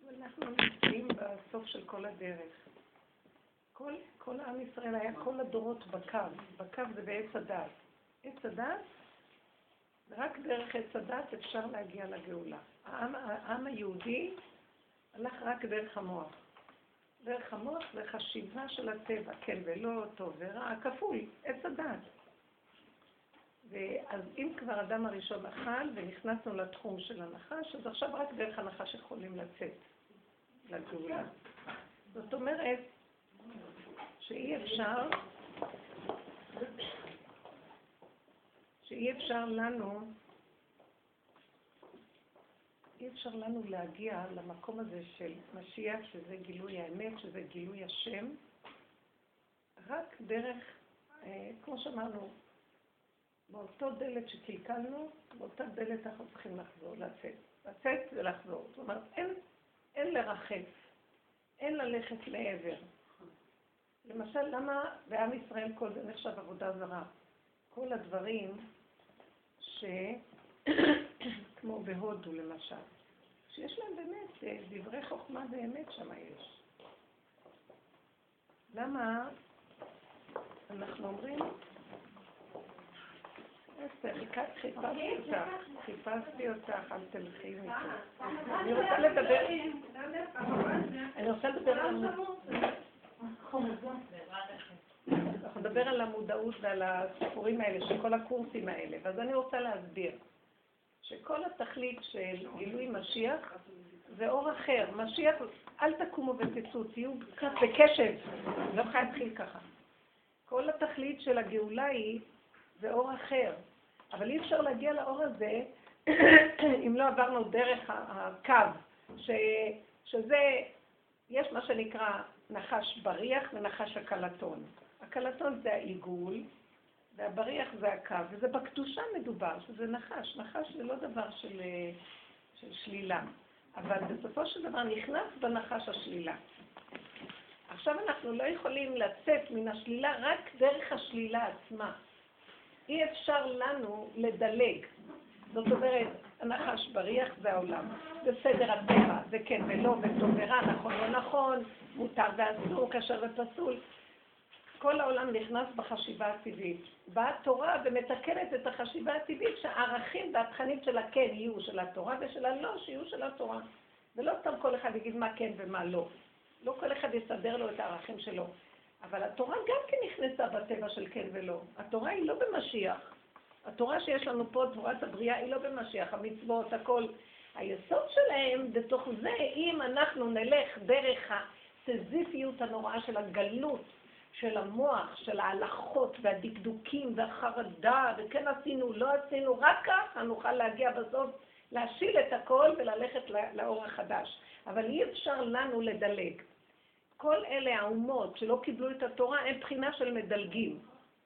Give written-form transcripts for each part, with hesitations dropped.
אנחנו נמצאים בסוף של כל הדרך. כל עם ישראל היה כל הדורות בקו. בקו זה בעץ הדת. עץ הדת, רק דרך עץ הדת אפשר להגיע לגאולה. העם היהודי הלך רק דרך המוח. דרך המוח זה חשיבה של הטבע, כן ולא, טוב ורע, כפול, עץ הדת. אז אם כבר אדם הראשון אכל ונכנסנו לתחום של הנחש, אז עכשיו רק דרך הנחש יכולים לצאת לגאולה. זאת אומרת שאי אפשר לנו להגיע למקום הזה של משיח, שזה גילוי האמת, שזה גילוי השם, רק דרך, כמו שאמרנו, באותו דלת שקלקלנו, באותה דלת אנחנו צריכים לחזור, לצאת ולחזור. זאת אומרת, אין לרחף, אין ללכת לעבר. למשל, למה בעם ישראל כל זה נחשב עבודה זרה? כל הדברים כמו בהודו למשל, שיש להם באמת דברי חוכמה ואמת שם יש. למה אנחנו אומרים, חיפשתי אותך, אל תלכי מפה. אני רוצה לדבר אנחנו נדבר על המודעות ועל הסיפורים האלה, של כל הקורסים האלה, ואז אני רוצה להסביר שכל התכלית של גילוי משיח זה אור אחר. משיח, אל תקומו ותצאו, תהיו קצת בקשב, לא יכולה להתחיל ככה. כל התכלית של הגאולה היא זה אור אחר, אבל אי אפשר להגיע לאור הזה אם לא עברנו דרך הקו, שזה, יש מה שנקרא נחש בריח ונחש הקלטון. הקלטון זה העיגול, והבריח זה הקו, וזה בקדושה מדובר, שזה נחש. נחש זה לא דבר של שלילה, אבל בסופו של דבר נכנס בנחש השלילה. עכשיו אנחנו לא יכולים לצאת מן השלילה רק דרך השלילה עצמה. אי אפשר לנו לדלג. זאת אומרת, הנחש בריח זה העולם. זה סדר הטבע, זה כן ולא, וטוב ורע, נכון לא נכון, מותר ואסור, כשר ופסול. כל העולם נכנס בחשיבה הטבעית. באה תורה ומתקנת את החשיבה הטבעית שהערכים והתכנים של הכן יהיו של התורה ושל הלא שיהיו של התורה. ולא סתם כל אחד יגיד מה כן ומה לא. לא כל אחד יסדר לו את הערכים שלו. אבל התורה גם כן נכנסה בטבע של כן ולא. התורה היא לא במשיח. התורה שיש לנו פה, תורת הבריאה, היא לא במשיח. המצוות, הכל. היסוד שלהם, בתוך זה, אם אנחנו נלך דרך הסזיפיות הנוראה של הגלות, של המוח, של ההלכות והדקדוקים והחרדה, וכן עשינו, לא עשינו, רק ככה נוכל להגיע בסוף, להשיל את הכל וללכת לאור החדש. אבל אי אפשר לנו לדלג. כל אלה האומות שלא קיבלו את התורה הם בחינה של מדלגים.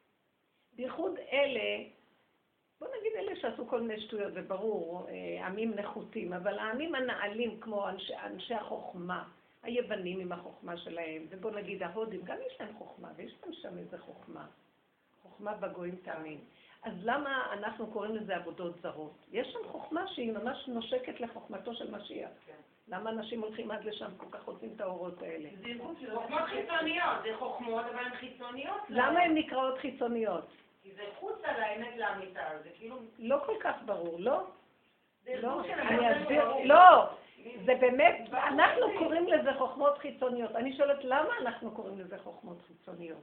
בייחוד אלה, בוא נגיד אלה שעשו כל מיני שטויות, זה ברור, עמים נחותים, אבל העמים הנעלים כמו אנשי החוכמה, היוונים עם החוכמה שלהם, ובוא נגיד ההודים, גם יש להם חוכמה, ויש להם שם איזה חוכמה. חוכמה בגויים תאמין. אז למה אנחנו קוראים לזה עבודות זרות? יש שם חוכמה שהיא ממש נושקת לחוכמתו של משיח. למה אנשים הולכים עד לשם כל כך רוצים את האורות האלה? זה חוכמות חיצוניות, זה חוכמות, אבל הן חיצוניות. למה הן נקראות חיצוניות? כי זה חוץ על האמת לאמיתה, זה כאילו... לא כל כך ברור, לא? לא, אני אסביר, לא! זה באמת, אנחנו קוראים לזה חוכמות חיצוניות. אני שואלת, למה אנחנו קוראים לזה חוכמות חיצוניות?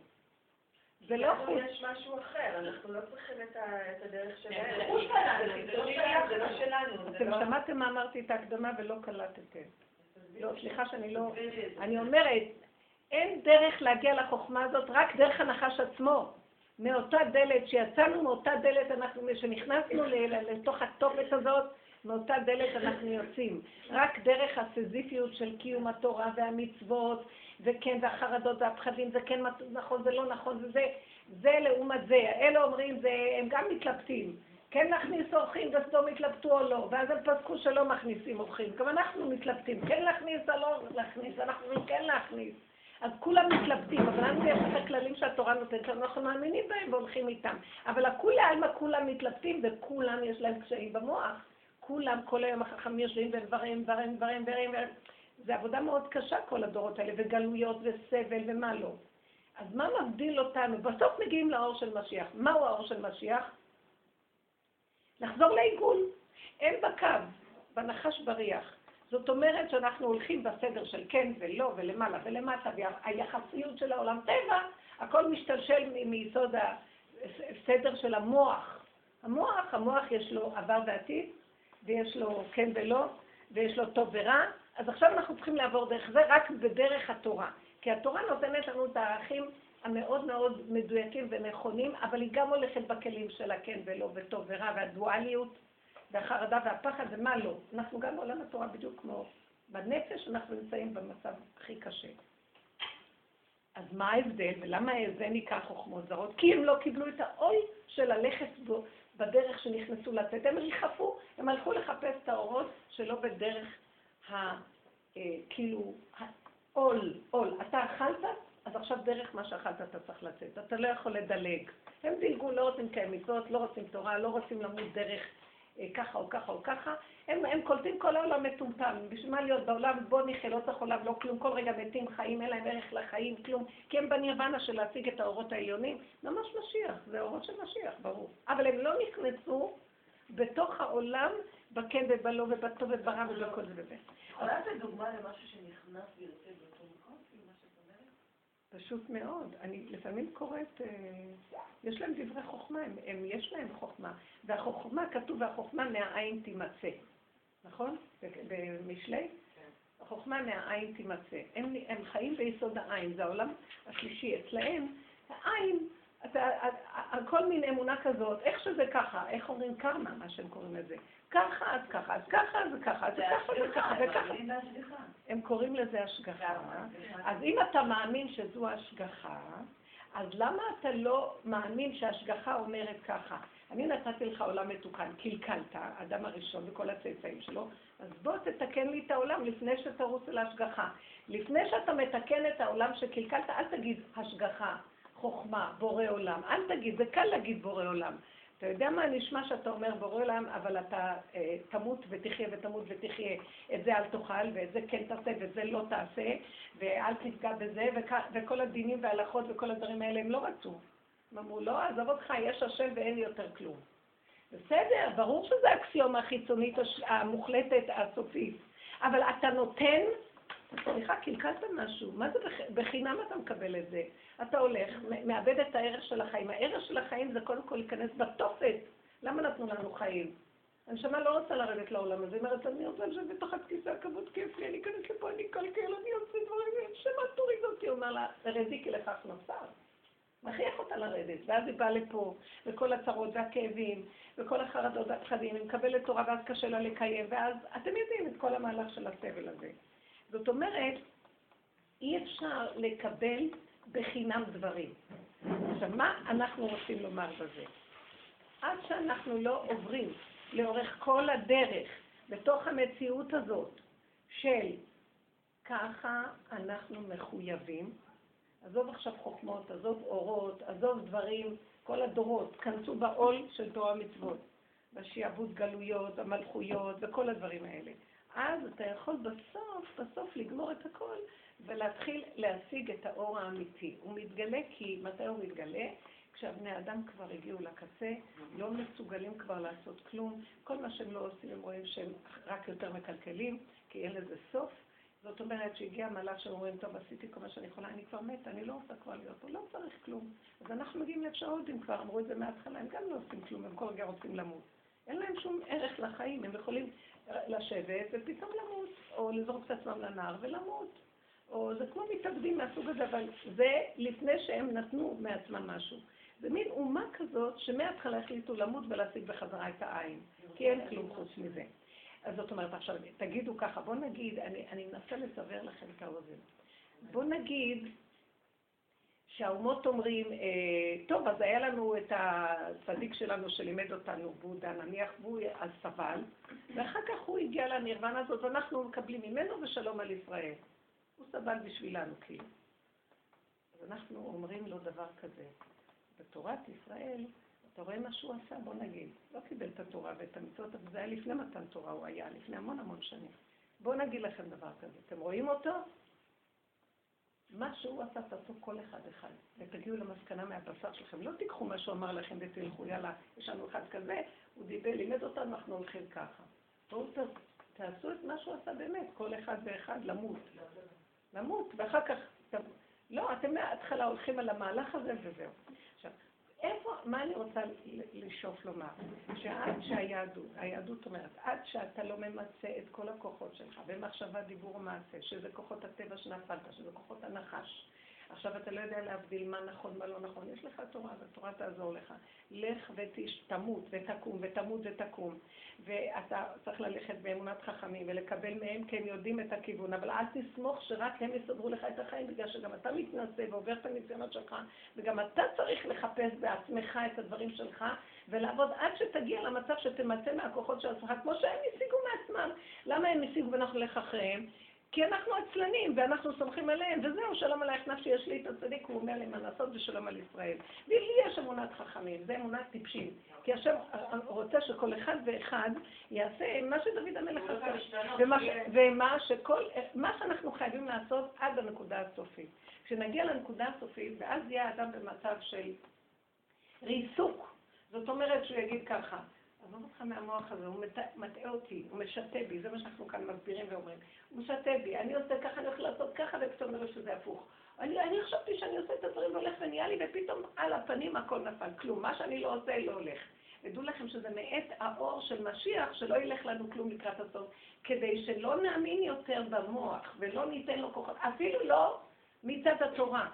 זה לא חוץ. יש משהו אחר, אנחנו לא צריכים את הדרך שלנו. זה חוץ עלינו, זה לא שלנו. אתם שמעתם מה אמרתי את ההקדמה ולא קלטתם. לא, סליחה שאני לא... אני אומרת, אין דרך להגיע לחוכמה הזאת רק דרך הנחש עצמו. מאותה דלת שיצאנו, מאותה דלת אנחנו, שנכנסנו לתוך התופת הזאת, מאותה דלת אנחנו יוצאים. רק דרך הסזיפיות של קיום התורה והמצוות, וכן, והחרדות והפחדים, זה כן נכון, זה לא נכון, זה לעומת זה. אלה אומרים, הם גם מתלבטים. כן להכניס אורחים וסדום התלבטו או לא, ואז הם פסקו שלא מכניסים אורחים. גם אנחנו מתלבטים, כן להכניס או לא להכניס, אנחנו כן להכניס. אז כולם מתלבטים, אבל לנו יש את הכללים שהתורה נותנת לנו, אנחנו מאמינים בהם והולכים איתם. אבל הכולי עלמא כולם מתלבטים וכולם יש להם קשיים במוח. כולם, כל היום החכמים יושבים ודברים, זה עבודה מאוד קשה כל הדורות האלה, וגלויות וסבל ומה לא. אז מה מבדיל אותנו? בסוף מגיעים לאור של משיח. מהו האור של משיח? לחזור לעיגול. אין בקו, בנחש בריח. זאת אומרת שאנחנו הולכים בסדר של כן ולא ולמעלה ולמטה, והיחסיות של העולם טבע, הכל משתלשל מיסוד הסדר של המוח. המוח יש לו עבר ועתיד, ויש לו כן ולא, ויש לו טוב ורע, אז עכשיו אנחנו צריכים לעבור דרך זה רק בדרך התורה. כי התורה נותנת לנו את הערכים המאוד מאוד מדויקים ונכונים, אבל היא גם הולכת בכלים של הכן ולא וטוב ורע, והדואליות והחרדה והפחד ומה לא. אנחנו גם בעולם התורה בדיוק כמו בנפש, אנחנו נמצאים במצב הכי קשה. אז מה ההבדל ולמה זה נקרא חוכמות זרות? כי הם לא קיבלו את העול של ללכת בו בדרך שנכנסו לצאת. הם ריחפו, הם הלכו לחפש את האורות שלא בדרך כאילו העול. אתה אכלת, אז עכשיו דרך מה שאכלת אתה צריך לצאת. אתה לא יכול לדלג. הם דילגו, לא רוצים קיים מצוות, לא רוצים תורה, לא רוצים למות דרך ככה או ככה או ככה. הם קולטים כל העולם מטומטם. בשביל מה להיות בעולם? בוא נחיה, לא צריך עולם, לא כלום. כל רגע מתים חיים, אין להם ערך לחיים, כלום. כי הם בנירוונה של להשיג את האורות העליונים. ממש משיח, זה האורות של משיח, ברור. אבל הם לא נכנסו בתוך העולם, בכן ובלא ובטוב וברע ובכל זה וזה. יכולה לתת דוגמה למשהו שנכנס ויוצא באותו מקום? מה שאת אומרת? פשוט מאוד. אני לפעמים קוראת, יש להם דברי חוכמה, יש להם חוכמה. והחוכמה, כתוב, והחוכמה מהעין תימצא. נכון? במשלי? החוכמה מהעין תימצא. הם חיים ביסוד העין, זה העולם השלישי. אצלהם, העין, כל מין אמונה כזאת, איך שזה ככה, איך אומרים קרמה, מה שהם קוראים לזה. ככה, אז ככה, אז ככה, אז ככה, אז ככה, וככה, וככה. הם קוראים לזה השגחה. אז אם אתה מאמין שזו השגחה, אז למה אתה לא מאמין שההשגחה אומרת ככה? אני נתתי לך עולם מתוקן, קלקלת, האדם הראשון וכל הצאצאים שלו, אז בוא תתקן לי את העולם לפני שתרוץ אל ההשגחה. לפני שאתה מתקן את העולם שקלקלת, אל תגיד השגחה, חוכמה, בורא עולם. אל תגיד, זה קל להגיד בורא עולם. אתה יודע מה נשמע שאתה אומר בורא עולם, אבל אתה תמות ותחיה ותמות ותחיה. את זה אל תאכל, ואת זה כן תעשה, ואת זה לא תעשה, ואל תפגע בזה, וכל הדינים וההלכות וכל הדברים האלה הם לא רצו. הם אמרו, לא, עזוב אותך, יש השם ואין לי יותר כלום. בסדר, ברור שזה האקסיומה החיצונית המוחלטת, הסופית. אבל אתה נותן, סליחה, קלקלת משהו. מה זה בחינם אתה מקבל את זה? אתה הולך, מאבד את הערך של החיים. הערך של החיים זה קודם כל להיכנס בתופת. למה נתנו לנו חיים? הנשמה לא רוצה לרדת לעולם הזה. היא אומרת, אני רוצה לשבת בתחת כיסא הכבוד, כיף לי, אני אכנס לפה, אני אקלקל, אני אעשה דברים, שמה תוריד אותי. הוא אומר לה, רדי כי לכך נוצר. מכריח אותה לרדת, ואז היא באה לפה, וכל הצרות והכאבים, וכל החרדות והפחדים, היא מקבלת תורה ואז קשה לה לקיים, ואז אתם יודעים את כל המהלך של הסבל הזה. זאת אומרת, אי אפשר לקבל בחינם דברים. עכשיו, מה אנחנו רוצים לומר בזה? עד שאנחנו לא עוברים לאורך כל הדרך, בתוך המציאות הזאת, של ככה אנחנו מחויבים, עזוב עכשיו חוכמות, עזוב אורות, עזוב דברים, כל הדורות, כנסו בעול של תורה מצוות, בשיעבוד גלויות, המלכויות וכל הדברים האלה. אז אתה יכול בסוף לגמור את הכל ולהתחיל להשיג את האור האמיתי. הוא מתגלה כי מתי הוא מתגלה? כשהבני אדם כבר הגיעו לקצה, לא מסוגלים כבר לעשות כלום. כל מה שהם לא עושים הם רואים שהם רק יותר מקלקלים, כי אין לזה סוף. זאת אומרת שהגיע המהלך שאומרים, טוב, עשיתי כל מה שאני יכולה, אני כבר מתה, אני לא רוצה כבר להיות פה, לא צריך כלום. אז אנחנו מגיעים לאפשרות, אם כבר אמרו את זה מההתחלה, הם גם לא עושים כלום, הם כל רגע רוצים למות. אין להם שום ערך לחיים, הם יכולים לשבת ופתאום למות, או לזרוק את עצמם לנהר ולמות. או זה כמו מתאבדים מהסוג הזה, אבל זה לפני שהם נתנו מעצמם משהו. זה מין אומה כזאת שמההתחלה החליטו למות ולהשיג בחזרה את העין, כי אין כלום חוץ מזה. אז זאת אומרת, עכשיו, תגידו ככה, בוא נגיד, אני מנסה לסבר לכם את האוזן. בוא נגיד שהאומות אומרים, טוב, אז היה לנו את הצדיק שלנו שלימד אותנו, בודה, נניח, והוא אז סבל, ואחר כך הוא הגיע לנירוונה הזאת, ואנחנו מקבלים ממנו ושלום על ישראל. הוא סבל בשבילנו, כאילו. אז אנחנו אומרים לו דבר כזה. בתורת ישראל, אתה רואה מה שהוא עשה? בוא נגיד. לא קיבל את התורה ואת המצוות, אבל זה היה לפני מתן תורה, הוא היה לפני המון המון שנים. בואו נגיד לכם דבר כזה, אתם רואים אותו? מה שהוא עשה, תעשו כל אחד אחד, ותגיעו למסקנה מהבשר שלכם. לא תיקחו מה שהוא אמר לכם ותלכו, יאללה, יש לנו אחד כזה, הוא דיבר, לימד אותנו, אנחנו הולכים ככה. בואו תעשו את מה שהוא עשה באמת, כל אחד ואחד למות, ואחר כך, לא, אתם מההתחלה הולכים על המהלך הזה וזהו. עכשיו, מה אני רוצה לשאוף לומר? שעד היהדות אומרת, עד שאתה לא ממצא את כל הכוחות שלך, במחשבה, דיבור ומעשה, שזה כוחות הטבע שנפלת, שזה כוחות הנחש. עכשיו אתה לא יודע להבדיל מה נכון, מה לא נכון. יש לך תורה, והתורה תעזור לך. לך ותמות ותקום, ותמות ותקום. ואתה צריך ללכת באמונת חכמים ולקבל מהם, כי הם יודעים את הכיוון. אבל אל תסמוך שרק הם יסדרו לך את החיים, בגלל שגם אתה מתנסה ועובר את הניסיונות שלך, וגם אתה צריך לחפש בעצמך את הדברים שלך, ולעבוד עד שתגיע למצב שתמצא מהכוחות של עצמך, כמו שהם השיגו מעצמם. למה הם השיגו ואנחנו הולך אחריהם? כי אנחנו עצלנים ואנחנו סומכים עליהם, וזהו, שלום עלייך נפשי, יש לי את הצדיק, הוא אומר לי מה לעשות ושלום על ישראל. ולי יש אמונת חכמים, זה אמונת טיפשים. כי השם רוצה שכל אחד ואחד יעשה מה שדוד המלך עשה. ומה שאנחנו חייבים לעשות עד הנקודה הסופית. כשנגיע לנקודה הסופית, ואז יהיה האדם במצב של ריסוק. זאת אומרת שהוא יגיד ככה, עזוב אותך מהמוח הזה, הוא מטעה אותי, הוא משתה בי, זה מה שאנחנו כאן מסבירים ואומרים. הוא משתה בי, אני עושה ככה, אני הולך לעשות ככה, ופתאום אומר שזה הפוך. אני חשבתי שאני עושה את הדברים והולך ונהיה לי, ופתאום על הפנים הכל נפל, כלום. מה שאני לא עושה, לא הולך. ודעו לכם שזה מעט האור של משיח, שלא ילך לנו כלום לקראת הסוף, כדי שלא נאמין יותר במוח, ולא ניתן לו כוחות, אפילו לא מצד התורה.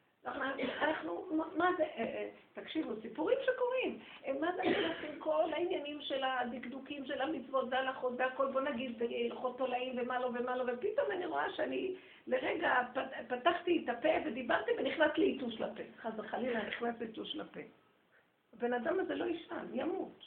מה זה, תקשיבו, סיפורים שקורים, מה זה עם כל העניינים של הדקדוקים של המצוות והלכות והכל, בוא נגיד, הלכות תולעים ומה לא ומה לא, ופתאום אני רואה שאני לרגע פתחתי את הפה ודיברתי ונכנס לי איתוש לפה, חס וחלילה נכנס לי איתוש לפה. הבן אדם הזה לא ישן, ימות.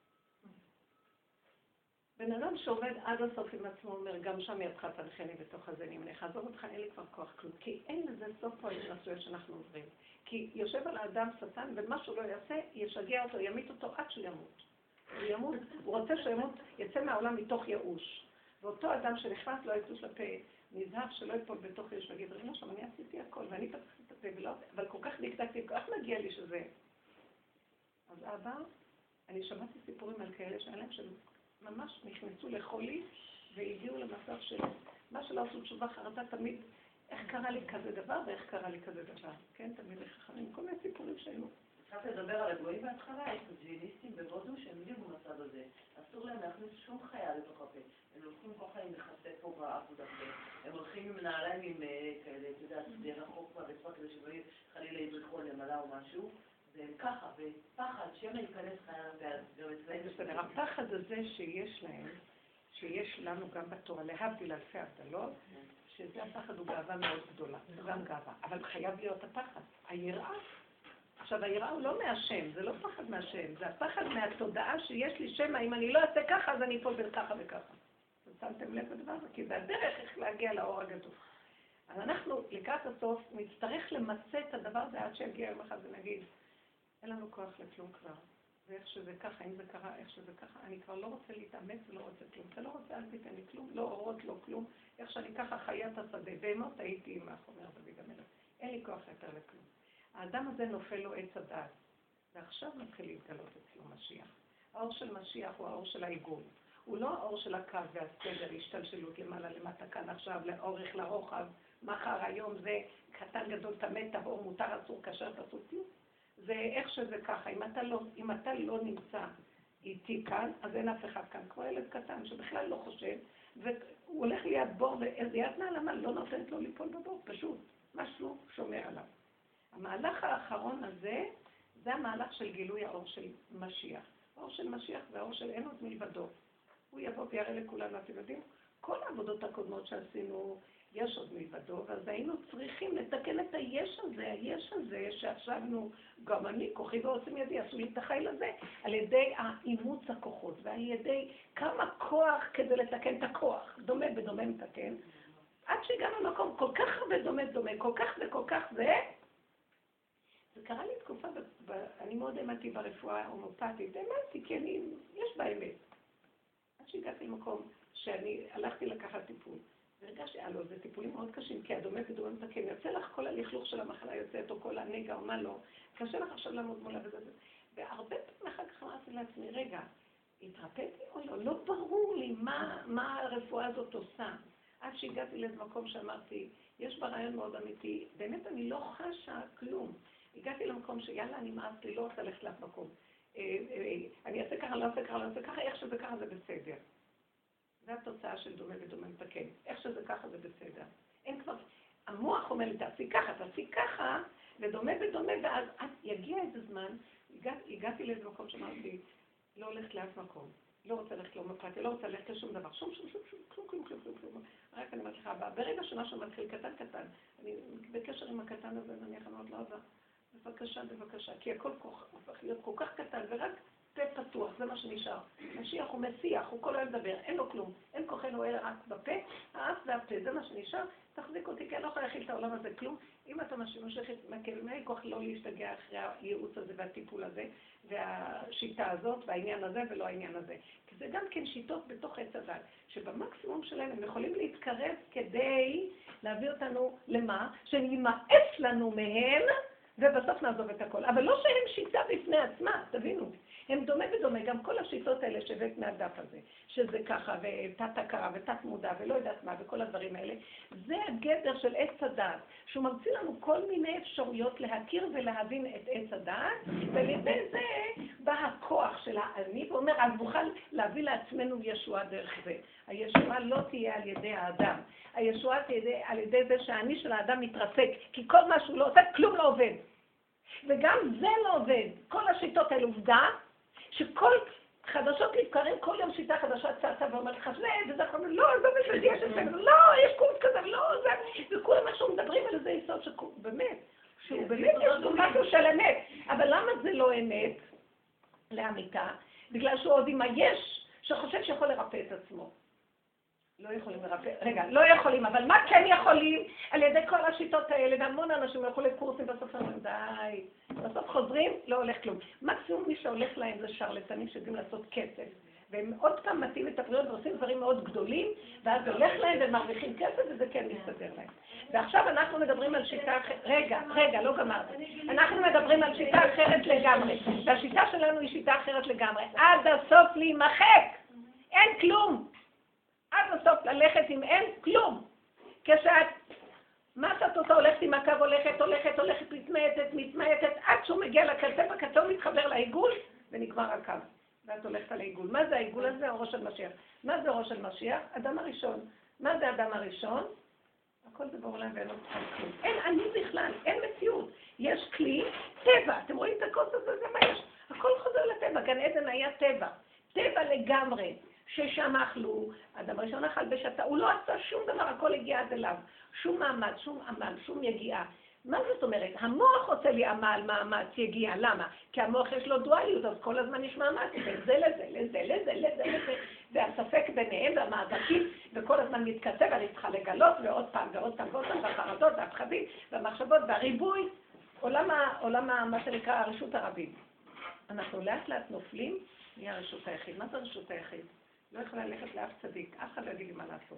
בן אדם שעובד עד הסוף עם עצמו אומר, גם שם ידך תלכני בתוך הזה נמנך, עזוב אותך, אין לי כבר כוח כלום, כי אין לזה סוף פה ההתנסויות שאנחנו עוברים. כי יושב על האדם שטן, ומה שהוא לא יעשה, ישגע אותו, ימית אותו עד שהוא ימות. הוא ימות, הוא רוצה שהוא ימות, יצא מהעולם מתוך ייאוש. ואותו אדם שנכנס לו איתוש לפה, נזהר שלא יפול בתוך ייאוש, ויגיד, רינו שם, אני עשיתי הכל, ואני פתחתי את הפה, אבל כל כך דקדקתי, כל כך מגיע לי שזה. אז אבא, אני שמעתי סיפורים על כאלה שאין להם ממש נכנסו לחולי והגיעו למצב של מה שלא עשו תשובה חרטה תמיד, איך קרה לי כזה דבר ואיך קרה לי כזה דבר. כן, תמיד לחכמים, כל מיני סיפורים שהיינו. התחלת לדבר על הגויים בהתחלה, יש ג'יהאדיסטים בבודו שהם בדיוק במצב הזה. אסור להם להכניס שום חיה לתוך הפה. הם לוקחים כל חיים לחסה פה בעבודה פה. הם הולכים עם נעליים עם כאלה, אתה יודע, זה רחוק מהבצפה כזה שלא חלילה ידרכו למעלה או משהו. והם ככה, ופחד, שמא ייכנס חיה לבעד. בסדר, הפחד הזה שיש להם, שיש לנו גם בתורה, להבדיל אלפי הבדלות, שזה הפחד הוא גאווה מאוד גדולה, זה גם גאווה, אבל חייב להיות הפחד, היראה. עכשיו, היראה הוא לא מהשם, זה לא פחד מהשם, זה הפחד מהתודעה שיש לי שמא, אם אני לא אעשה ככה, אז אני אפול בין ככה וככה. שמתם לב לדבר הזה, כי זה הדרך איך להגיע לאור הגדול. אז אנחנו לקראת הסוף נצטרך למצא את הדבר הזה עד שיגיע יום אחד ונגיד, אין לנו כוח לכלום כבר, ואיך שזה ככה, אם זה קרה, איך שזה ככה, אני כבר לא רוצה להתאמץ ולא רוצה כלום, אתה לא רוצה, אל תיתן לי כלום, לא אורות, לא כלום, איך שאני ככה חיית השדה, בהמות הייתי עם החומר דוד המלך, אין לי כוח יותר לכלום. האדם הזה נופל לו עץ הדעת, ועכשיו מתחיל להתגלות אצלו משיח. האור של משיח הוא האור של העיגול, הוא לא האור של הקו והסדר, השתלשלות למעלה למטה כאן עכשיו, לאורך, לרוחב, מחר היום זה קטן גדול, תמת, טהור, מותר, אסור, כשר, תעשו כלום. זה איך שזה ככה, אם אתה לא נמצא איתי כאן, אז אין אף אחד כאן, כמו ילד קטן שבכלל לא חושב, והוא הולך ליד בור ואיזה יד נעלמה לא נותנת לו ליפול בבור, פשוט, משהו שומר עליו. המהלך האחרון הזה, זה המהלך של גילוי האור של משיח. האור של משיח והאור של אין עוד מלבדו. הוא יבוא ויראה לכולנו, אתם יודעים, כל העבודות הקודמות שעשינו, יש עוד מלבדו, ואז היינו צריכים לתקן את היש הזה שעכשיו גם אני, כוחי ועוצם ידי, עשו לי את החיל הזה, על ידי האימוץ הכוחות, ועל ידי כמה כוח כדי לתקן את הכוח, דומה בדומה מתקן, עד שהגענו למקום כל כך הרבה דומה, כל כך וכל כך זה קרה לי תקופה, אני מאוד האמנתי ברפואה ההומאופתית, האמנתי כי יש בה אמת. עד שהגעתי למקום שאני הלכתי לקחת טיפולים מאוד קשים, כי הדומה ודומה מתקן, יוצא לך כל הלכלוך של המחלה יוצאת, או כל הנגע, או מה לא, קשה לך עכשיו לעמוד מולה וזה. והרבה פעמים אחר כך אמרתי לעצמי, רגע, התרפאתי או לא? לא ברור לי מה הרפואה הזאת עושה. עד שהגעתי לאיזה מקום שאמרתי, יש בה רעיון מאוד אמיתי, באמת אני לא חשה כלום. הגעתי למקום שיאללה, אני מאסתי, לא רוצה ללכת לאף מקום. אני אעשה ככה, לא אעשה ככה, לא אעשה ככה, איך שזה ככה זה בסדר. זו התוצאה של דומה ודומה מתקן. איך שזה ככה זה בסדר. אין כבר, המוח אומר לי, תעשי ככה, ודומה ודומה, ואז יגיע איזה זמן, הגעתי לאיזה מקום שאמרתי, לא הולכת לאף מקום, לא רוצה ללכת להומופתיה, לא רוצה ללכת לשום דבר, שום, כלום. רק אני אומרת לך, ברגע שמשהו מתחיל קטן, אני בקשר עם הקטן הזה, נניח אמרת לו, בבקשה, כי הכל הופך להיות כל כך קטן, ורק פה פתוח, זה מה שנשאר. משיח הוא משיח, הוא כל היום מדבר, אין לו כלום, אין כוחנו אלא רק בפה, האף והפה, זה מה שנשאר, תחזיק אותי, כי אני לא יכולה להכיל את העולם הזה כלום. אם אתה מושך את מהכלים, אין כוח לא להשתגע אחרי הייעוץ הזה והטיפול הזה, והשיטה הזאת, והעניין הזה ולא העניין הזה. כי זה גם כן שיטות בתוך עץ הדת, שבמקסימום שלהם הם יכולים להתקרב כדי להביא אותנו למה? שימאס לנו מהם, ובסוף נעזוב את הכל. אבל לא שהם שיטה בפני עצמה, תבינו. הם דומה ודומה, גם כל השיטות האלה שבאת מהדף הזה, שזה ככה, ותת הכרה, ותת מודע, ולא יודעת מה, וכל הדברים האלה, זה הגדר של עץ הדעת, שהוא ממציא לנו כל מיני אפשרויות להכיר ולהבין את עץ הדעת, ולדי זה בא הכוח של האני, ואומר, אז נוכל להביא לעצמנו ישועה דרך זה. הישועה לא תהיה על ידי האדם, הישועה תהיה על ידי זה שהאני של האדם מתרסק, כי כל מה שהוא לא עושה, כלום לא עובד. וגם זה לא עובד. כל השיטות האלה עובדה, שכל חדשות לבקרים, כל יום שיטה חדשה צצה ואומרת לך, וזה יכול להיות, לא, זה בסדר, יש את זה, לא, יש קורס כזה, לא, זה, וכולם משהו מדברים על איזה יסוד שבאמת, שהוא באמת יש לו משהו של אמת. אבל למה זה לא אמת לאמיתה? בגלל שהוא עוד עם היש, שחושב שיכול לרפא את עצמו. לא יכולים לרפא, רגע, לא יכולים, אבל מה כן יכולים? על ידי כל השיטות האלה, והמון אנשים הלכו לקורסים בסוף אומרים, די, בסוף חוזרים, לא הולך כלום. מקסימום מי שהולך להם זה שרלטנים שיודעים לעשות כסף, והם עוד פעם מתאים את הבריאות ועושים דברים מאוד גדולים, ואז הולך להם ומרוויחים כסף וזה כן מסתדר להם. ועכשיו אנחנו מדברים על שיטה אחרת, רגע, לא גמרתי. אנחנו מדברים על שיטה אחרת לגמרי, והשיטה שלנו היא שיטה אחרת לגמרי. עד הסוף להימחק, אין כלום. עד הסוף ללכת אם אין כלום. כשאת, מה שאת עושה הולכת עם הקו, הולכת, מתמעטת, עד שהוא מגיע לקצה, בקצה הוא מתחבר לעיגול, ונגמר הקו. ואת הולכת על העיגול. מה זה העיגול הזה? אורו של משיח. מה זה אורו של משיח? אדם הראשון. מה זה אדם הראשון? הכל זה בעולם ואין עוד כלום. אין אני בכלל, אין מציאות. יש כלי, טבע. אתם רואים את הכוס הזה? זה מה יש? הכל חוזר לטבע. גן עדן היה טבע. טבע לגמרי. ששם אכלו, אדם ראשון אכל בשעתה, הוא לא עשה שום דבר, הכל הגיע עד אליו. שום מעמד, שום עמל, שום יגיעה. מה זאת אומרת? המוח עושה לי עמל, מאמץ, יגיעה. למה? כי המוח יש לו דואליות, אז כל הזמן יש מאמץ, זה לזה. והספק ביניהם והמאבקים, וכל הזמן מתכתב, אני צריכה לגלות, ועוד פעם, והחרדות, והפחדים, והמחשבות, והריבוי. עולם מה שנקרא הרשות הרבים. אנחנו לאט לאט נופלים, נהיה הרשות היחיד. מה זה הרשות היחיד? לא יכולה ללכת לאף צדיק, אף אחד לא יגיד לי מה לעשות.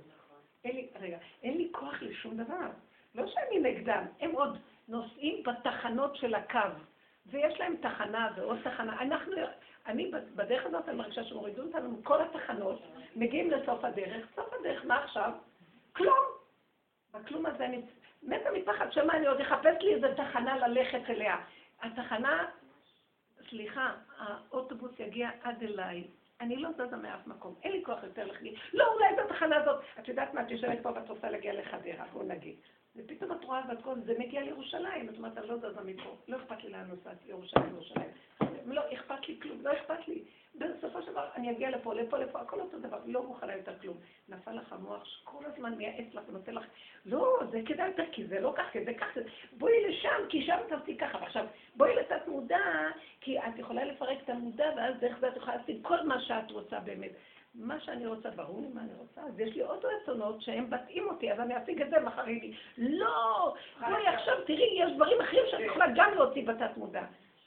אין לי כוח לשום דבר. לא שאני נגדם, הם עוד נוסעים בתחנות של הקו, ויש להם תחנה ועוד תחנה. אני בדרך הזאת אני מרגישה שמורידו אותנו מכל התחנות, מגיעים לסוף הדרך. סוף הדרך, מה עכשיו? כלום. בכלום הזה אני מתה מפחד, שמה אני עוד אחפש לי איזו תחנה ללכת אליה. התחנה, סליחה, האוטובוס יגיע עד אליי. אני לא זזה מאף מקום, אין לי כוח יותר להגיד, לא, אולי זו התחנה הזאת. את יודעת מה, את יושבת פה ואת רוצה להגיע לחדרה, בוא נגיד. ופתאום את רואה ואת כל זה מגיע לירושלים, את אומרת, אני לא זזה מפה, לא אכפת לי לאן נוסעת, ירושלים. לא אכפת לי כלום, לא אכפת לי. בסופו של דבר, אני אגיע לפה, הכל אותו דבר, לא מוכנה יותר כלום. נפל לך המוח שכל הזמן מייעץ לך ונותן לך, לא, זה כדאי יותר, כי זה לא כך, כי זה כך, בואי לשם, כי שם תעשי ככה. ועכשיו, בואי לתת מודע, כי את יכולה לפרק את המודע, ואז דרך זה את יכולה לעשות כל מה שאת רוצה באמת. מה שאני רוצה, ברור לי מה אני רוצה, אז יש לי עוד רצונות שהם בתאים אותי, אז אני אשיג את זה מחר לי. לא, בואי עכשיו, תראי, יש דברים אחרים שאת יכולה גם להוציא בתת מודע.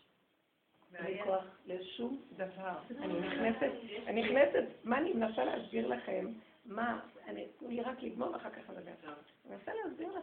אין כוח לשום דבר. אני נכנסת, מה אני מנסה להסביר לכם, תנו לי רק לגמור ואחר כך לדבר. אני מנסה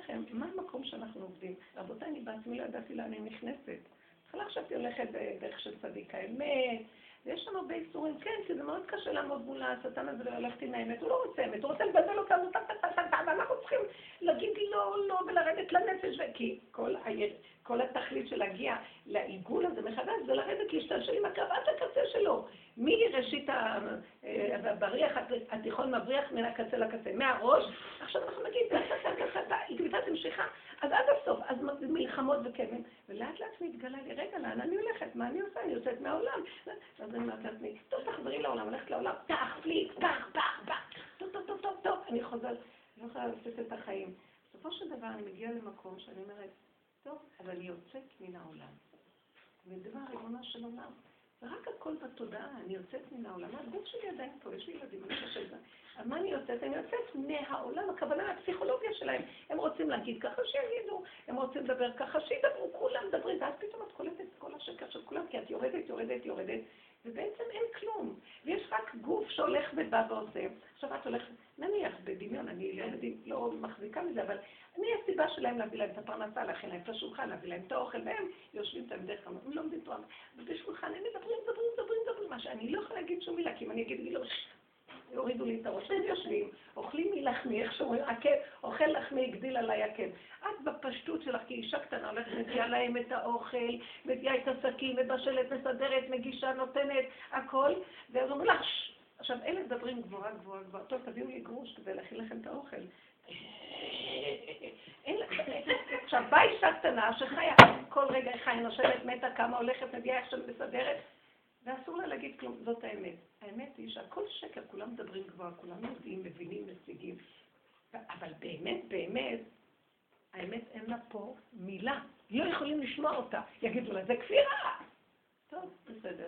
לכם, מה המקום שאנחנו עובדים? רבותיי, אני בעצמי לא ידעתי לאן אני נכנסת. התחלה חשבתי הולכת בדרך של צדיק האמת, ויש שם הרבה איסורים, כן, כי זה מאוד קשה לעמוד מול השטן הזה וללכת עם האמת, הוא לא רוצה אמת, הוא רוצה לבדל אותנו, ואנחנו צריכים להגיד לא ולרדת לנפש, כי כל התכלית של להגיע לעיגול הזה מחדש, זה לרדת להשתלשל עם הקרבת הקצה שלו. מראשית הבריח התיכון מבריח מן הקצה לקצה, מהראש, עכשיו אנחנו נגיד, גביבת המשיכה, אז עד הסוף, אז מלחמות וכאבים, ולאט לאט מתגלה לי, רגע, לאן אני הולכת? מה אני עושה? אני יוצאת מהעולם. אז אני אומרת לעצמי, טוב, תחזרי לעולם, הולכת לעולם, תחליק, טוב, אני חוזרת, לא יכולה לעשות את החיים. בסופו של דבר אני מגיעה למקום שאני אומרת, טוב, אבל אני יוצאת מן העולם. ודבר ריבונו של עולם. ורק הכל בתודעה, אני יוצאת מן העולם. הגוף שלי עדיין פה, יש לי ילדים, אני חושבת. אז מה אני יוצאת? אני יוצאת מהעולם, הכוונה הפסיכולוגיה שלהם. הם רוצים להגיד ככה שיגידו, הם רוצים לדבר ככה שידברו, כולם מדברים, ואז פתאום את קולטת את כל השקר של כולם, כי את יורדת, ובעצם אין כלום. ויש רק גוף שהולך ובא ועושה. עכשיו את הולכת, נניח בדמיון, אני לא מחזיקה מזה, אבל אני הסיבה שלהם להביא להם את הפרנסה, להכין להם את השולחן, להביא להם את האוכל, והם יושבים את בדרך כלל, הם לא עומדים תורה, ובשולחן הם מדברים, מה שאני לא יכולה להגיד שום מילה, כי אם אני אגיד מילה, יורידו לי את הראש, הם יושבים, אוכלים מלחמי, איך שאומרים, אוכל לחמי, הגדיל עליי עקב. את בפשטות שלך, כי אישה קטנה הולכת, מביאה להם את האוכל, מביאה את השקים, מבשלת, מסדרת, מגישה, נותנת, הכל, ואז אומרים לך, עכשיו, אלה מדברים גבוהה, טוב, תביאו לי גרוש כדי להכין לכם את האוכל. עכשיו, באה אישה קטנה שחיה, כל רגע חיה, נושבת, מתה, כמה הולכת, מביאה איך שמסדרת, ואסור לה להגיד כלום, זאת האמת. האמת היא שהכל שקר, כולם מדברים גבוהה, כולם יודעים, מבינים, משיגים. אבל באמת, האמת אין לה פה מילה. לא יכולים לשמוע אותה. יגידו לה, זה כפירה. טוב, בסדר.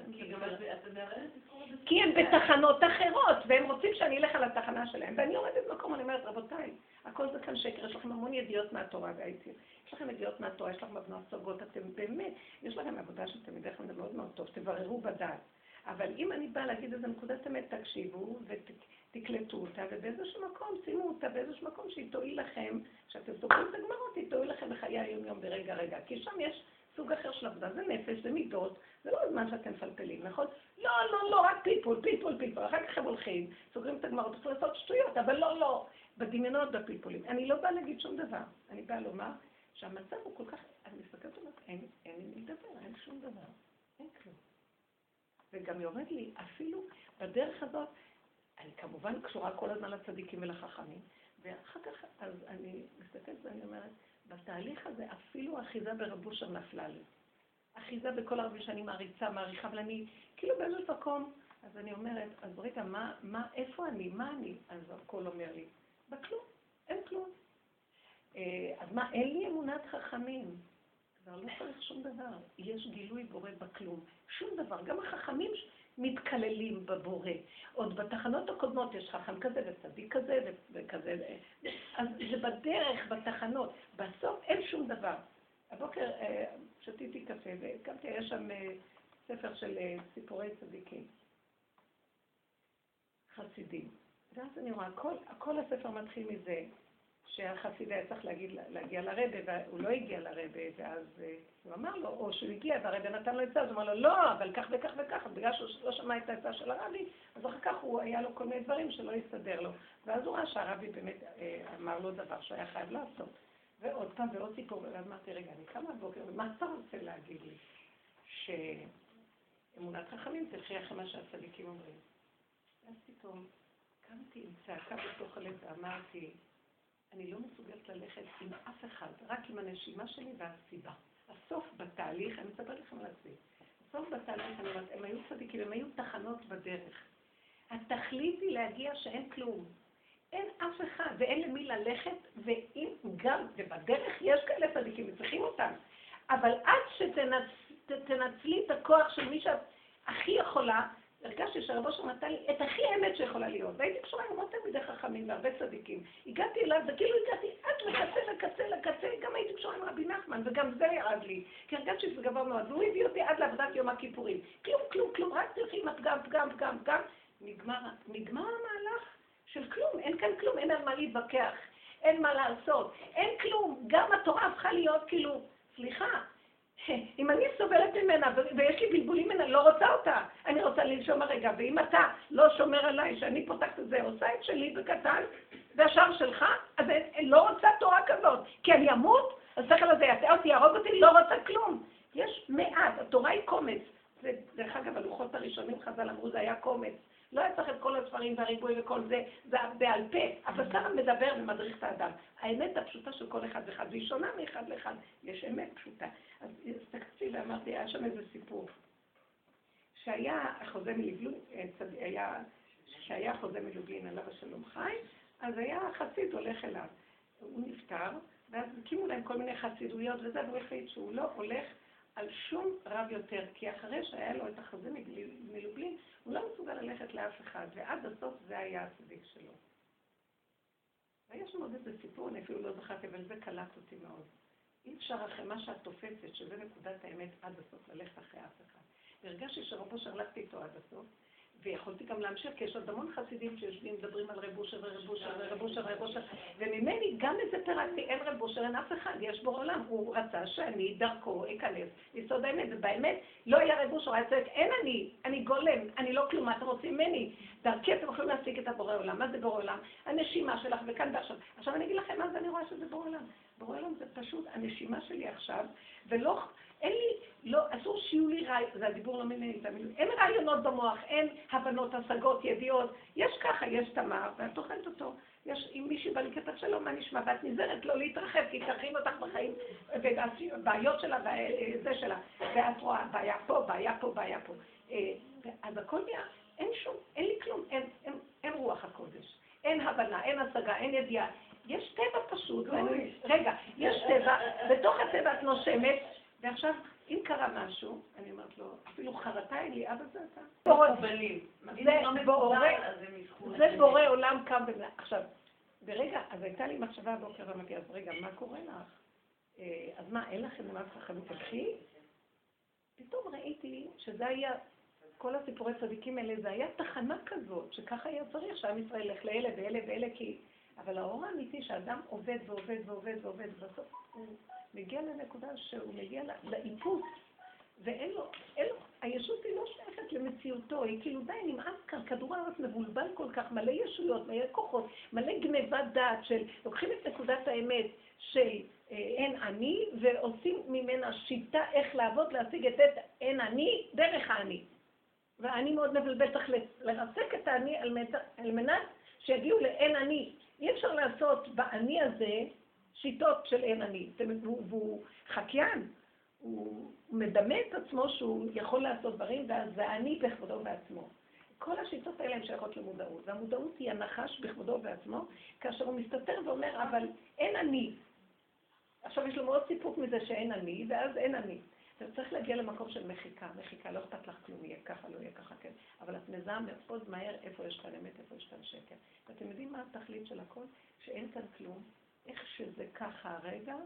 כי הם בתחנות אחרות, והם רוצים שאני אלך על התחנה שלהם. ואני יורדת במקום, אני אומרת, רבותיי, הכל זה כאן שקר, יש לכם המון ידיעות מהתורה, והייתי. יש לכם ידיעות מהתורה, יש לכם מבנות סוגות, אתם באמת, יש לכם עבודה שאתם בדרך כלל מאוד מאוד טוב, תבררו בדעת. אבל אם אני באה להגיד איזה נקודת אמת, תקשיבו ותקלטו אותה, ובאיזשהו מקום, שימו אותה באיזשהו מקום שהיא תועיל לכם, שאתם סוגרים את הגמרות, היא תועיל לכם בחיי היום-יום ברגע. כי שם יש סוג אחר של עבודה, זה נפש, זה מידות, זה לא הזמן שאתם מפלפלים, נכון? לא, רק פיפול, אחר כך הם הולכים, סוגרים את הגמרות, צריכים לעשות שטויות, אבל לא, בדמיונות בפלפולים. אני לא באה להגיד שום דבר, אני באה לומר שהמצב הוא כל כך, אני מסתכלת אומרת, אין לי לדבר, אין שום דבר, אין כלום. וגם יורד לי, אפילו בדרך הזאת, אני כמובן קשורה כל הזמן לצדיקים ולחכמים, ואחר כך, אז אני מסתכלת ואני אומרת, בתהליך הזה אפילו האחיזה ברבו שם נפלה לי. אחיזה בכל הרבה שאני מעריכה, אבל אני כאילו באיזשהו מקום, אז אני אומרת, אז רגע, איפה אני, מה אני? אז הכל אומר לי, בכלום, אין כלום. אז מה, אין לי אמונת חכמים. כבר לא צריך שום דבר. יש גילוי בורא בכלום. שום דבר. גם החכמים מתקללים בבורא. עוד בתחנות הקודמות יש חכם כזה וצדיק כזה וכזה. אז זה בדרך, בתחנות. בסוף אין שום דבר. הבוקר שתיתי קפה וקמתי, היה שם ספר של סיפורי צדיקים. חסידים. ואז אני רואה, כל הספר מתחיל מזה. שהחסיד היה צריך להגיע לרבה, והוא לא הגיע לרבה, ואז הוא אמר לו, או שהוא הגיע והרבה נתן לו עצה, אז הוא אמר לו, לא, אבל כך וכך וכך, בגלל שהוא לא שמע את העצה של הרבי, אז אחר כך הוא היה לו כל מיני דברים שלא יסתדר לו. ואז הוא ראה שהרבי באמת אמר לו דבר שהיה חייב לעשות. ועוד פעם ועוד סיפור, ואז אמרתי, רגע, אני קמה בבוקר, ומה אתה רוצה להגיד לי? שאמונת חכמים תלכי אחרי מה שהצדיקים אומרים. ואז פתאום קמתי עם צעקה בתוך הלב ואמרתי, אני לא מסוגלת ללכת עם אף אחד, רק עם הנשימה שלי והסיבה. הסוף בתהליך, אני מספר לכם על עצמי, הסוף בתהליך, אני אומרת, הם היו צדיקים, הם היו תחנות בדרך. התכלית היא להגיע שאין כלום. אין אף אחד ואין למי ללכת, ואם גם, ובדרך יש כאלה צדיקים, צריכים אותם. אבל עד שתנצלי את הכוח של מי שאת הכי יכולה, הרגשתי שהרבו שם נתן לי את הכי אמת שיכולה להיות. והייתי קשורה עם עוד תלמידי חכמים והרבה צדיקים. הגעתי אליו, וכאילו הגעתי עד לקצה, גם הייתי קשורה עם רבי נחמן, וגם זה ירד לי. כי הרגשתי שזה גבוה מאוד, והוא הביא אותי עד לעבודת יום הכיפורים. כלום, רק תלכי עם הפגם. נגמר המהלך של כלום, אין כאן כלום, אין על מה להתווכח. אין מה לעשות, אין כלום, גם התורה הפכה להיות כאילו, סליחה, אם אני סובלת ממנה ויש לי בלבולים ממנה, לא רוצה אותה, אני רוצה לנשום הרגע, ואם אתה לא שומר עליי שאני פותחת את זה, עושה את שלי בקטן, והשאר שלך, אז אני לא רוצה תורה כזאת, כי אני אמות, השכל הזה יעשה אותי, יהרוג אותי, לא רוצה כלום. יש מעט, התורה היא קומץ, דרך אגב, הלוחות הראשונים חז"ל אמרו, זה היה קומץ, לא היה צריך את כל הספרים והריבוי וכל זה, זה בעל פה, הבשר מדבר ומדריך את האדם. האמת הפשוטה של כל אחד ואחד, והיא שונה מאחד לאחד, יש אמת פשוטה. אז הסתכלתי ואמרתי, היה שם איזה סיפור, שהיה חוזה מלובלין עליו השלום חי, אז היה חסיד הולך אליו, הוא נפטר, ואז הקימו להם כל מיני חסידויות וזה, והוא החליט שהוא לא הולך על שום רב יותר, כי אחרי שהיה לו את החוזה מלובלין, הוא לא מסוגל ללכת לאף אחד, ועד הסוף זה היה הצדיק שלו. ויש מאוד איזה סיפור, אני אפילו לא זכרתי, אבל זה קלט אותי מאוד. אי אפשר אחרי מה שאת תופסת, שזה נקודת האמת עד הסוף, ללכת אחרי אף אחד. והרגשתי שרבו שהלכתי איתו עד הסוף, ויכולתי גם להמשיך, כי יש עוד המון חסידים שיושבים, מדברים על רבושר ורבושר ורבושר ורבושר, וממני גם איזה פירקתי, אין רבושר, אין אף אחד, יש בו עולם, הוא רצה שאני דרכו אכנס לסוד האמת, ובאמת לא היה רבושר, היה צועק, אין אני גולם, אני לא כלום, מה אתם רוצים ממני? דרכי אתם יכולים להשיג את הבורא עולם, מה זה בורא עולם? הנשימה שלך וכאן ועכשיו. עכשיו אני אגיד לכם מה זה אני רואה שזה בורא עולם. בורא עולם זה פשוט הנשימה שלי עכשיו, ולא, אין לי, לא, אסור שיהיו לי רעיונות, זה הדיבור לא מנהל, אין רעיונות במוח, אין הבנות, השגות, ידיעות, יש ככה, יש תמר, ואת אוכלת אותו. יש, אם מישהי בא לי כתב שלום, מה נשמע? ואת נזהרת לא להתרחב, כי תרחיב אותך בחיים, ובעיות שלה, וזה שלה, ואת רואה, בעיה פה, בעיה פה, בעיה פה. אז הכל נהיה, אין שום, אין לי כלום, אין רוח הקודש, אין הבנה, אין השגה, אין ידיעה. יש טבע פשוט, רגע, יש טבע, בתוך הטבע את נושמת, ועכשיו, אם קרה משהו, אני אומרת לו, אפילו חרטה אין לי, אבא זה אתה. זה בורא עולם קם במלא. עכשיו, ברגע, אז הייתה לי מחשבה הבוקר, ואמרתי, אז רגע, מה קורה לך? אז מה, אין לכם מה חכם תקחי? פתאום ראיתי שזה היה, כל הסיפורי צדיקים האלה, זה היה תחנה כזאת, שככה היה צריך שעם ישראל ילך לאלה ואלה ואלה, כי... אבל האור האמיתי שאדם עובד ועובד ועובד ועובד, בסוף הוא מגיע לנקודה שהוא מגיע לאיפוס, ואין לו, הישות היא לא שייכת למציאותו, היא כאילו די נמאס כאן, כדור הארץ מבולבל כל כך, מלא ישויות, מלא כוחות, מלא גניבת דעת של, לוקחים את נקודת האמת של אין אני, ועושים ממנה שיטה איך לעבוד, להשיג את אין אני דרך האני. והאני מאוד מבלבל, צריך לרסק את האני על מנת שיגיעו לאין אני. אי אפשר לעשות באני הזה שיטות של אין אני. והוא חקיין, הוא מדמה את עצמו שהוא יכול לעשות דברים, ואז זה אני בכבודו בעצמו. כל השיטות האלה הן שייכות למודעות, והמודעות היא הנחש בכבודו בעצמו, כאשר הוא מסתתר ואומר, אבל אין אני. עכשיו יש לו מאוד סיפוק מזה שאין אני, ואז אין אני. אתה צריך להגיע למקום של מחיקה, לא אכפת לך כלום, יהיה ככה, לא יהיה ככה, כן. אבל את מזהה מאוד מהר איפה יש כאן אמת, איפה יש כאן שקר. ואתם יודעים מה התכלית של הכל? שאין כאן כלום. איך שזה ככה הרגע,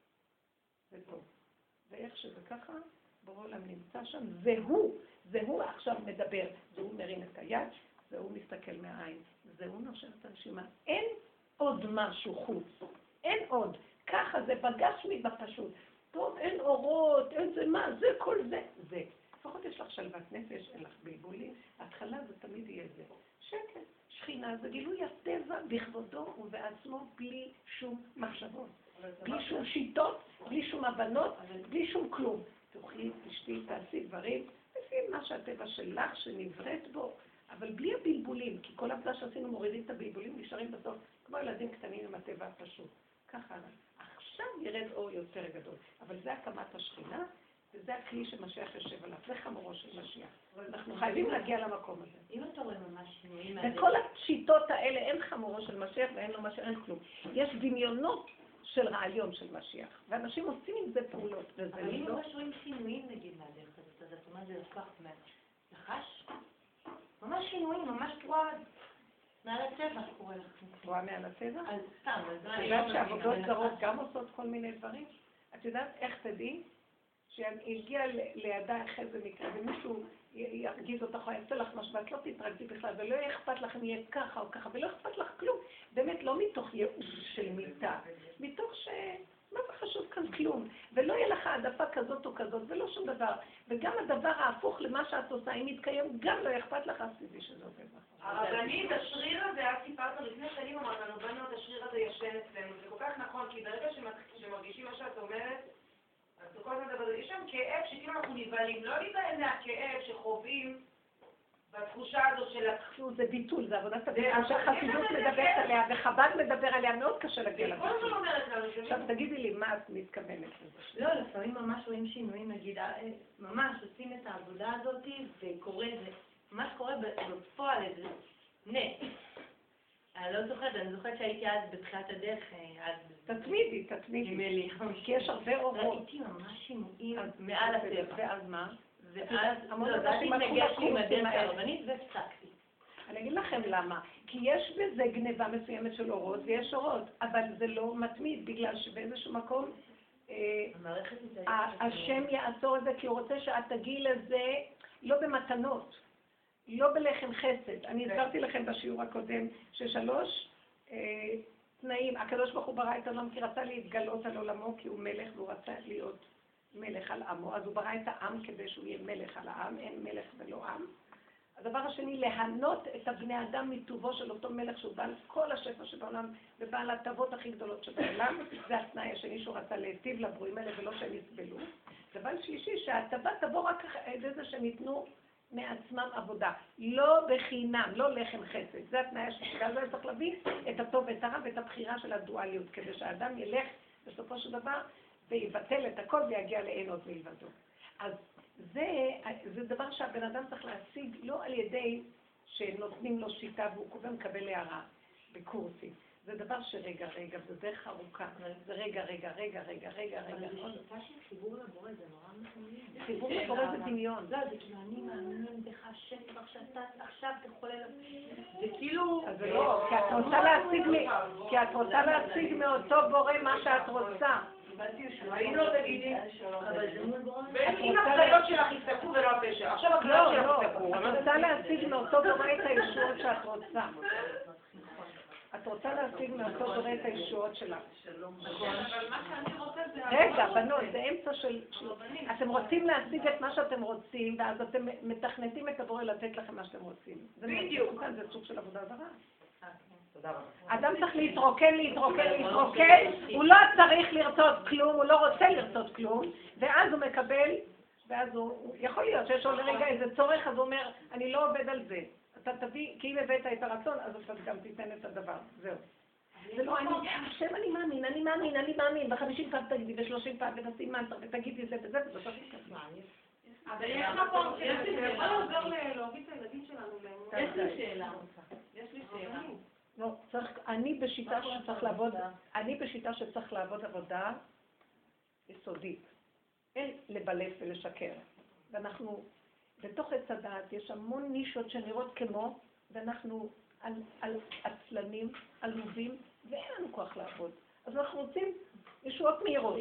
זה טוב. ואיך שזה ככה, בורא עולם נמצא שם, זהו עכשיו מדבר. זהו מרים את היד, זהו מסתכל מהעין, זהו נושם את הנשימה. אין עוד משהו חוץ, אין עוד. ככה זה בגש לי בפשוט. טוב, אין אורות, אין זה מה, זה כל זה. זה. לפחות יש לך שלוות נפש, אין לך בלבולים. ההתחלה זה תמיד יהיה זה. שקט, שכינה, זה גילוי הטבע בכבודו ובעצמו בלי שום מחשבות. בלי שום שיטות, בלי שום הבנות, בלי שום כלום. תוכלי, תשתי, תעשי דברים, לפי מה שהטבע שלך שנבראת בו, אבל בלי הבלבולים, כי כל עבודה שעשינו מורידים את הבלבולים, נשארים בסוף כמו ילדים קטנים עם הטבע הפשוט. ככה. עכשיו ירד אור יותר גדול, אבל זה הקמת השכינה, וזה הכלי שמשיח יושב עליו, זה חמורו של משיח. אנחנו חייבים להגיע למקום הזה. אם אתה רואה ממש שינויים... בכל השיטות האלה אין חמורו של משיח ואין לו משיח, אין כלום. יש דמיונות של רעיון של משיח, ואנשים עושים עם זה פעולות, וזה לא... אבל אם ממש רואים שינויים נגיד מהדרך הזאת, אז זאת אומרת זה לפח מהחש? ממש שינויים, ממש תרועה מעל הטבע קורה לך. תרועה מעל הטבע? אז סתם, אז את יודעת שעבודות זרות גם עושות כל מיני דברים? את יודעת איך תדעי? שהגיע לידה אחרי זה מקרה, ומישהו ירגיז אותך או יעשה לך משהו, ואת לא תתרגזי בכלל, ולא יהיה אכפת לך אם יהיה ככה או ככה, ולא אכפת לך כלום. באמת, לא מתוך ייאוש של מידה. הזאת, ולא שום דבר. וגם הדבר ההפוך למה שאת עושה, אם יתקיים, גם לא אכפת לך, אז תדעי שזה עובד לך. הרבנית, השריר הזה, את סיפרת לפני שנים, אמרת לנו, בנות, השריר הזה ישן אצלנו. זה כל כך נכון, כי ברגע שמרגישים מה שאת אומרת, אז כל הזמן דבר, יש שם כאב שכאילו אנחנו נבהלים. לא נבהל מהכאב שחווים בתחושה הזו של... זה ביטול, זה עבודת הביטול שהחסידות מדברת עליה, וחב"ד מדבר עליה, מאוד קשה להגיע לביטול. כל הזמן אומרת לנו, עכשיו תגידי לי, מה את מתכוונת? לא, לפעמים ממש רואים שינויים, נגיד, ממש עושים את העבודה הזאת, וקורה זה, ממש קורה בפועל איזה נס. אני לא זוכרת, אני זוכרת שהייתי אז בתחילת הדרך, תתמידי, כי יש הרבה אורות. ראיתי ממש שינויים מעל הטבע. ואז מה? ואז התנגשתי עם הדרך הרבנית והפסקתי. אני אגיד לכם למה. כי יש בזה גניבה מסוימת של אורות, ויש אורות, אבל זה לא מתמיד, בגלל שבאיזשהו מקום השם יעצור את זה, כי הוא רוצה שאת תגיעי לזה לא במתנות, לא בלחם חסד. אני הסברתי לכם בשיעור הקודם ששלוש תנאים, הקדוש ברוך הוא ברא את העולם כי רצה להתגלות על עולמו, כי הוא מלך והוא רצה להיות מלך על עמו, אז הוא ברא את העם כדי שהוא יהיה מלך על העם, אין מלך ולא עם. הדבר השני, להנות את הבני אדם מטובו של אותו מלך שהוא בעל כל השפע שבעולם ובעל הטבות הכי גדולות שבעולם, זה התנאי השני שהוא רצה להיטיב לברואים האלה ולא שהם יסבלו. דבר שלישי, שההטבה תבוא רק על זה שהם ייתנו מעצמם עבודה, לא בחינם, לא לחם חסד. זה התנאי השלישי, ואז הוא צריך להביא את הטוב ואת הרע ואת הבחירה של הדואליות, כדי שהאדם ילך בסופו של דבר ויבטל את הכל ויגיע לאין עוד מלבדו. אז זה דבר שהבן אדם צריך להשיג לא על ידי שנותנים לו שיטה והוא קודם מקבל הערה בקורסים. זה דבר שרגע, זה דרך ארוכה. זה רגע. אבל זה שיטה של חיבור לבורא, זה נורא מעניין. חיבור לבורא זה דמיון. לא, זה כאילו אני מאמין בך השם, עכשיו תחולל. זה כאילו... אז לא, כי את רוצה להשיג מאותו בורא מה שאת רוצה. אם לא תגידי, אבל זה מול בורא. אם החיות שלך יפסקו ולא הפשע. עכשיו החיות שלך יפסקו. את רוצה להשיג מאותו בורא את הישועות שאת רוצה. את רוצה להשיג מאותו בורא את הישועות שלך. אבל מה שאני רוצה זה... רגע, בנות, זה אמצע של... אתם רוצים להשיג את מה שאתם רוצים, ואז אתם מתכנתים את הבורא לתת לכם מה שאתם רוצים. בדיוק. זה סוג של עבודה זרה. אדם צריך להתרוקן, הוא לא צריך לרצות כלום, הוא לא רוצה לרצות כלום, ואז הוא מקבל, ואז הוא יכול להיות שיש לו לרגע איזה צורך, אז הוא אומר, אני לא עובד על זה. אתה תביא, כי אם הבאת את הרצון, אז אתה גם תיתן את הדבר, זהו. זה לא, השם אני מאמין, ב50 פעם תגידי, ב30 פעם ונשים מנטר, ותגידי זה וזה, וזה צריך כזה. אבל יש מקום, יש לי שאלה, להוביל את הילדים שלנו, יש לי שאלה. לא, אני בשיטה שצריך לעבוד עבודה יסודית. אין לבלף ולשקר. ואנחנו, בתוך עץ הדעת יש המון נישות שנראות כמו, ואנחנו על עצלנים, עלובים, ואין לנו כוח לעבוד. אז אנחנו רוצים ישועות מהירות.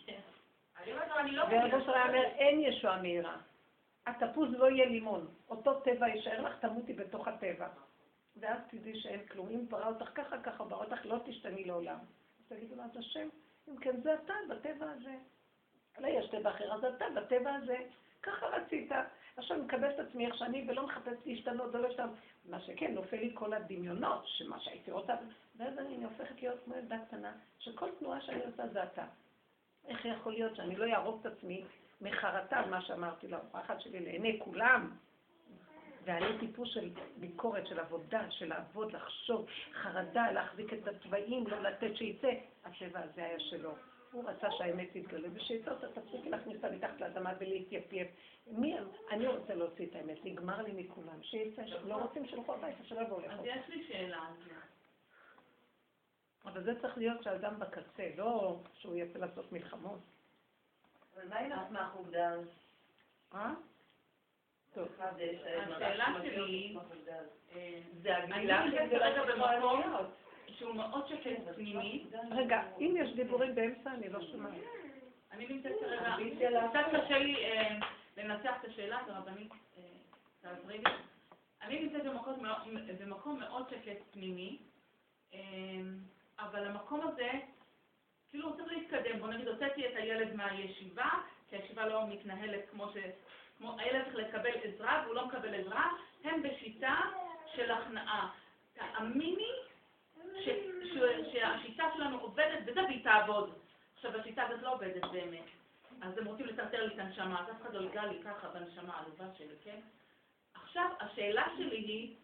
והרבו שרה אומר, אין ישועה מהירה. התפוז לא יהיה לימון. אותו טבע יישאר לך, תמותי בתוך הטבע. ואז תדעי שאין כלום. אם ברא אותך ככה, ברא אותך, לא תשתני לעולם. אז תגידו לה, אז השם, אם כן זה אתה בטבע הזה. אולי יש טבע אחר, אז אתה בטבע הזה. ככה רצית. עכשיו אני מקבל את עצמי איך שאני ולא מחפש להשתנות ולא להשתנות. מה שכן, נופל לי כל הדמיונות, שמה שהייתי רוצה. ואז אני הופכת להיות כמו ילדה קטנה, שכל תנועה שאני עושה זה אתה. איך יכול להיות שאני לא יערוב את עצמי מחרטה על מה שאמרתי לה, הפחד שלי לעיני כולם. ואני טיפוס של ביקורת, של עבודה, של לעבוד, לחשוב, חרדה, להחזיק את הצבעים, לא לתת שיצא. הטבע הזה היה שלו. הוא רצה שהאמת תתגלה, ושיצא אותה, תפסיקי להכניס אותה מתחת לאדמה ולהתייפייף. אני רוצה להוציא את האמת, נגמר לי מכולם. שיצא, לא רוצים שלחו הביתה, שלא בואו לכו. אז יש לי שאלה על זה. אבל זה צריך להיות שהאדם בקצה, לא שהוא יצא לעשות מלחמות. אבל מה אם עצמך עובדה? טוב. השאלה שלי, זה הגמילה אני כרגע במקום שהוא מאוד שקט פנימי. רגע, אם יש דיבורים באמצע, אני לא שומעת. אני נמצאת כרגע, קצת קשה לי לנצח את השאלה, הרבנית תעזרי לי. אני נמצאת במקום מאוד שקט פנימי, אבל המקום הזה, כאילו רוצה להתקדם, בוא נגיד, הוצאתי את הילד מהישיבה, שהישיבה לא מתנהלת כמו הילד צריך לקבל עזרה והוא לא מקבל עזרה, הם בשיטה של הכנעה. תאמיני שהשיטה שלנו עובדת וזה והיא תעבוד. עכשיו, השיטה הזאת לא עובדת באמת. אז הם רוצים לטרטר לי את הנשמה, אז אף אחד לא ייגע לי ככה בנשמה העלובה שלי, כן? עכשיו, השאלה שלי היא,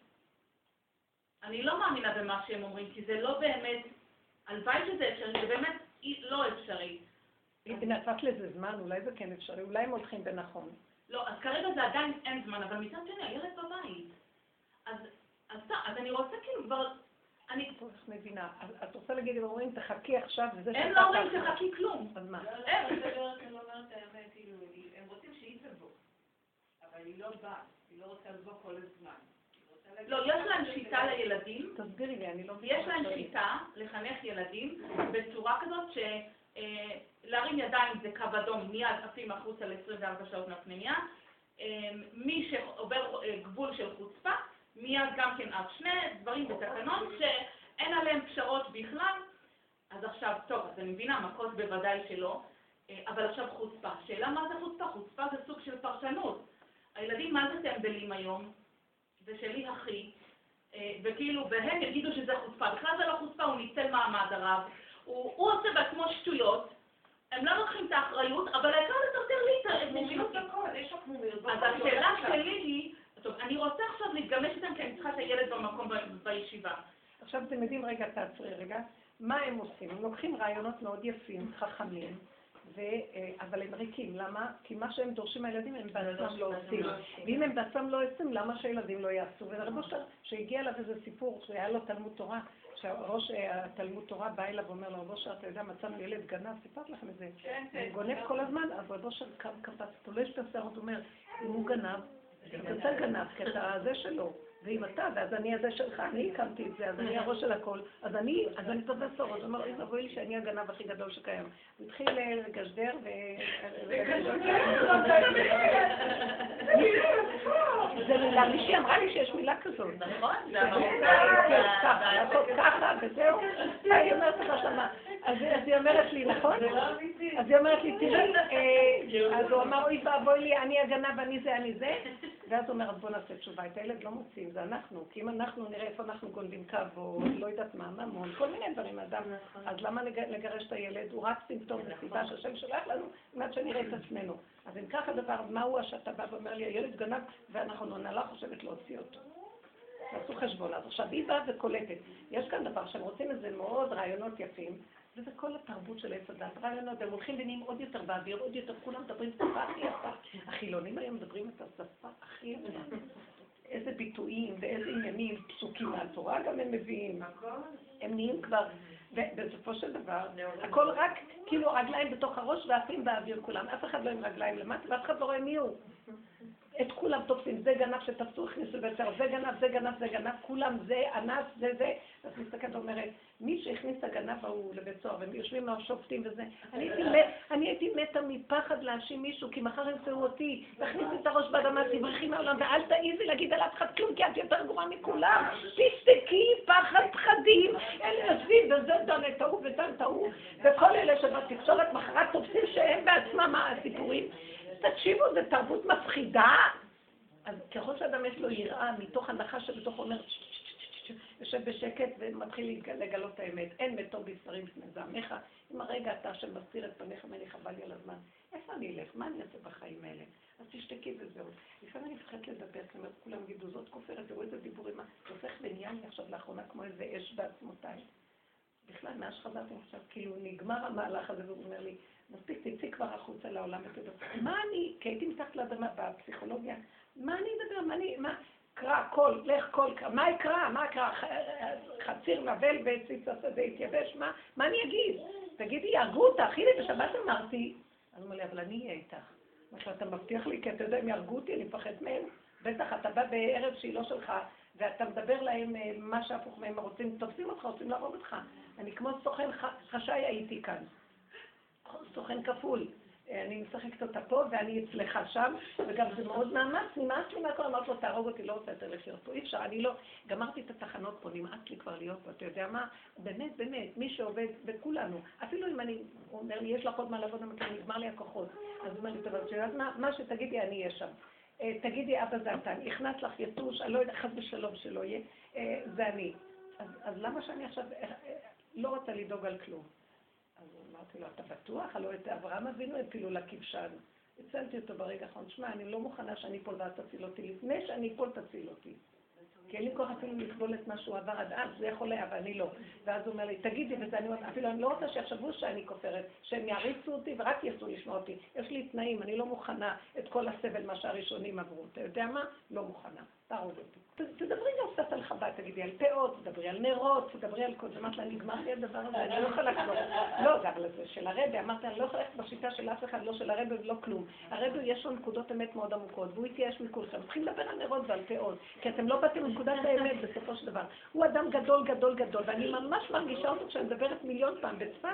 אני לא מאמינה במה שהם אומרים, כי זה לא באמת, הלוואי שזה אפשרי, זה באמת לא אפשרי. אם נתת לזה זמן, אולי זה כן אפשרי, אולי הם הולכים בנכון. לא, אז כרגע זה עדיין אין זמן, אבל מצד שני, הילד בבית. אז אני רוצה כאילו כבר, אני... מבינה, את רוצה להגיד, הם אומרים, תחכי עכשיו, וזה הם לא אומרים תחכי כלום. אז מה? אני לא אומרת האמת, כאילו, הם רוצים שהיא תבוא, אבל היא לא באה, היא לא רוצה לבוא כל הזמן. לא, יש להם שיטה לילדים. תסבירי לי, אני לא... יש להם שיטה לחנך ילדים בצורה כזאת להרים ידיים זה קו אדום, מיד עפים החוצה ל-24 שעות מהפנימיה. מי שעובר גבול של חוצפה, מיד גם כן עד שני דברים בתקנון שאין עליהם פשרות בכלל. אז עכשיו, טוב, אז אני מבינה, מכות בוודאי שלא, אבל עכשיו חוצפה. שאלה מה זה חוצפה? חוצפה זה סוג של פרשנות. הילדים מה זה טמבלים היום? זה שלי הכי, וכאילו, והם יגידו שזה חוצפה. בכלל זה לא חוצפה, הוא ניצל מעמד הרב. הוא עושה בעצמו שטויות, הם לא לוקחים את האחריות, אבל העיקר לטרטר לי את מובילות הכל, יש לך מובילות. אז השאלה שלי היא, טוב, אני רוצה עכשיו להתגמש איתם כי אני צריכה את הילד במקום בישיבה. עכשיו אתם יודעים, רגע, תעצרי רגע, מה הם עושים? הם לוקחים רעיונות מאוד יפים, חכמים, אבל הם ריקים. למה? כי מה שהם דורשים מהילדים הם בעצמם לא עושים. ואם הם בעצמם לא עושים, למה שהילדים לא יעשו? ורב אושר, שהגיע אליו איזה סיפור, שהיה לו תלמוד תורה, שהראש התלמוד תורה בא אליו ואומר לו, רב אושר, אתה יודע, מצאנו ילד גנב, סיפרת לכם את זה. הוא גונב כל הזמן, אז רב אושר קם קפץ, תולש את השערות, הוא אומר, אם הוא גנב, אתה גנב, כי אתה זה שלו. ואם אתה, ואז אני הזה שלך, אני הקמתי את זה, אז אני הראש של הכל, אז אני תודה סורות, הוא אומר, איזה בואי לי שאני הגנב הכי גדול שקיים. הוא התחיל לגשדר זה מילה, מישהי אמרה לי שיש מילה כזאת. נכון? לעשות ככה וזהו. היא אומרת לך שמה. אז היא אומרת לי, נכון? אז היא אומרת לי, תראי, אז הוא אמר, אוי ואבוי לי, אני הגנב, אני זה. ואז הוא אומר, בוא נעשה תשובה, את הילד לא מוצאים, זה אנחנו, כי אם אנחנו נראה איפה אנחנו גונבים קו, או לא יודעת מה, ממון, כל מיני דברים, אדם, אז למה לגרש את הילד? הוא רק סימפטום וסיבה שהשם שולח לנו, עד שנראה את עצמנו. אז אם ככה דבר, מהו שאתה בא ואומר לי, הילד גנב, ואנחנו הנהלה חושבת להוציא אותו. תעשו חשבון, אז עכשיו היא באה וקולטת. יש כאן דבר שהם רוצים איזה מאוד רעיונות יפים, וזה כל התרבות של עץ הדת, רעיונות, הם הולכים ונהיים עוד יותר באוויר, עוד יותר, כולם מדברים שפה הכי יפה. החילונים היום מדברים את השפה הכי יפה. איזה ביטויים ואיזה עניינים, פסוקים מהתורה גם הם מביאים. הם נהיים כבר, ובסופו של דבר, הכל רק כאילו רגליים בתוך הראש ועפים באוויר כולם. אף אחד לא עם רגליים למטה ואף אחד לא רואה מי הוא. את כולם תופסים, זה גנב שתפסו, הכניסו לבית סוהר, זה גנב, כולם זה, אנס, זה. אז מסתכלת ואומרת, מי שהכניס את הגנב ההוא לבית סוהר, והם יושבים מהשופטים וזה, אני הייתי מתה מפחד להאשים מישהו, כי מחר ימצאו אותי, תכניס את הראש באדמה, תברחי מהעולם, ואל תעיזי להגיד על אף אחד כלום, כי את יותר גרועה מכולם, תשתקי, פחד, פחדים, אלה יושבים, וזה דן את ההוא ודן את ההוא, וכל אלה שבתקשורת מחרת תופסים שהם בעצמם הסיפורים. תקשיבו, זו תרבות מפחידה. אז ככל שאדם יש לו יראה מתוך הנחה שבתוך אומר, יושב בשקט ומתחיל לגלות את האמת. אין מתום בשרים לפני זעמך. אם הרגע אתה שמסתיר את פניך ממני חבל לי על הזמן. איפה אני אלך? מה אני אעשה בחיים האלה? אז תשתקי וזהו. לפעמים אני מפחדת לדבר, זאת אומרת, כולם גידו, זאת כופרת, תראו איזה דיבורים, זה הופך ונהיה לי עכשיו לאחרונה כמו איזה אש בעצמותיי. בכלל, מאז שחזרתי עכשיו, כאילו נגמר המהלך הזה, והוא אומר לי, מספיק, תצאי כבר החוצה לעולם ותדבר. מה אני, כי הייתי מתחת לאדמה בפסיכולוגיה, מה אני אדבר, מה, קרא, קול, לך קול, מה יקרא, חציר נבל וציץ השדה יתייבש, מה אני אגיד? תגידי, יהרגו אותך, הנה בשבת אמרתי, אז הוא אומר לי, אבל אני אהיה איתך. מה אתה מבטיח לי, כי אתה יודע, הם יהרגו אותי, אני מפחד מהם. בטח, אתה בא בערב שהיא לא שלך, ואתה מדבר להם מה שהפוך מהם רוצים, תופסים אותך, רוצים להרוג אותך. אני כמו סוכן חשאי הייתי כאן. סוכן כפול. אני משחקת אותה פה ואני אצלך שם, וגם זה מאוד מאמץ, נמאס לי מהכל, אמרת לו, תהרוג אותי, לא רוצה יותר לחיות פה, אי אפשר, אני לא, גמרתי את התחנות פה, נמאס לי כבר להיות פה, אתה יודע מה? באמת, באמת, מי שעובד, וכולנו, אפילו אם אני אומר לי, יש לך עוד מה לעבוד, נגמר לי הכוחות, אז הוא אומר לי, טוב, אז מה שתגידי, אני אהיה שם. תגידי, אבא זה אתה, נכנס לך יתוש, אני לא יודע, חס ושלום שלא יהיה, זה אני. אז למה שאני עכשיו לא רוצה לדאוג על כלום? אז אמרתי לו, אתה בטוח? הלוא את אברהם אבינו הפילו לכבשן. הצלתי אותו ברגע האחרון. שמע, אני לא מוכנה שאני אפול ואת תציל אותי. לפני שאני אפול תציל אותי. כי אין לי כוח אפילו לסבול את מה שהוא עבר עד אז, זה יכול היה, ואני לא. ואז הוא אומר לי, תגידי, וזה אני אומרת, אפילו אני לא רוצה שיחשבו שאני כופרת, שהם יעריצו אותי ורק יעשו לשמוע אותי. יש לי תנאים, אני לא מוכנה את כל הסבל מה שהראשונים עברו. אתה יודע מה? לא מוכנה. תערוב אותי. תדברי גם קצת על חב"ד, תגידי על פאות, תדברי על נרות, תדברי על כל זה. אמרת לה, נגמר לי הדבר הזה, אני לא יכולה לחזור. לא, גם לזה של הרבי, אמרת, אני לא יכולה ללכת בשיטה של אף אחד, לא של הרבי ולא כלום. הרבי יש לו נקודות אמת מאוד עמוקות, והוא התייאש מכולכם. צריכים לדבר על נרות ועל פאות, כי אתם לא באתם מנקודת האמת בסופו של דבר. הוא אדם גדול, גדול, גדול, ואני ממש מרגישה אותו כשאני מדברת מיליון פעם בצפת,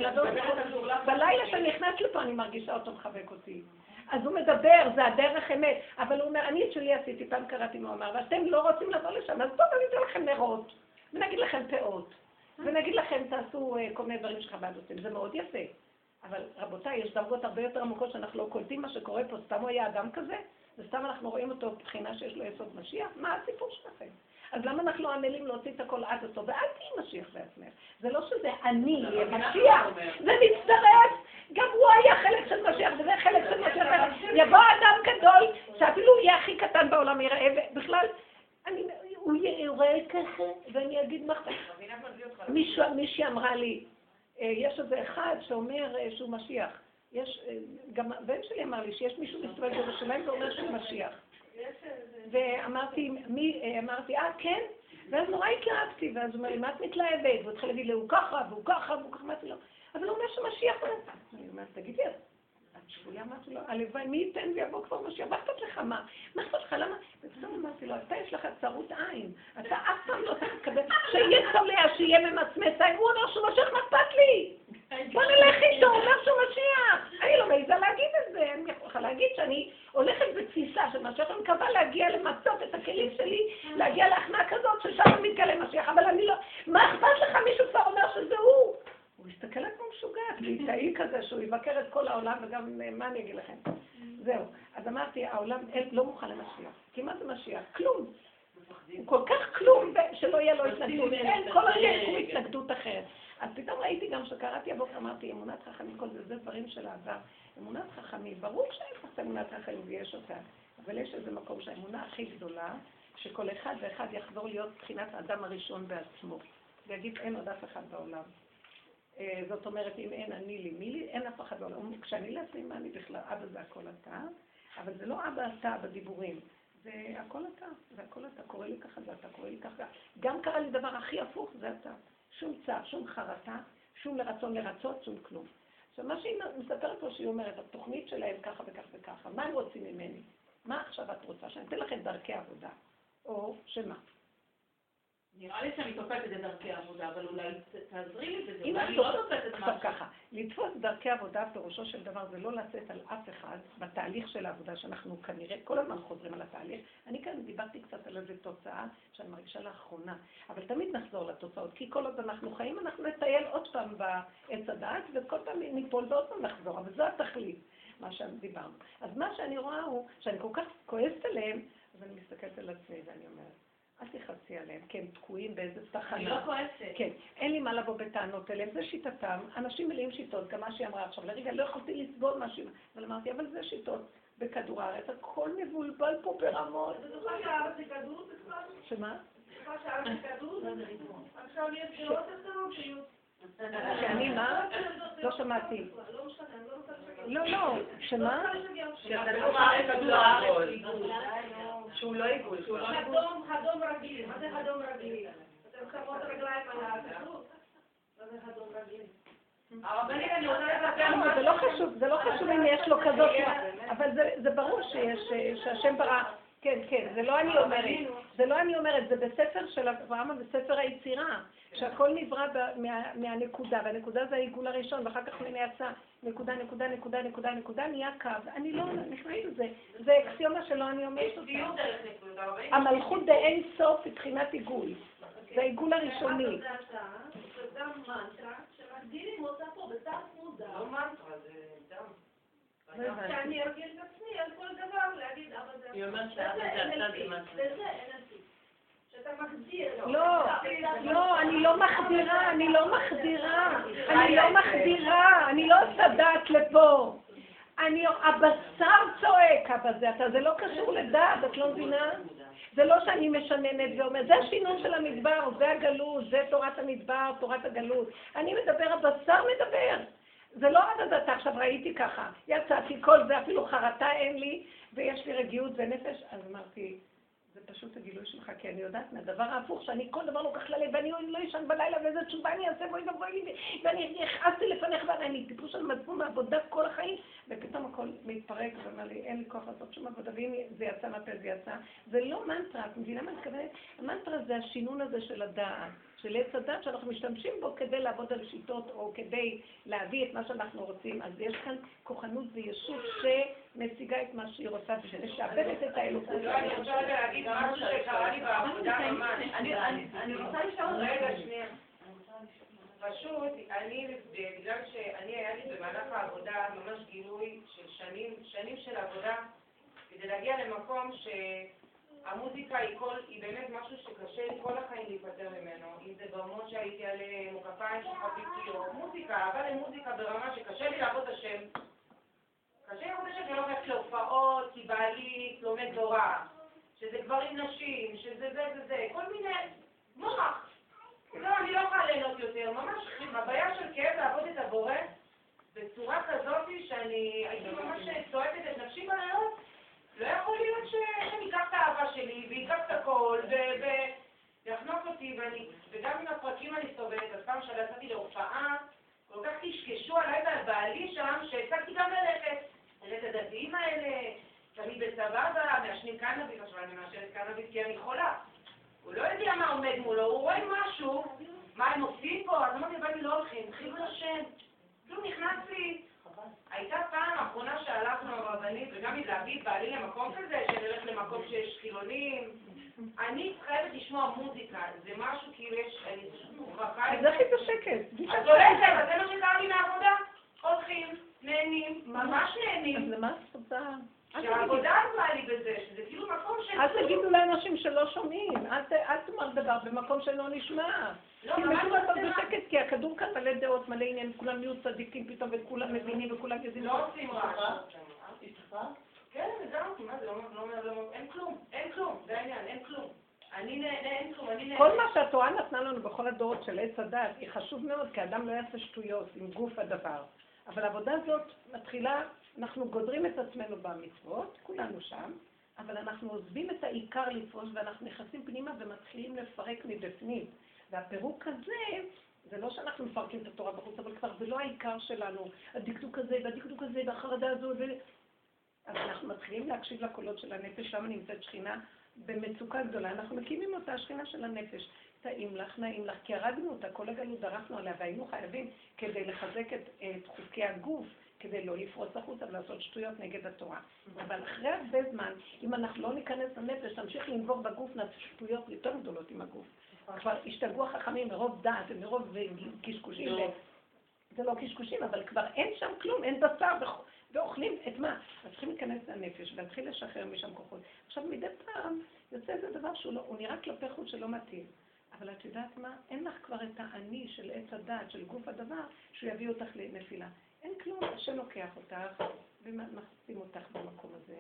בלילה שאני נכנס לפה אני מרגישה אותו מחבק אותי. אז הוא מדבר, זה הדרך אמת, אבל הוא אומר, אני את שלי עשיתי, פעם קראתי מאמר, ואתם לא רוצים לבוא לשם, אז טוב, אני אתן לכם נרות, ונגיד לכם פאות, ונגיד לכם, תעשו כל מיני דברים שחב"ד עושים, זה מאוד יפה. אבל רבותיי, יש דרגות הרבה יותר עמוקות שאנחנו לא קולטים מה שקורה פה, סתם הוא היה אדם כזה, וסתם אנחנו רואים אותו בבחינה שיש לו יסוד משיח, מה הסיפור שלכם? אז למה אנחנו לא עמלים להוציא את הכל עד אותו, ואל תהי משיח בעצמך. זה לא שזה אני אהיה משיח, זה מצטרף. גם הוא היה חלק של משיח, וזה חלק של משיח. יבוא אדם גדול, שאפילו הוא יהיה הכי קטן בעולם, יראה, ובכלל, הוא יראה ככה, ואני אגיד מה, מישהי אמרה לי, יש איזה אחד שאומר שהוא משיח. גם הבן שלי אמר לי שיש מישהו מסתובב בירושלים ואומר שהוא משיח. ואמרתי, כן? ואז נורא התלהבתי, ואז הוא אומר לי, מה את מתלהבת? והוא התחיל להגיד לי, הוא ככה, והוא ככה, והוא ככה, אמרתי לו, אבל הוא אומר שמשיח הוא. אני אומרת, תגידי, את שפויה, אמרתי לו, הלוואי, מי ייתן ויבוא כבר משיח? מה אכפת לך, מה? מה אכפת לך, למה? ופתאום אמרתי לו, אתה יש לך צרות עין, אתה אף פעם לא תקבל, שיהיה צולע, שיהיה ממצמץ עין, הוא אומר שהוא משיח, מה אכפת לי? בוא נלך איתו, הוא אומר שהוא משיח. אני לא מעיזה להגיד את זה, אני יכולה להגיד שאני הולכת בתפיסה של משיח, אני מקווה להגיע למצות את הכלים שלי, להגיע להכנעה כזאת ששם מתגלה משיח, אבל אני לא, מה אכפת לך? מישהו כבר אומר שזה הוא. הוא מסתכל על כמו משוגעת, להתאי כזה שהוא יבקר את כל העולם, וגם מה אני אגיד לכם? זהו. אז אמרתי, העולם לא מוכן למשיח. כי מה זה משיח? כלום. הוא כל כך כלום שלא יהיה לו התנגדות. אין, כל הרגע הוא התנגדות אחרת. אז פתאום ראיתי גם שקראתי הבוקר, אמרתי, אמונת חכמים, כל זה דברים של העבר. אמונת חכמים, ברור שאין לך אמונת חכמים ויש אותה. אבל יש איזה מקום שהאמונה הכי גדולה, שכל אחד ואחד יחזור להיות בחינת האדם הראשון בעצמו. ויגיד, אין עוד אף אחד בעולם. זאת אומרת, אם אין אני לי, מי לי, אין אף אחד בעולם. כשאני לעצמי, מה אני בכלל? אבא זה הכל אתה, אבל זה לא אבא אתה בדיבורים. זה הכל אתה, זה הכל אתה. קורא לי ככה, זה אתה, קורא לי ככה. גם קרה לי דבר הכי הפוך, זה אתה. שום צער, שום חרטה, שום לרצון לרצות, שום כלום. עכשיו, מה שהיא מספרת פה, שהיא אומרת, התוכנית שלהם ככה וכך וככה, מה הם רוצים ממני? מה עכשיו את רוצה? שאני אתן לכם דרכי עבודה, או שמה? נראה לי שאני תופסת את דרכי העבודה, אבל אולי תעזרי לי בזה, אולי לא תופסת משהו. ככה, לתפוס דרכי עבודה פירושו של דבר זה לא לצאת על אף אחד בתהליך של העבודה שאנחנו כנראה כל הזמן חוזרים על התהליך. אני כאן דיברתי קצת על איזו תוצאה שאני מרגישה לאחרונה, אבל תמיד נחזור לתוצאות, כי כל עוד אנחנו חיים אנחנו נטייל עוד פעם בעץ הדעת וכל פעם ניפול ועוד פעם נחזור, אבל זו התכלית, מה שדיברנו. אז מה שאני רואה הוא שאני כל כך כועסת עליהם, אז אני מסתכלת על עצמי ואני אומרת, אל תחצי עליהם, כי הם תקועים באיזה תחנה. אני לא כועסת. כן, אין לי מה לבוא בטענות אליהם, זה שיטתם, אנשים מלאים שיטות, גם מה שהיא אמרה עכשיו, לרגע לא יכולתי לסבול משהו, אבל אמרתי, אבל זה שיטות בכדור הארץ, הכל מבולבל פה ברמות. זה זוכר שהארץ זה כדור בכלל? שמה? זוכר שהארץ זה כדור? עכשיו יש בחירות אצלנו שיהיו. שאני מה? לא שמעתי. לא משנה, אני לא רוצה לשגע. לא, שמה? שכדור הארץ הוא לא הכל. שהוא לא עיגול. הדום רגיל. מה זה הדום רגיל? אתם חמות רגליים על הכדור? מה זה הדום רגיל? הרבנית, אני רוצה לבקר זה לא חשוב אם יש לו כזאת, אבל זה ברור שהשם ברא כן, כן, זה לא אני אומרת. זה לא אני אומרת, זה בספר של אברהם, בספר היצירה. שהכל נברא מהנקודה, והנקודה זה העיגול הראשון, ואחר כך מנה יצא נקודה, נקודה, נקודה, נקודה, נקודה, נהיה קו. אני לא נכנס לזה. זה אקסיומה שלא אני אומרת אותה. המלכות באין סוף מבחינת עיגול. זה העיגול הראשוני. זה גם מנטרה שמגדירים אותה פה בתת מודע. לא מנטרה, זה דם. שאני ארגיל את עצמי על כל דבר, להגיד, אבל זה... היא אומרת שאבא זה אתה זה משהו. וזה NLP. שאתה מחדיר. לא, אני לא מחדירה, אני לא עושה דעת לפה. הבשר צועק, אבל זה לא קשור לדעת, את לא מבינה? זה לא שאני משננת ואומרת, זה השינון של המדבר, זה הגלות, זה תורת המדבר, תורת הגלות. אני מדבר, הבשר מדבר. זה לא עד הדתה, עכשיו ראיתי ככה, יצאתי כל זה, אפילו חרטה אין לי, ויש לי רגיעות ונפש, אז אמרתי, זה פשוט הגילוי שלך, כי אני יודעת מהדבר ההפוך, שאני כל דבר לוקח ללב, ואני לא ישן בלילה, ואיזה תשובה אני אעשה, בואי לי, ואני הכעסתי לפניך, ואני טיפוס של מצפון מעבודה כל החיים, ופתאום הכל מתפרק, ואומר לי, אין לי כוח לעשות שום עבודה, והנה זה יצא מפה, זה יצא. זה לא מנטרה, את מבינה מה אני מתכוונת? המנטרה זה השינון הזה של הדעת, של עץ הדעת שאנחנו משתמשים בו כדי לעבוד על שיטות, או כדי להביא את מה שאנחנו רוצים. אז יש כאן כוחנות וישות שמשיגה את מה שהיא רוצה, ושאבדת את האלוקות. אני רוצה להגיד משהו שקרה לי בעבודה ממש. אני רוצה לשאול רגע, שנייה. פשוט, בגלל שאני היה לי במהלך העבודה ממש גילוי של שנים של עבודה, כדי להגיע למקום שהמוזיקה היא באמת משהו שקשה לי כל החיים להיפטר ממנו. אם זה ברמות שהייתי עליהם, או כפיים שחוויתי, או מוזיקה, אבל למוזיקה ברמה שקשה לי לעבוד השם. קשה לי לעבוד השם, אני לא הולכת להופעות, כי בעלי לומד תורה, שזה גברים נשים, שזה זה, כל מיני מוח. לא, אני לא יכולה ליהנות יותר, ממש הבעיה של כאב לעבוד את הבורא בצורה כזאת שאני הייתי ממש צועקת את נפשי בלילות. לא יכול להיות שאני אקח את האהבה שלי ויקח את הכל ויחנוק אותי, וגם עם הפרקים אני סובלת, אז פעם שיצאתי להופעה, כל כך תשקשו עליי ועל בעלי שם, שהצגתי גם ללכת הדתיים האלה, תמיד בסבבה, מעשנים קנאביס, עכשיו אני מעשנת קנאביס כי אני חולה. הוא לא יודע מה עומד מולו, הוא רואה משהו, מה הם עושים פה, אז אמרתי, ואני לא הולכים, התחילו לשם. כאילו נכנס לי, הייתה פעם האחרונה שהלכנו הרבנית, וגם להביא בעלי למקום כזה, שנלך למקום שיש חילונים. אני חייבת לשמוע מוזיקה, זה משהו כאילו יש, אני פשוט מוכרחה... אז הכי בשקט. אז הולכת, אז זה מה שקרה לי מהעבודה. הולכים, נהנים, ממש נהנים. אז למה את רוצה? שהעבודה עזרה לי בזה, שזה כאילו מקום של... אל תגידו לאנשים שלא שומעים, אל תאמר דבר במקום שלא נשמע. תלמדו לעשות בשקט, כי הכדור כאן מלא דעות, מלא עניין, כולם נהיו צדיקים פתאום, וכולם מבינים, וכולם יודעים... לא עושים רעש. איתך? כן, זה גם, מה זה, אין כלום, זה העניין, אין כלום. אני נהנה, אין כלום, אני נהנה. כל מה שהתורה נתנה לנו בכל הדורות של עץ הדת, היא חשוב מאוד, כי האדם לא יעשה שטויות עם גוף הדבר. אבל העבודה הזאת מתחילה, אנחנו גודרים את עצמנו במצוות, כולנו שם, אבל אנחנו עוזבים את העיקר לפרוש, ואנחנו נכנסים פנימה ומתחילים לפרק מבפנים. והפירוק הזה, זה לא שאנחנו מפרקים את התורה בחוץ, אבל כבר זה לא העיקר שלנו, הדקדוק הזה והדקדוק הזה והחרדה הזו, אז אנחנו מתחילים להקשיב לקולות של הנפש, שם נמצאת שכינה במצוקה גדולה, אנחנו מקימים אותה, השכינה של הנפש. טעים לך, נעים לך, כי הרגנו אותה, כל הגלות דרכנו עליה, והיינו חייבים כדי לחזק את חוקי הגוף, כדי לא לפרוץ החוצה ולעשות שטויות נגד התורה. אבל אחרי הרבה זמן, אם אנחנו לא ניכנס לנפש, תמשיך לנבור בגוף, נעשה שטויות יותר גדולות עם הגוף. כבר השתגעו החכמים מרוב דעת ומרוב קשקושים. זה לא קשקושים, אבל כבר אין שם כלום, אין בשר ואוכלים את מה? אז צריכים להיכנס לנפש ולהתחיל לשחרר משם כוחות. עכשיו מדי פעם יוצא איזה דבר שהוא נראה כלפי חוץ שלא מתאים. אבל את יודעת מה? אין לך כבר את העני של עץ הדעת, של גוף הדבר, שהוא יביא אותך לנפילה. אין כלום, השם לוקח אותך ומחסים אותך במקום הזה.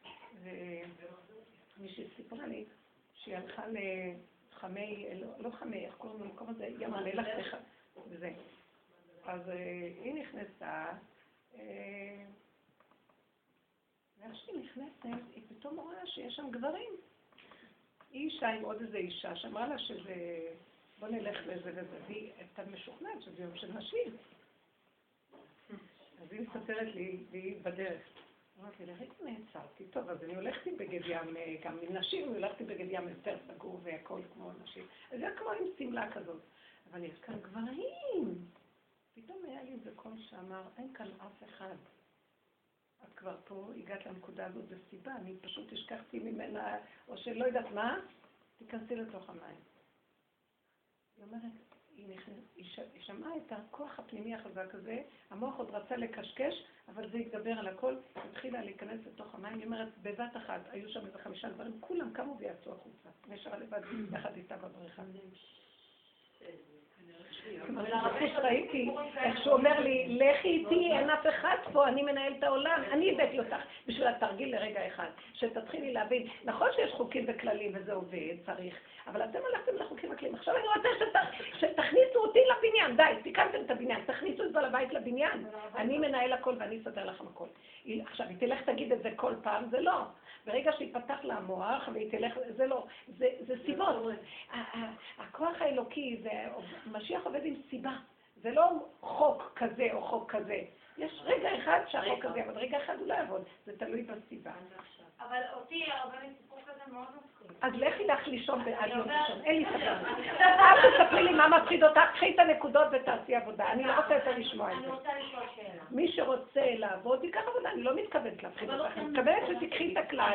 ומישהי סיפרה לי שהיא הלכה לחמי, לא חמי, איך קוראים למקום הזה? ים המלח וזה. אז היא נכנסה, ואיך שהיא נכנסת, היא פתאום רואה שיש שם גברים. היא אישה עם עוד איזו אישה, שאמרה לה שזה, בוא נלך לזה וזה, והיא הייתה משוכנעת שזה יום של נשים. אז היא מספרת לי, והיא בדרך. אמרתי, לרגע נעצרתי, טוב, אז אני הולכתי בגד ים, גם עם נשים, אני הולכתי בגד ים יותר סגור והכל כמו נשים. אז זה היה כמו עם סמלה כזאת. אבל יש כאן גברים. פתאום היה לי איזה קול שאמר, אין כאן אף אחד. את כבר פה הגעת לנקודה הזאת בסיבה, אני פשוט השכחתי ממנה, או שלא יודעת מה, תיכנסי לתוך המים. היא אומרת, היא שמעה את הכוח הפנימי החזק הזה, המוח עוד רצה לקשקש, אבל זה התגבר על הכל, התחילה להיכנס לתוך המים, היא אומרת, בבת אחת, היו שם איזה 5 דברים, כולם קמו ויצאו החוצה, נשארה לבד, יחד איתה בבריכה. ראיתי איך שהוא אומר לי, לכי איתי, אין אף אחד פה, אני מנהל את העולם, אני הבאתי אותך בשביל התרגיל לרגע אחד, שתתחילי להבין, נכון שיש חוקים וכללים וזה עובד, צריך, אבל אתם הלכתם לחוקים וכללים, עכשיו אני רוצה שתכניסו אותי לבניין, די, תיקנתם את הבניין, תכניסו את בעל הבית לבניין, אני מנהל הכל ואני אסדר לכם הכל. עכשיו, היא תלך תגיד את זה כל פעם, זה לא. ברגע שיפתח לה המוח והיא תלך, זה לא, זה סיבות. הכוח האלוקי, משיח עובד עם סיבה. זה לא חוק כזה או חוק כזה. יש רגע אחד שהחוק כזה, אבל רגע אחד הוא לא יעבוד. זה תלוי בסיבה. אבל אותי הרבנית סיפור כזה מאוד מפחיד. אז לכי לך לישון עד יום ראשון, אין לי סבבה. אל תספרי לי מה מפחיד אותך, קחי את הנקודות ותעשי עבודה. אני לא רוצה יותר לשמוע את זה. אני רוצה לשאול שאלה. מי שרוצה לעבוד, ייקח עבודה, אני לא מתכוונת להפחיד אותך. אני מתכוונת שתקחי את הכלל.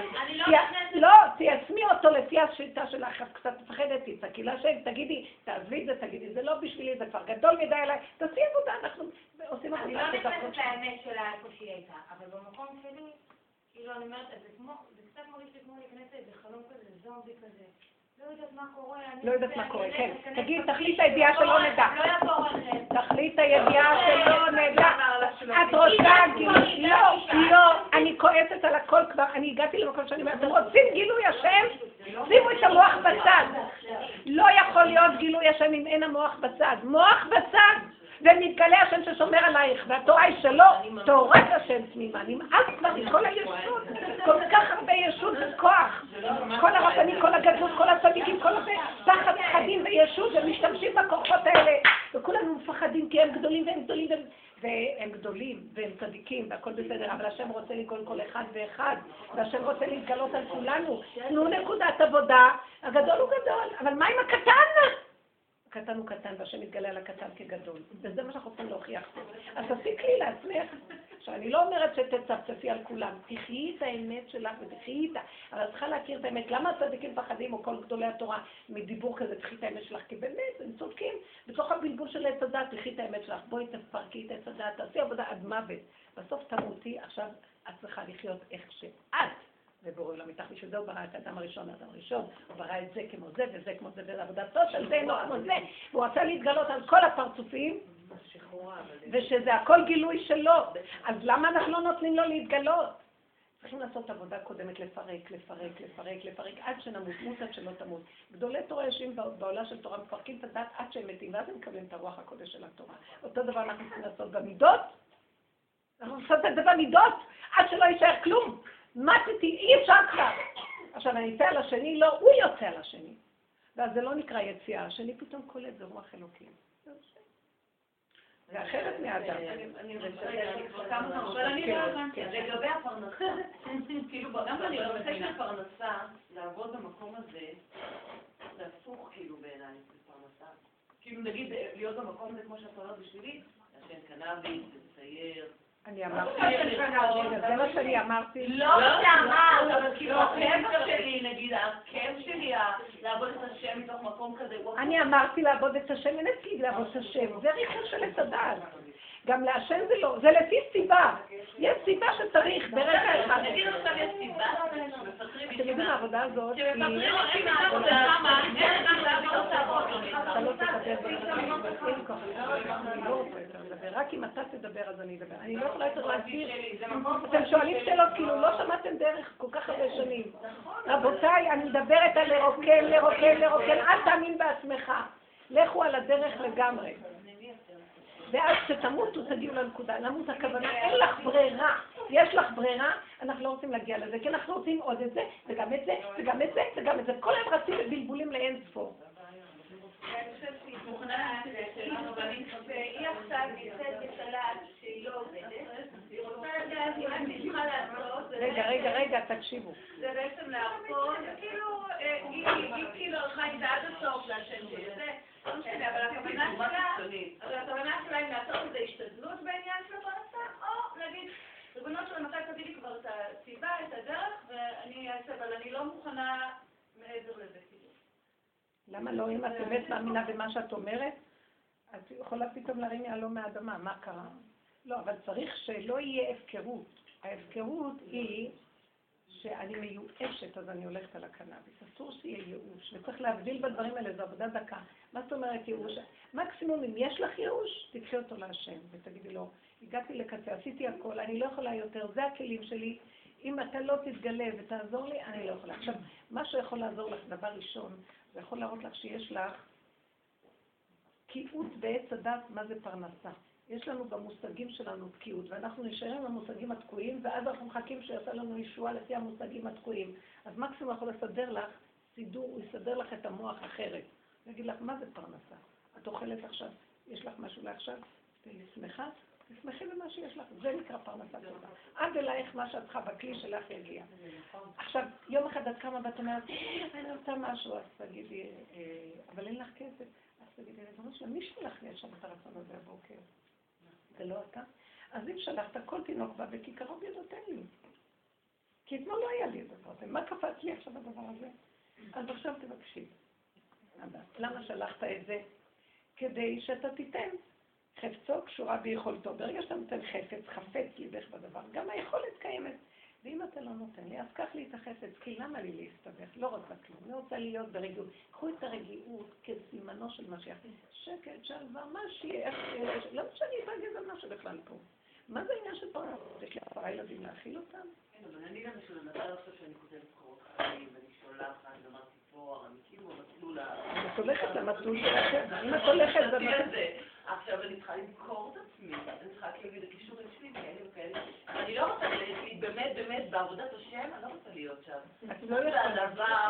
לא, תיישמי אותו לפי השיטה שלך, את קצת מפחדת, תצעקי להשם, תגידי, תעזבי את זה, תגידי, זה לא בשבילי, זה כבר גדול מדי עליי, תעשי עבודה, אנחנו עושים עבודה. אני לא נכנסת לאמת שלה איפה שהיא הייתה, אבל במקום שלי, כאילו אני אומרת, זה קצת מרגיש לי כמו להיכנס לאיזה חלום כזה, זומבי כזה. לא יודעת מה קורה, לא יודעת מה קורה, כן. תגיד, תחליט הידיעה שלא נדע. לא יעבור עליכם. תחליט הידיעה שלא נדע. את רוצה גילוי? לא, אני כועסת על הכל כבר, אני הגעתי למקום שאני אומרת, אתם רוצים גילוי השם? שימו את המוח בצד. לא יכול להיות גילוי השם אם אין המוח בצד. מוח בצד. ומתגלה השם ששומר עלייך, והתורה היא שלו, תורת השם תמימה, נמאס כבר מכל הישות, כל כך הרבה ישות וכוח, כל הרבנים, כל הגדלות, כל הצדיקים, כל הרבה תחת פחדים וישות, ומשתמשים בכוחות האלה, וכולנו מפחדים כי הם גדולים והם גדולים, והם גדולים והם צדיקים, והכל בסדר, אבל השם רוצה לגאול כל אחד ואחד, והשם רוצה להתגלות על כולנו, תנו נקודת עבודה, הגדול הוא גדול, אבל מה עם הקטן? הקטן הוא קטן, והשם מתגלה על הקטן כגדול. וזה מה שאנחנו רוצים להוכיח פה. אז תסיקלי לעצמך. עכשיו, אני לא אומרת שתצפצפי על כולם. תחיי את האמת שלך ותחיי איתה. אבל את צריכה להכיר את האמת. למה הצדיקים פחדים, או כל גדולי התורה, מדיבור כזה, תחיי את האמת שלך? כי באמת, הם צודקים. בתוך הבלבול של עץ הדת, תחיי את האמת שלך. בואי תפרקי את עץ הדת, תעשי עבודה עד מוות. בסוף תמותי, עכשיו את צריכה לחיות איך שאת. ובורא עולם איתך, בשביל זה הוא ברא את האדם הראשון, הוא ברא את זה כמו זה וזה כמו זה, ועבודתו של זה אינו כמו זה, והוא רצה להתגלות על כל הפרצופים, ושזה הכל גילוי שלו, אז למה אנחנו לא נותנים לו להתגלות? צריכים לעשות עבודה קודמת, לפרק, עד שנמות, עד שלא תמות. גדולי תורה יושבים בעולה של תורה, מפרקים את הדת עד שהם מתים, ואז הם מקבלים את הרוח הקודש של התורה. אותו דבר אנחנו צריכים לעשות במידות, אנחנו צריכים לעשות את זה במידות, עד שלא יישאר כלום. מתתי, אי אפשר כבר. עכשיו אני אצא על השני, לא, הוא יוצא על השני. ואז זה לא נקרא יציאה, השני פתאום קולט, זה רוח אלוקים. זה אחרת מהאדם. אני לא הבנתי, לגבי הפרנסה, כאילו בנושא של פרנסה, לעבוד במקום הזה, זה הפוך כאילו בעיניי בפרנסה. כאילו נגיד להיות במקום הזה כמו שאת אומרת בשבילי, לעשן קנאביס, לצייר, אני אמרתי, זה מה שאני אמרתי. לא שאמרת, אבל כאילו הכאב שלי, נגיד, הכאב שלי, לעבוד את השם מתוך מקום כזה. אני אמרתי לעבוד את השם, אין אצלי לעבוד את השם, זה ריחוש של את הדעת. גם להשם זה לא, זה לפי סיבה. יש סיבה שצריך ברגע אחד. נגיד עכשיו יש סיבה, אתם יודעים, העבודה הזאת היא... שמפטרים אותי מהעבודה, אין רק לעבוד את אתה לא תדבר, אין כוח, אני לא רוצה יותר לדבר, רק אם אתה תדבר אז אני אדבר. אני לא יכולה יותר להסביר. אתם שואלים שאלות, כאילו לא שמעתם דרך כל כך הרבה שנים. רבותיי, אני מדברת על לרוקן, אל תאמין בעצמך. לכו על הדרך לגמרי. ואז כשתמותו תגיעו לנקודה, למות הכוונה, אין לך ברירה, יש לך ברירה, אנחנו לא רוצים להגיע לזה, כי אנחנו רוצים עוד את זה, וגם את זה, וגם את זה, וגם את זה, כל הם רצים בבלבולים לאין ספור. אני חושבת שהיא מוכנה שלנו, והיא עכשיו נמצאת בשלב שהיא לא עובדת, היא רוצה לדעת אם אני צריכה לעשות רגע, תקשיבו. זה בעצם להרפות, כאילו, היא כאילו הלכה איתה עד הסוף להשם שזה, לא משנה, אבל הכוונה שלה היא לעשות איזו השתדלות בעניין של הפרנסה, או להגיד, ריבונו של מתי תביא לי כבר את הסיבה, את הדרך, ואני אעשה, אבל אני לא מוכנה מעבר לזה, כאילו. למה לא? אם את באמת מאמינה במה שאת אומרת, את יכולה פתאום להרים יהלום מהאדמה, מה קרה? לא, אבל צריך שלא יהיה הפקרות. ההפקרות היא שאני מיואשת, אז אני הולכת על הקנאביס. אסור שיהיה ייאוש, וצריך להבדיל בדברים האלה, זו עבודה דקה. מה זאת אומרת ייאוש? מקסימום, אם יש לך ייאוש, תקחי אותו להשם, ותגידי לו, הגעתי לקצה, עשיתי הכל, אני לא יכולה יותר, זה הכלים שלי. אם אתה לא תתגלה ותעזור לי, אני לא יכולה. עכשיו, מה שיכול לעזור לך, דבר ראשון, זה יכול להראות לך שיש לך תקיעות בעץ הדת, מה זה פרנסה. יש לנו במושגים שלנו תקיעות, ואנחנו נשארים במושגים התקועים, ואז אנחנו מחכים שיעשה לנו ישועה לפי המושגים התקועים. אז מקסימום יכול לסדר לך סידור, הוא יסדר לך את המוח אחרת. להגיד לך, מה זה פרנסה? את אוכלת עכשיו, יש לך משהו לעכשיו? תהיי שמחה? תשמחי במה שיש לך, זה נקרא פרנסה טובה. עד אלייך מה שאת צריכה בכלי שלך יגיע. עכשיו, יום אחד את קמה ואת אומרת, אני רוצה משהו, אז תגידי, אבל אין לך כסף. אז תגידי, ריבונו שלם, מי שלח לי עכשיו את הרצון הזה הבוקר? זה לא אתה? אז אם שלחת, כל תינוק בא בכיכרו בידו, תן לי. כי אתמול לא היה לי את הדבר הזה. מה קפץ לי עכשיו הדבר הזה? אז עכשיו תבקשי. למה שלחת את זה? כדי שאתה תיתן. חפצו קשורה ביכולתו. ברגע שאתה נותן חפץ ליבך בדבר, גם היכולת קיימת. ואם אתה לא נותן לי, אז קח לי את החפץ, כי למה לי להסתבך? לא רוצה כלום, אני רוצה להיות ברגיעות. קחו את הרגיעות כסימנו של משיח. שקט, שלווה, מה שיהיה, למה שאני אתרגז על משהו בכלל פה? מה זה העניין של פרנסה? יש לי 10 ילדים להאכיל אותם? כן, אבל אני גם מנסה לחשוב שאני כותבת קורות חיים, ואני שולחת, אמרתי פה, אני כאילו במסלול את הולכת למסלול של הטבע. אם את הולכת במסלול... עכשיו אני צריכה למכור את עצמי, אני צריכה כאילו לקישורים שלי כאלה וכאלה. אני לא רוצה להיות באמת בעבודת השם, אני לא רוצה להיות שם. את לא יכולה.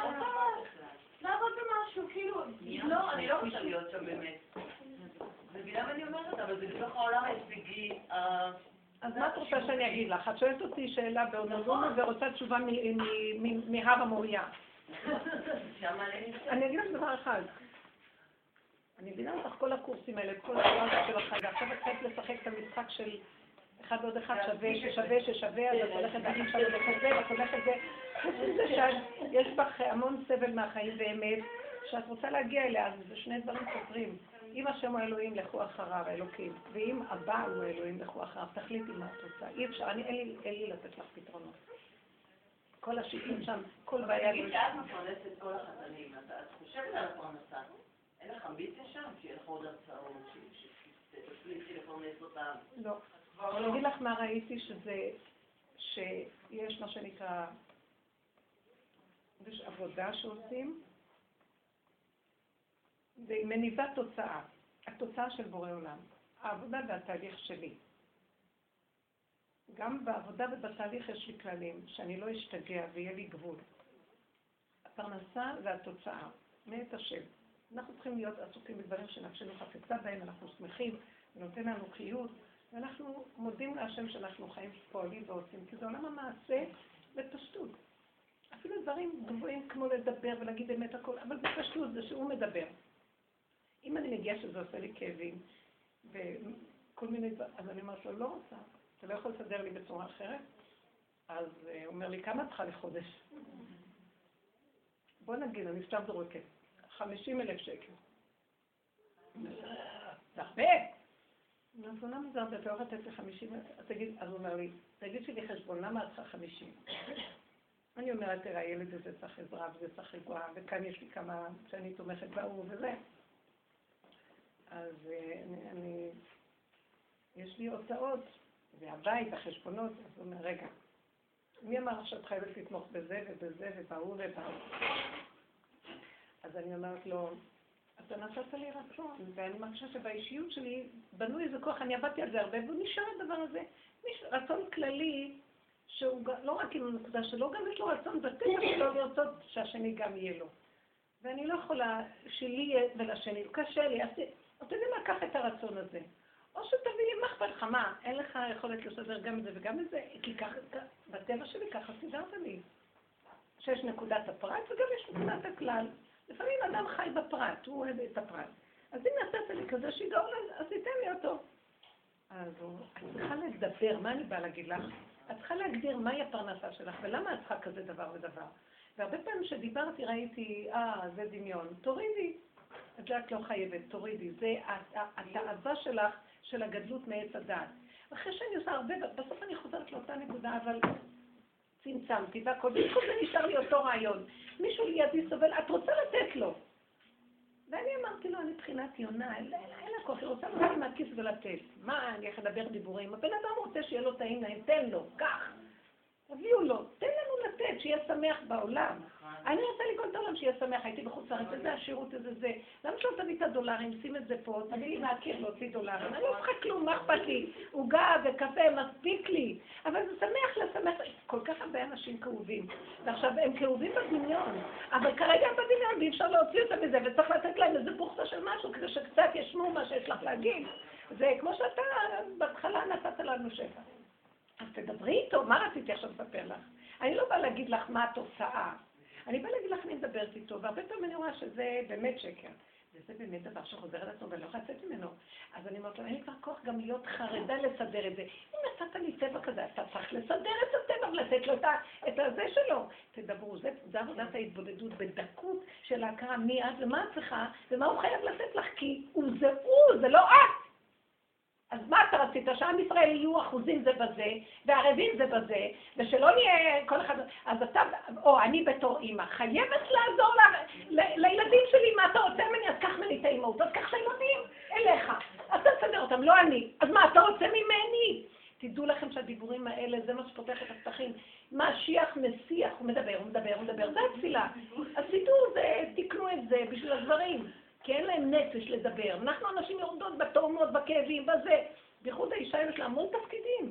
לעבוד במשהו, כאילו, לא, אני לא רוצה להיות שם באמת. ובגלל אני אומרת, אבל זה בתוך העולם ההישגי. אז מה את רוצה שאני אגיד לך? את שואלת אותי שאלה באונולוגיה ורוצה תשובה מהר המוריה. אני אגיד לך דבר אחד. אני מבינה אותך כל הקורסים האלה, כל השאלה של החיים, ועכשיו את חייבת לשחק את המשחק של 1 ועוד 1 ששווה, אז את הולכת להגיד שם וכזה, ואת הולכת זה שיש בך המון סבל מהחיים באמת, שאת רוצה להגיע אליה, אז זה שני דברים סותרים. אם השם הוא אלוהים, לכו אחריו, האלוקים, ואם הבא הוא אלוהים, לכו אחריו, תחליטי מה את רוצה. אי אפשר, אין לי לתת לך פתרונות. כל השיטים שם, כל בעיה... תגיד שאת מפרנסת כל החתנים, את חושבת על הפרנסה. אין לך אמביציה שם? שיהיה לך עוד הרצאות, שתצליחי לפרנס אותם? לא. אני אגיד לך מה ראיתי שיש מה שנקרא, יש עבודה שעושים, והיא מניבה תוצאה. התוצאה של בורא עולם. העבודה והתהליך שלי. גם בעבודה ובתהליך יש לי כללים, שאני לא אשתגע ויהיה לי גבול. הפרנסה והתוצאה. מאת השם. אנחנו צריכים להיות עסוקים בדברים שנפשנו חפצה בהם, אנחנו שמחים, ונותן לנו חיות, ואנחנו מודים להשם שאנחנו חיים, פועלים ועושים, כי זה עולם המעשה בפשטות. אפילו דברים גבוהים כמו לדבר ולהגיד באמת הכל, אבל בפשטות זה שהוא מדבר. אם אני מגיעה שזה עושה לי כאבים, וכל מיני דברים, אז אני אומרת לו, לא רוצה, אתה לא יכול לסדר לי בצורה אחרת? אז הוא אומר לי, כמה צריכה לחודש? בוא נגיד, אני סתם דורקת. 50,000 שקל. זה הרבה. אז הוא למה זה הרבה? אתה הולך לתת לי 50,000? אז הוא אומר לי, תגיד שלי חשבון, למה את צריכה 50? אני אומרת, תראה, הילד הזה צריך עזרה וזה צריך רגועה, וכאן יש לי כמה שאני תומכת באור וזה. אז יש לי הוצאות, והבית, החשבונות, אז הוא אומר, רגע, מי אמר לך שאת חייבת לתמוך בזה ובזה ובאור ובאור? אז אני אומרת לו, אתה נתת לי רצון, ואני מרגישה שבאישיות שלי בנו איזה כוח, אני עבדתי על זה הרבה, והוא נשאר הדבר הזה. רצון כללי, שהוא לא רק עם הנקודה שלו, גם יש לו רצון בטבע שלו לרצות שהשני גם יהיה לו. ואני לא יכולה שלי יהיה ולשני, קשה לי, אז אתה יודע מה, קח את הרצון הזה. או שתביא לי, מה אכפת לך? מלחמה, אין לך יכולת לסדר גם את זה וגם את זה, כי ככה, בטבע שלי ככה סידרת לי. שיש נקודת הפרט וגם יש נקודת הכלל. לפעמים אדם חי בפרט, הוא אוהב את הפרט. אז אם נעשית לי כזה שיגעון, אז תיתן לי אותו. אז את צריכה לדבר, מה אני באה להגיד לך? את צריכה להגדיר מהי הפרנסה שלך ולמה את צריכה כזה דבר ודבר. והרבה פעמים שדיברתי ראיתי, זה דמיון, תורידי. את לא חייבת, תורידי. זה התאווה שלך של הגדלות מעץ הדעת. אחרי שאני עושה הרבה, בסוף אני חוזרת לאותה נקודה, אבל צמצמתי והכל, בכל זה נשאר לי אותו רעיון. מישהו לידי סובל, את רוצה לתת לו. ואני אמרתי לו, אני בחינת יונה, אין לה כוח, היא רוצה לתת מהכיס ולתת. מה, אני איך לדבר דיבורים? הבן אדם רוצה שיהיה לו טעים להם, תן לו, כך. תביאו לו, תן לנו לתת, שיהיה שמח בעולם. אני רוצה לגול את העולם שיהיה שמח, הייתי בחוץ לארץ, איזה השירות הזה זה. למה שלא תביא את הדולרים, שים את זה פה, תביא לי מהקיר להוציא דולרים. אני לא צריכה כלום, מה אכפת לי? עוגה וקפה, מספיק לי. אבל זה שמח לשמח, כל כך הרבה אנשים כאובים. ועכשיו הם כאובים בדמיון, אבל כרגע הם בדמיון ואי אפשר להוציא אותם מזה, וצריך לתת להם איזה בוכסה של משהו, כדי שקצת ישמעו מה שיש לך להגיד. זה כמו שאתה בהתחלה נתת לנו שפע. אז תדברי איתו, מה רציתי עכשיו לספר לך? אני לא באה להגיד לך מה התוצאה. אני באה להגיד לך, אני מדברת איתו, והרבה פעמים אני רואה שזה באמת שקר. וזה באמת דבר שחוזר על עצמו ואני לא יכולה לצאת ממנו. אז אני אומרת לו, אין לי כבר כוח גם להיות חרדה לסדר את זה. אם נתת לי טבע כזה, אתה צריך לסדר את הטבע ולתת לו את הזה שלו. תדברו, זה עבודת ההתבודדות בדקות של ההכרה מי את ומה את צריכה, ומה הוא חייב לתת לך, כי זה לא את. אז מה אתה רצית? שעם ישראל יהיו אחוזים זה בזה, והערבים זה בזה, ושלא נהיה כל אחד... אז אתה, או אני בתור אימא, חייבת לעזור לילדים שלי, מה אתה רוצה ממני? אז קח ממני את האימהות, אז קח את הילדים אליך. אז תסדר אותם, לא אני. אז מה אתה רוצה ממני? תדעו לכם שהדיבורים האלה, זה מה שפותח את הפתחים. משיח משיח, הוא מדבר, זה התפילה. אז תדעו, תקנו את זה בשביל הדברים. כי אין להם נפש לדבר. אנחנו אנשים יורדות בתאומות, בכאבים, בזה. בייחוד האישה יש לה המון תפקידים.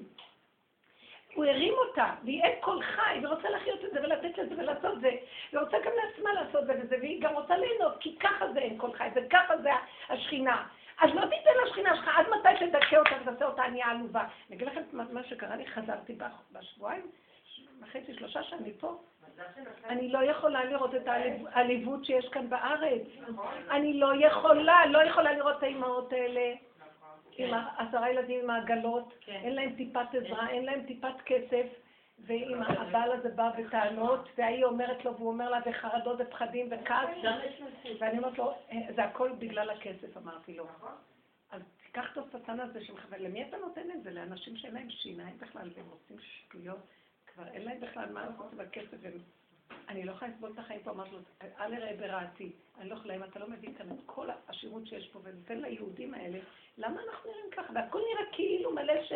הוא הרים אותה, והיא אין כל חי, ורוצה לחיות את זה ולתת לזה ולעשות את זה. ורוצה גם לעצמה לעשות את זה וזה, והיא גם רוצה ליהנות, כי ככה זה אין כל חי, וככה זה השכינה. אז לא תיתן לשכינה שלך, עד מתי שתדכא אותה ותעשה אותה ענייה עלובה. אני אגיד לכם מה שקרה לי, חזרתי בשבועיים, וחצי, 3 שאני פה. אני לא יכולה לראות את העליבות שיש כאן בארץ. אני לא יכולה לראות את האימהות האלה עם 10 ילדים עם העגלות, אין להם טיפת עזרה, אין להם טיפת כסף, ועם הבעל הזה בא בטענות, והיא אומרת לו והוא אומר לה וחרדות ופחדים וכעס, ואני אומרת לו, זה הכל בגלל הכסף, אמרתי לו. אז תיקח את השטן הזה שלך, ולמי אתה נותן את זה? לאנשים שאין להם שיניים בכלל והם עושים שטויות. כבר אין להם בכלל מה לעשות בכסף, אני לא יכולה לסבול את החיים פה, אמרת לו, אל יראה ברעתי, אני לא יכולה, אם אתה לא מבין כאן את כל השירות שיש פה, ונותן ליהודים האלה, למה אנחנו נראים ככה? והכל נראה כאילו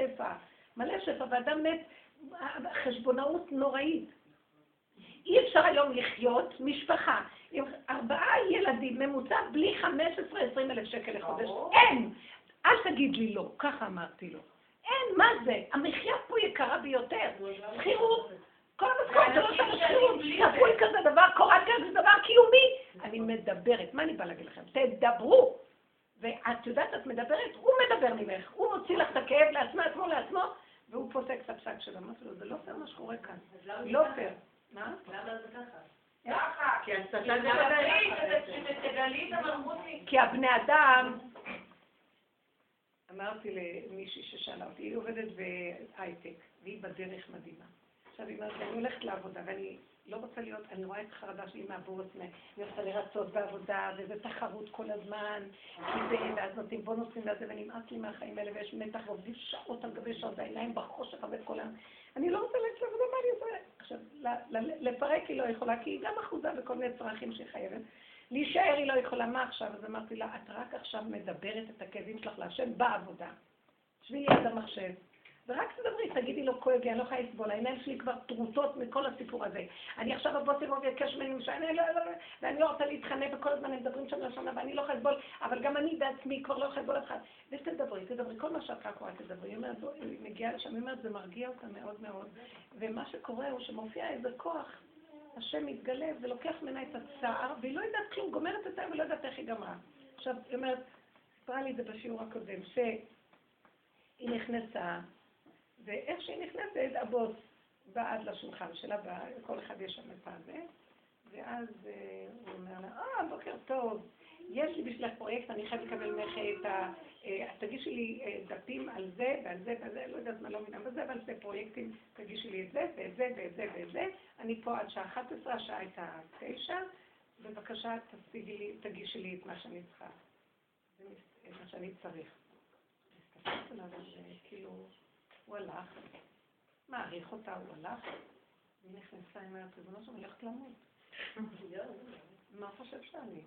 מלא שפע, ואדם מת, חשבונאות נוראית. אי אפשר היום לחיות משפחה עם 4 ילדים, ממוצע בלי 15-20 אלף שקל לחודש. אין! אל תגיד לי לא, ככה אמרתי לו. אין, מה זה? המחיה פה יקרה ביותר. שכירות, כל המשכורת זה לא שם שכירות, כפול כזה דבר, קורת גג זה דבר קיומי. אני מדברת, מה אני באה להגיד לכם? תדברו. ואת יודעת, את מדברת, הוא מדבר ממך. הוא מוציא לך את הכאב לעצמו, והוא פוסק את הפסק שלו. אמרתי לו, זה לא פייר מה שקורה כאן. לא פייר. מה? למה זה ככה? ככה. כי הסתה זה שתגלי את המלכותי. כי הבני אדם... אמרתי למישהי ששאלה אותי, היא עובדת בהייטק, והיא בדרך מדהימה. עכשיו היא אומרת, אני הולכת לעבודה, ואני לא רוצה להיות, אני רואה את החרדה שלי מהבוס, אני רוצה לרצות בעבודה, וזה תחרות כל הזמן, ואז נותנים בונוסים לזה, ונמאס לי מהחיים האלה, ויש מתח, ועובדים שעות על גבי שעות, והעיניים בחושך ואת כל העם. אני לא רוצה ללכת לעבודה, מה אני עושה? עכשיו, לפרק היא לא יכולה, כי היא גם אחוזה בכל מיני צרכים שהיא חייבת. להישאר היא לא יכולה, מה עכשיו? אז אמרתי לה, את רק עכשיו מדברת את הכאבים שלך להשם בעבודה. שבי ליד המחשב. ורק תדברי, תגידי לו כואב לי, אני לא יכולה לסבול, העיניים שלי כבר טרוטות מכל הסיפור הזה. אני עכשיו הבוס יבוא ויקש ממני, ואני לא רוצה להתחנף, וכל הזמן הם מדברים שם לשונה, ואני לא יכולה לסבול, אבל גם אני בעצמי כבר לא יכולה לסבול אחד. ותדברי, כל מה שאת רק רואה תדברי. היא מגיעה לשם, היא אומרת, זה מרגיע אותה מאוד מאוד. ומה שקורה הוא שמופיע איזה כוח, השם מתגלה ולוקח ממנה את הצער, והיא לא יודעת כלום, גומרת את העם ולא יודעת איך היא גמרה. עכשיו, היא אומרת, סיפרה לי את זה בשיעור הקודם, שהיא היא נכנסה, ואיך שהיא נכנסת, הבוס בא עד לשולחן שלה, כל אחד יש שם את הזה, ואז הוא אומר לה, בוקר טוב, יש לי בשביל הפרויקט, אני חייב לקבל ממך את ה... תגישי לי דפים על זה ועל זה ועל זה, לא יודעת מה לא מבינה בזה, אבל זה פרויקטים, תגישי לי את זה ואת זה ואת זה ואת זה. אני פה עד שעה 11, השעה הייתה 9, בבקשה תגישי לי את מה שאני צריכה, את מה שאני צריך. הסתכלתי עליו, כאילו, הוא הלך, מעריך אותה, הוא הלך, והיא נכנסה, היא אומרת, זה לא שאני הולכת למות. מה חושב שאני?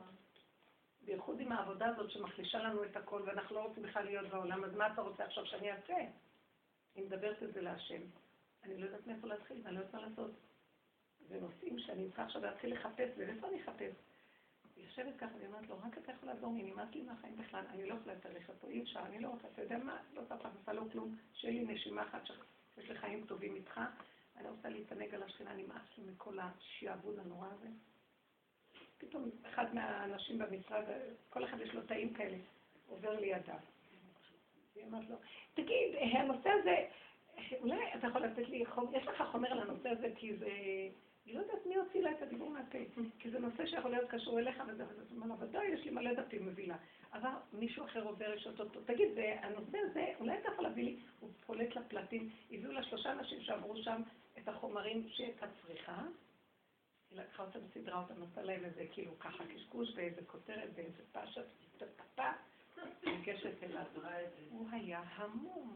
בייחוד עם העבודה הזאת שמחלישה לנו את הכל, ואנחנו לא רוצים בכלל להיות בעולם, אז מה אתה רוצה עכשיו שאני אעשה? אני מדברת את זה להשם. אני לא יודעת מאיפה להתחיל, ואני לא יודעת מה לעשות. זה נושאים שאני צריכה עכשיו להתחיל לחפש, ואיפה אני אחפש? היא יושבת ככה, והיא אומרת לו, רק אתה יכול לעזור לי, נמאס לי מהחיים בכלל, אני לא יכולה לתאריך פה, אי אפשר, אני לא רוצה, אתה יודע מה? לא צריך לעשות לו כלום, שיהיה לי נשימה אחת שיש לי חיים טובים איתך, אני רוצה להתענג על השכינה, נמאס לי מכל השיעבוד הנורא הזה. פתאום אחד מהאנשים במשרד, כל אחד יש לו תאים כאלה, עובר לידיו. היא אמרת לו, תגיד, הנושא הזה, אולי אתה יכול לתת לי, יש לך חומר על הנושא הזה, כי זה, אני לא יודעת מי הוציא לה את הדיבור מהפה, כי זה נושא שיכול להיות קשור אליך, וזה אומר, אבל די, יש לי מלא דפים מבילה. אבל מישהו אחר עובר לשאול אותו, תגיד, הנושא הזה, אולי אתה יכול להביא לי, הוא פולט לפלטים, הביאו לה 3 אנשים שעברו שם את החומרים שהייתה צריכה, היא לקחה אותם, סדרה אותם, עושה להם איזה כאילו ככה קשקוש ואיזה כותרת ואיזה פשט, תקפה, ניגשת אליו. הוא היה המום.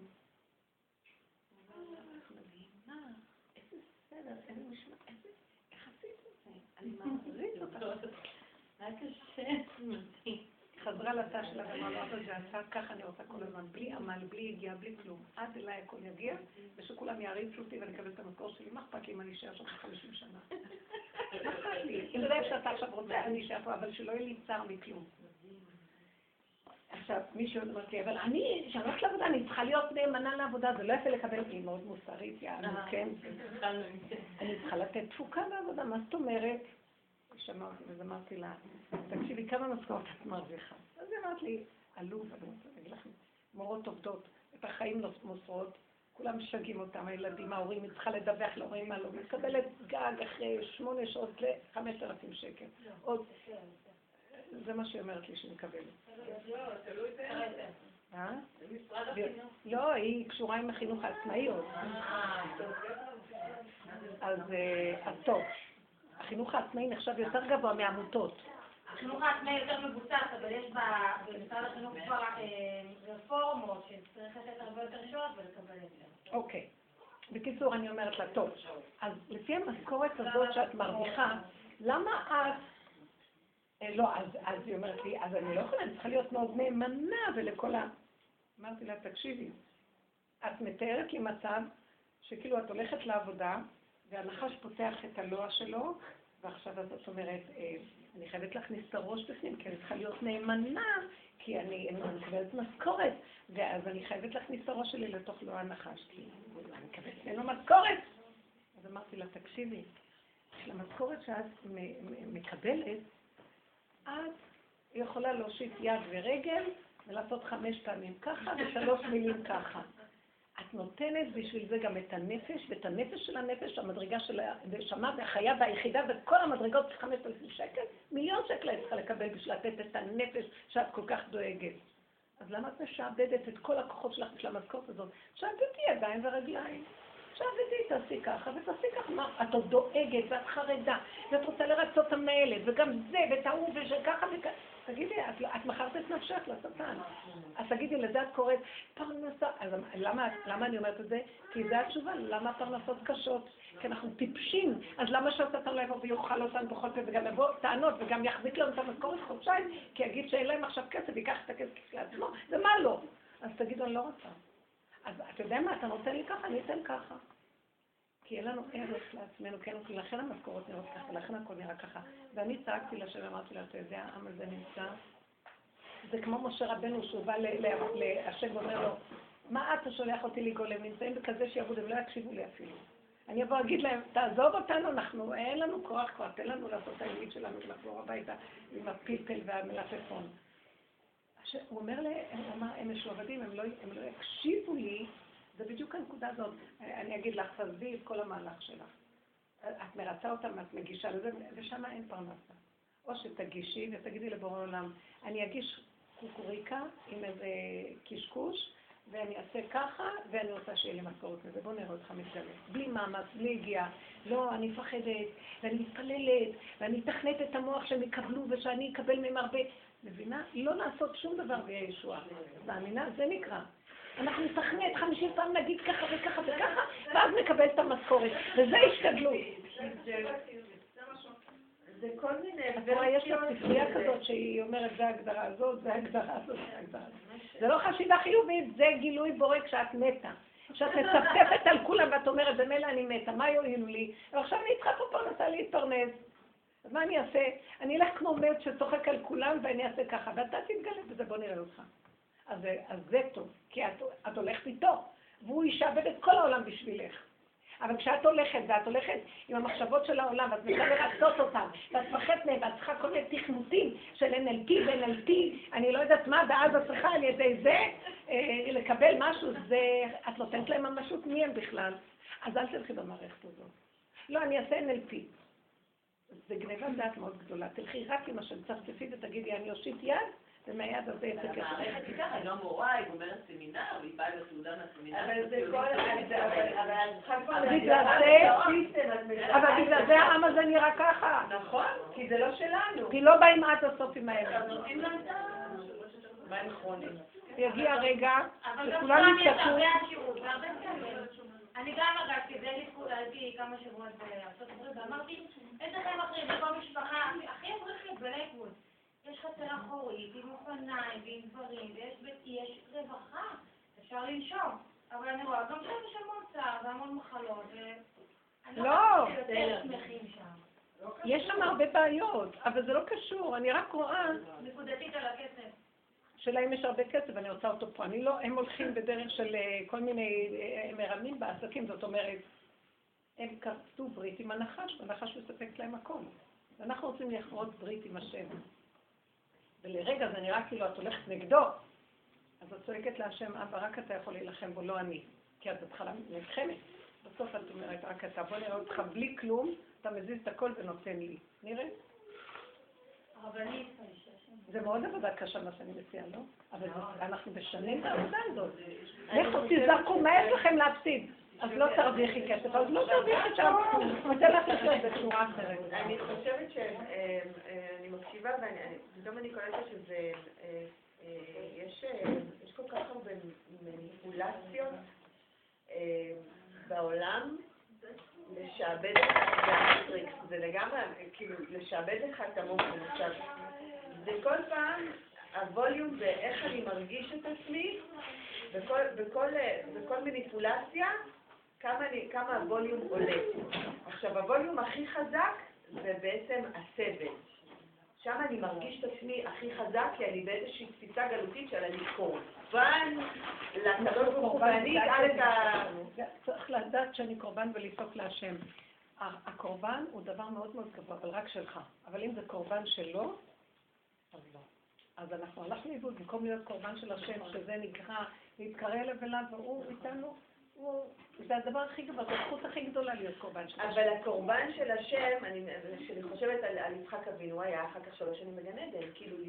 הוא אמר לה, איך מדהימה, איזה סדר, איזה משמע, איך עשית את זה? אני מעריץ אותך. מה קשה? חזרה לתא שלה ואמרה לו, אבל זה עשה ככה, אני רוצה כל הזמן, בלי עמל, בלי יגיע, בלי כלום. עד אליי הכל יגיע, ושכולם יעריצו אותי ואני אקבל את המקור שלי. מה אכפת לי אם אני אשאר שם 50 שנה? מה אכפת לי? אם זה לא שאתה עכשיו רוצה, אני אשאר פה, אבל שלא יהיה לי צער מכלום. עכשיו, מישהו אומר לי, אבל אני, שאני הולכת לעבודה, אני צריכה להיות נאמנה לעבודה, זה לא יפה לקבל לי מאוד מוסרית, יענו, כן? אני צריכה לתת תפוקה לעבודה, מה זאת אומרת? שמעתי, אז אמרתי לה, תקשיבי, כמה משכורת את מרוויחה? אז היא אמרת לי, עלוב, אני רוצה להגיד לכם, מורות עובדות, את החיים לא מוסרות, כולם משגעים אותם, הילדים, ההורים, היא צריכה לדווח להורים מה לא, מקבלת גג אחרי 8 שעות ל-5,000 שקל. עוד, זה מה שהיא אומרת לי שהיא מקבלת. לא, היא קשורה עם החינוך העצמאי עוד. אז טוב. החינוך העצמאי נחשב יותר גבוה מעמותות. החינוך העצמאי יותר מבוסס, אבל יש במשרד החינוך כבר רפורמות שצריך לתת הרבה יותר שעות ולקבל את זה. אוקיי. בקיצור, אני אומרת לה, טוב, אז לפי המשכורת הזאת שאת מרוויחה, למה את... לא, אז היא אומרת לי, אז אני לא יכולה, אני צריכה להיות מאוד נאמנה ולכל ה... אמרתי לה, תקשיבי, את מתארת לי מצב שכאילו את הולכת לעבודה, והנחש פותח את הלוע שלו, ועכשיו את אומרת, אני חייבת להכניס את הראש בפנים, כי אני צריכה להיות נאמנה, כי אני מקבלת משכורת, ואז אני חייבת להכניס את הראש שלי לתוך לוע הנחש, כי אני מקבלת ממנו משכורת. אז אמרתי לה, תקשיבי, למשכורת שאת מקבלת, את יכולה להושיט יד ורגל, ולעשות 5 פעמים ככה, ו3 מילים ככה. את נותנת בשביל זה גם את הנפש, ואת הנפש של הנפש, המדרגה של הנשמה והחיה והיחידה, וכל המדרגות של 5,000 שקל, 1,000,000 שקל את צריכה לקבל בשביל לתת את הנפש שאת כל כך דואגת. אז למה את משעבדת את כל הכוחות שלך בשביל המשכורת הזאת? שעבדתי ידיים ורגליים. שעבדתי, תעשי ככה ותעשי ככה. את עוד דואגת ואת חרדה, ואת רוצה לרצות את המנהלת, וגם זה ותאו וככה וככה. תגידי, את מכרת את נפשך לשטן. אז תגידי, לזה את קוראת פרנסה. אז למה אני אומרת את זה? כי זה התשובה, למה פרנסות קשות? כי אנחנו טיפשים. אז למה שהשטן לא יבוא ויאכל אותנו בכל פה, וגם יבוא טענות, וגם יחזיק לנו את המשכורת חודשיים, כי יגיד שאין להם עכשיו כסף, ויקח את הכסף לעצמו, ומה לא? אז תגידו, אני לא רוצה. אז אתה יודע מה, אתה נותן לי ככה, אני אתן ככה. כי אין לנו ערך לעצמנו, כי לכן המשכורות נראות ככה, לכן הכל נראה ככה. ואני צעקתי לשם ואמרתי לה, אתה יודע, העם הזה נמצא. זה כמו משה רבנו שהוא בא להשם ואומר לו, מה אתה שולח אותי לגולם? נמצאים בכזה שיעבוד, הם לא יקשיבו לי אפילו. אני אבוא להגיד להם, תעזוב אותנו, אין לנו כוח כבר, תן לנו לעשות את העילית שלנו ולחזור הביתה עם הפלפל והמלפפון. הוא אומר לי, הם משועבדים, הם לא יקשיבו לי, זה בדיוק הנקודה הזאת. אני אגיד לך, תעזבי את כל המהלך שלך. את מרצה אותם, את מגישה לזה, ושם אין פרנסה. או שתגישי ותגידי לבורא עולם, אני אגיש קוקוריקה עם איזה קשקוש, ואני אעשה ככה, ואני רוצה שיהיה לי משכורת מזה. בוא נראה אותך מתגלה. בלי מאמץ, בלי הגיעה. לא, אני מפחדת, ואני מתפללת, ואני אתכנת את המוח שהם יקבלו, ושאני אקבל מהם הרבה. מבינה? לא לעשות שום דבר ויהיה ישועה. מאמינה? זה נקרא. אנחנו נתכנת 50 פעם, נגיד ככה וככה וככה, ואז נקבל את המשכורת. וזה השתדלות. זה כל מיני... יש לה ספרייה כזאת שהיא אומרת, זה ההגדרה הזאת, זה ההגדרה הזאת, זה ההגדרה הזאת. זה לא חשיבה חיובית, זה גילוי בורא כשאת מתה. כשאת מצפצפת על כולם ואת אומרת, במילא אני מתה, מה יועילו לי? ועכשיו אני צריכה פה פרנסה להתפרנס. אז מה אני אעשה? אני אלך כמו מת שצוחק על כולם ואני אעשה ככה, ואתה תתגלה בזה, בוא נראה אותך. אז זה טוב, כי את הולכת איתו, והוא ישעבד את כל העולם בשבילך. אבל כשאת הולכת, ואת הולכת עם המחשבות של העולם, ואת מנסה לרצות אותם, ואת מפחדת מהם, ואת צריכה כל מיני תכנותים של NLP ו-NLP, אני לא יודעת מה, ואז את צריכה על ידי זה לקבל משהו, את נותנת להם ממשות מי הם בכלל, אז אל תלכי במערכת הזאת. לא, אני אעשה NLP. זה גניבת דעת מאוד גדולה. תלכי רק עם השם צפצפי ותגידי, אני אושיט יד, ומהיד הזה יצא כסף. המערכת היא ככה, היא לא מורה, היא אומרת סמינר, והיא באה לסעודה מהסמינר. אבל זה כל אבל בגלל זה העם הזה נראה ככה. נכון, כי זה לא שלנו. כי לא באים עד הסוף עם האמת. אז נותנים להם את מה הם כרונים. יגיע רגע שכולם יצטרכו. אני גם הרגשתי, זה הייתי כמה שבועות בארצות הברית, ואמרתי, איזה חיים אחרים, בכל משפחה, הכי אברכת בלייבוד. יש חצר אחורית, עם אופניים, ועם דברים, ויש רווחה, אפשר לנשום. אבל אני רואה, גם שיש המון צער והמון מחלות, ואני לא חושבת יותר שמחים שם. יש שם הרבה בעיות, אבל זה לא קשור, אני רק רואה... נקודתית על הכסף. שלהם יש הרבה כסף, אני רוצה אותו פה. אני לא, הם הולכים בדרך של כל מיני, הם מרמים בעסקים, זאת אומרת, הם כרתו ברית עם הנחש, והנחש מספק להם הכל. ואנחנו רוצים לכרות ברית עם השם. ולרגע זה נראה כאילו את הולכת נגדו, אז את צועקת להשם, אבא, רק אתה יכול להילחם בו, לא אני. כי את בהתחלה נלחמת. בסוף את אומרת, רק אתה, בוא נראה אותך בלי כלום, אתה מזיז את הכל ונותן לי. נראה? הרבנית, זה מאוד עבודה קשה מה שאני מציעה, לא? אבל אנחנו משנים את העבודה הזאת. לכו תזרקו, מה יש לכם להפסיד? אז לא תרוויחי כסף, אז לא תרוויחי שם. אני רוצה לך לשאול בצורה אחרת. אני חושבת שאני מקשיבה ופתאום אני קולטת שזה, יש כל כך הרבה מניפולציות בעולם לשעבד לך, זה לגמרי, כאילו, לשעבד לך את המוח, זה כל פעם הווליום ואיך אני מרגיש את עצמי, בכל מניפולציה, כמה הווליום עולה. עכשיו, הווליום הכי חזק זה בעצם הסבל. שם אני מרגיש את עצמי הכי חזק, כי אני באיזושהי תפיסה גלותית של אני קורבן לקדוש ברוך הוא, ואני אקרא את ה... צריך לדעת שאני קורבן ולצעוק להשם. הקורבן הוא דבר מאוד מאוד גבוה, אבל רק שלך. אבל אם זה קורבן שלו, אז לא. אז אנחנו הלכנו לאיבוד, במקום להיות קורבן של השם, שזה נקרא להתקרא אליו אליו, והוא איתנו, זה הדבר הכי גבוה, זו הזכות הכי גדולה להיות קורבן של השם. אבל הקורבן של השם, כשאני חושבת על יצחק אבינו, הוא היה אחר כך 3 שנים בגן עדן, כאילו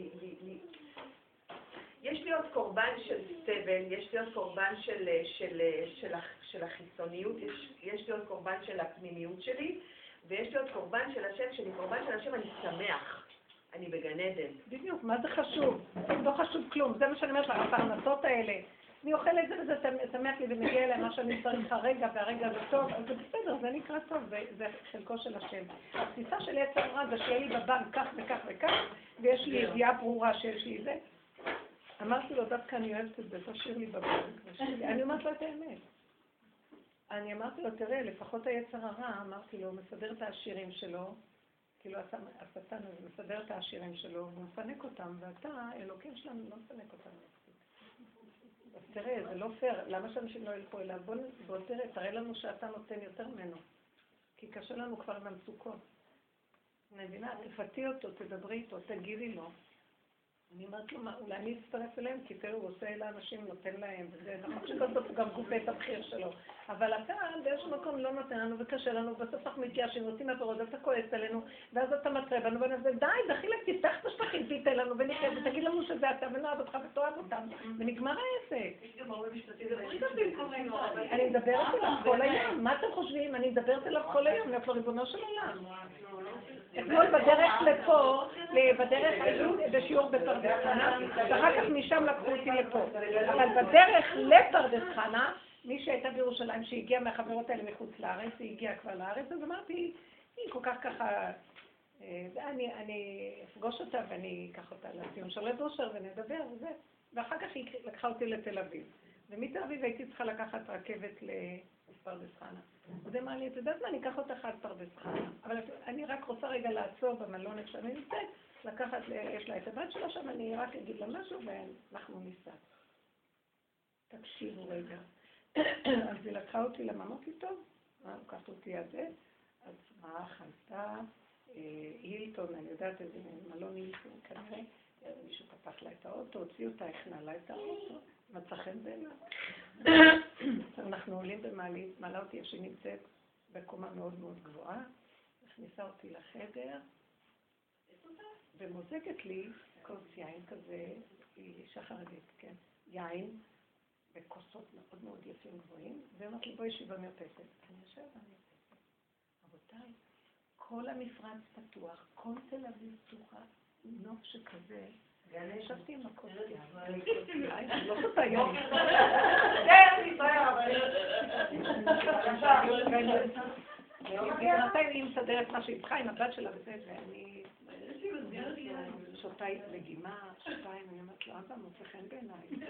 יש להיות קורבן של סבל, יש להיות קורבן של החיצוניות, יש להיות קורבן של הפנימיות שלי, ויש להיות קורבן של השם, כשאני קורבן של השם אני שמח, אני בגן עדן. בדיוק, מה זה חשוב? לא חשוב כלום, זה מה שאני אומרת לך, הפרנסות האלה. אני אוכל את זה וזה שמח לי ומגיע אליי מה שאני צריך הרגע, והרגע זה טוב, אז זה בסדר, זה נקרא טוב, זה חלקו של השם. התפיסה של יצר הרע זה שיהיה לי בבנק כך וכך וכך, ויש לי ידיעה ברורה שיש לי זה. אמרתי לו, דווקא אני אוהבת את זה, תשאיר לי בבנק. אני אומרת לו את האמת. אני אמרתי לו, תראה, לפחות היצר הרע, אמרתי לו, הוא מסדר את העשירים שלו, כאילו השטן הזה מסדר את העשירים שלו, והוא מפנק אותם, ואתה, אלוקים שלנו, לא מפנק אותם. אז תראה, זה לא פייר, למה שאנשים לא ילכו אליו? בוא תראה, תראה לנו שאתה נותן יותר ממנו, כי קשה לנו כבר עם המצוקות. מבינה, תפתי אותו, תדברי איתו, תגידי לו. אני אומרת לו, אולי אני אצטרף אליהם, כי תראו, הוא עושה לאנשים, נותן להם, וזה נכון שכזאת הוא גם גובה את המחיר שלו. אבל אתה באיזשהו מקום לא נותן לנו וקשה לנו, בסוף אנחנו מתייאשים, רוצים עברות, אתה כועס עלינו, ואז אתה מטרה בנו, ונזה, די, דחילק, תפתח את השטחים, תיתן לנו, ונחיה, ותגיד לנו שזה אתה, ונאהב אותך ותאהב אותם, ונגמר העסק. אני מדברת אליו כל היום, מה אתם חושבים? אני מדברת אליו כל היום, להיות לו ריבונו של עולם. אתמול בדרך לפה, בדרך היו בשיעור בפרדס חנה, ואחר כך משם לקחו אותי לפה. אבל בדרך לפרדס חנה, מי שהייתה בירושלים, שהגיעה מהחברות האלה מחוץ לארץ, היא הגיעה כבר לארץ, אז אמרתי, היא כל כך ככה, אני אפגוש אותה ואני אקח אותה לציון של רב אושר ונדבר וזה. ואחר כך היא לקחה אותי לתל אביב. ומתל אביב הייתי צריכה לקחת רכבת לפרדס חנה. אז אמרה לי, את יודעת מה, אני אקח אותך עד פרדס חנה. אבל אני רק רוצה רגע לעצור במלון איפה שאני נמצאת, לקחת, יש לה את הבת שלה שם, אני רק אגיד לה משהו ואנחנו ניסע. תקשיבו רגע. אז היא לקחה אותי לממות איתו, לקחת אותי עד זה, אז ראה חלטה, הילטון, אני יודעת איזה מלון הילטון כנראה, מישהו פתח לה את האוטו, הוציא אותה, הכנה לה את האוטו, מצא חן בעיניו. אנחנו עולים במעלית, מעלה אותי איפה שהיא נמצאת בקומה מאוד מאוד גבוהה, הכניסה אותי לחדר, ומוזגת לי כוס יין כזה, היא אישה חרדית, כן, יין, בכוסות מאוד מאוד יפים גבוהים, ואומרת לי, בואי ישבי במרפסת. אני יושב במרפסת. רבותיי, כל המפרץ פתוח, כל תל אביב פתוחה, נוף שכזה, ואני ישבתי עם הכוס יין. אני לא שותה יין. בינתיים היא מסדרת מה שהיא צריכה עם הבת שלה וזה, ואני שותה לגימה, שתיים, אני אומרת לו, אבא, מוצא חן בעיניי.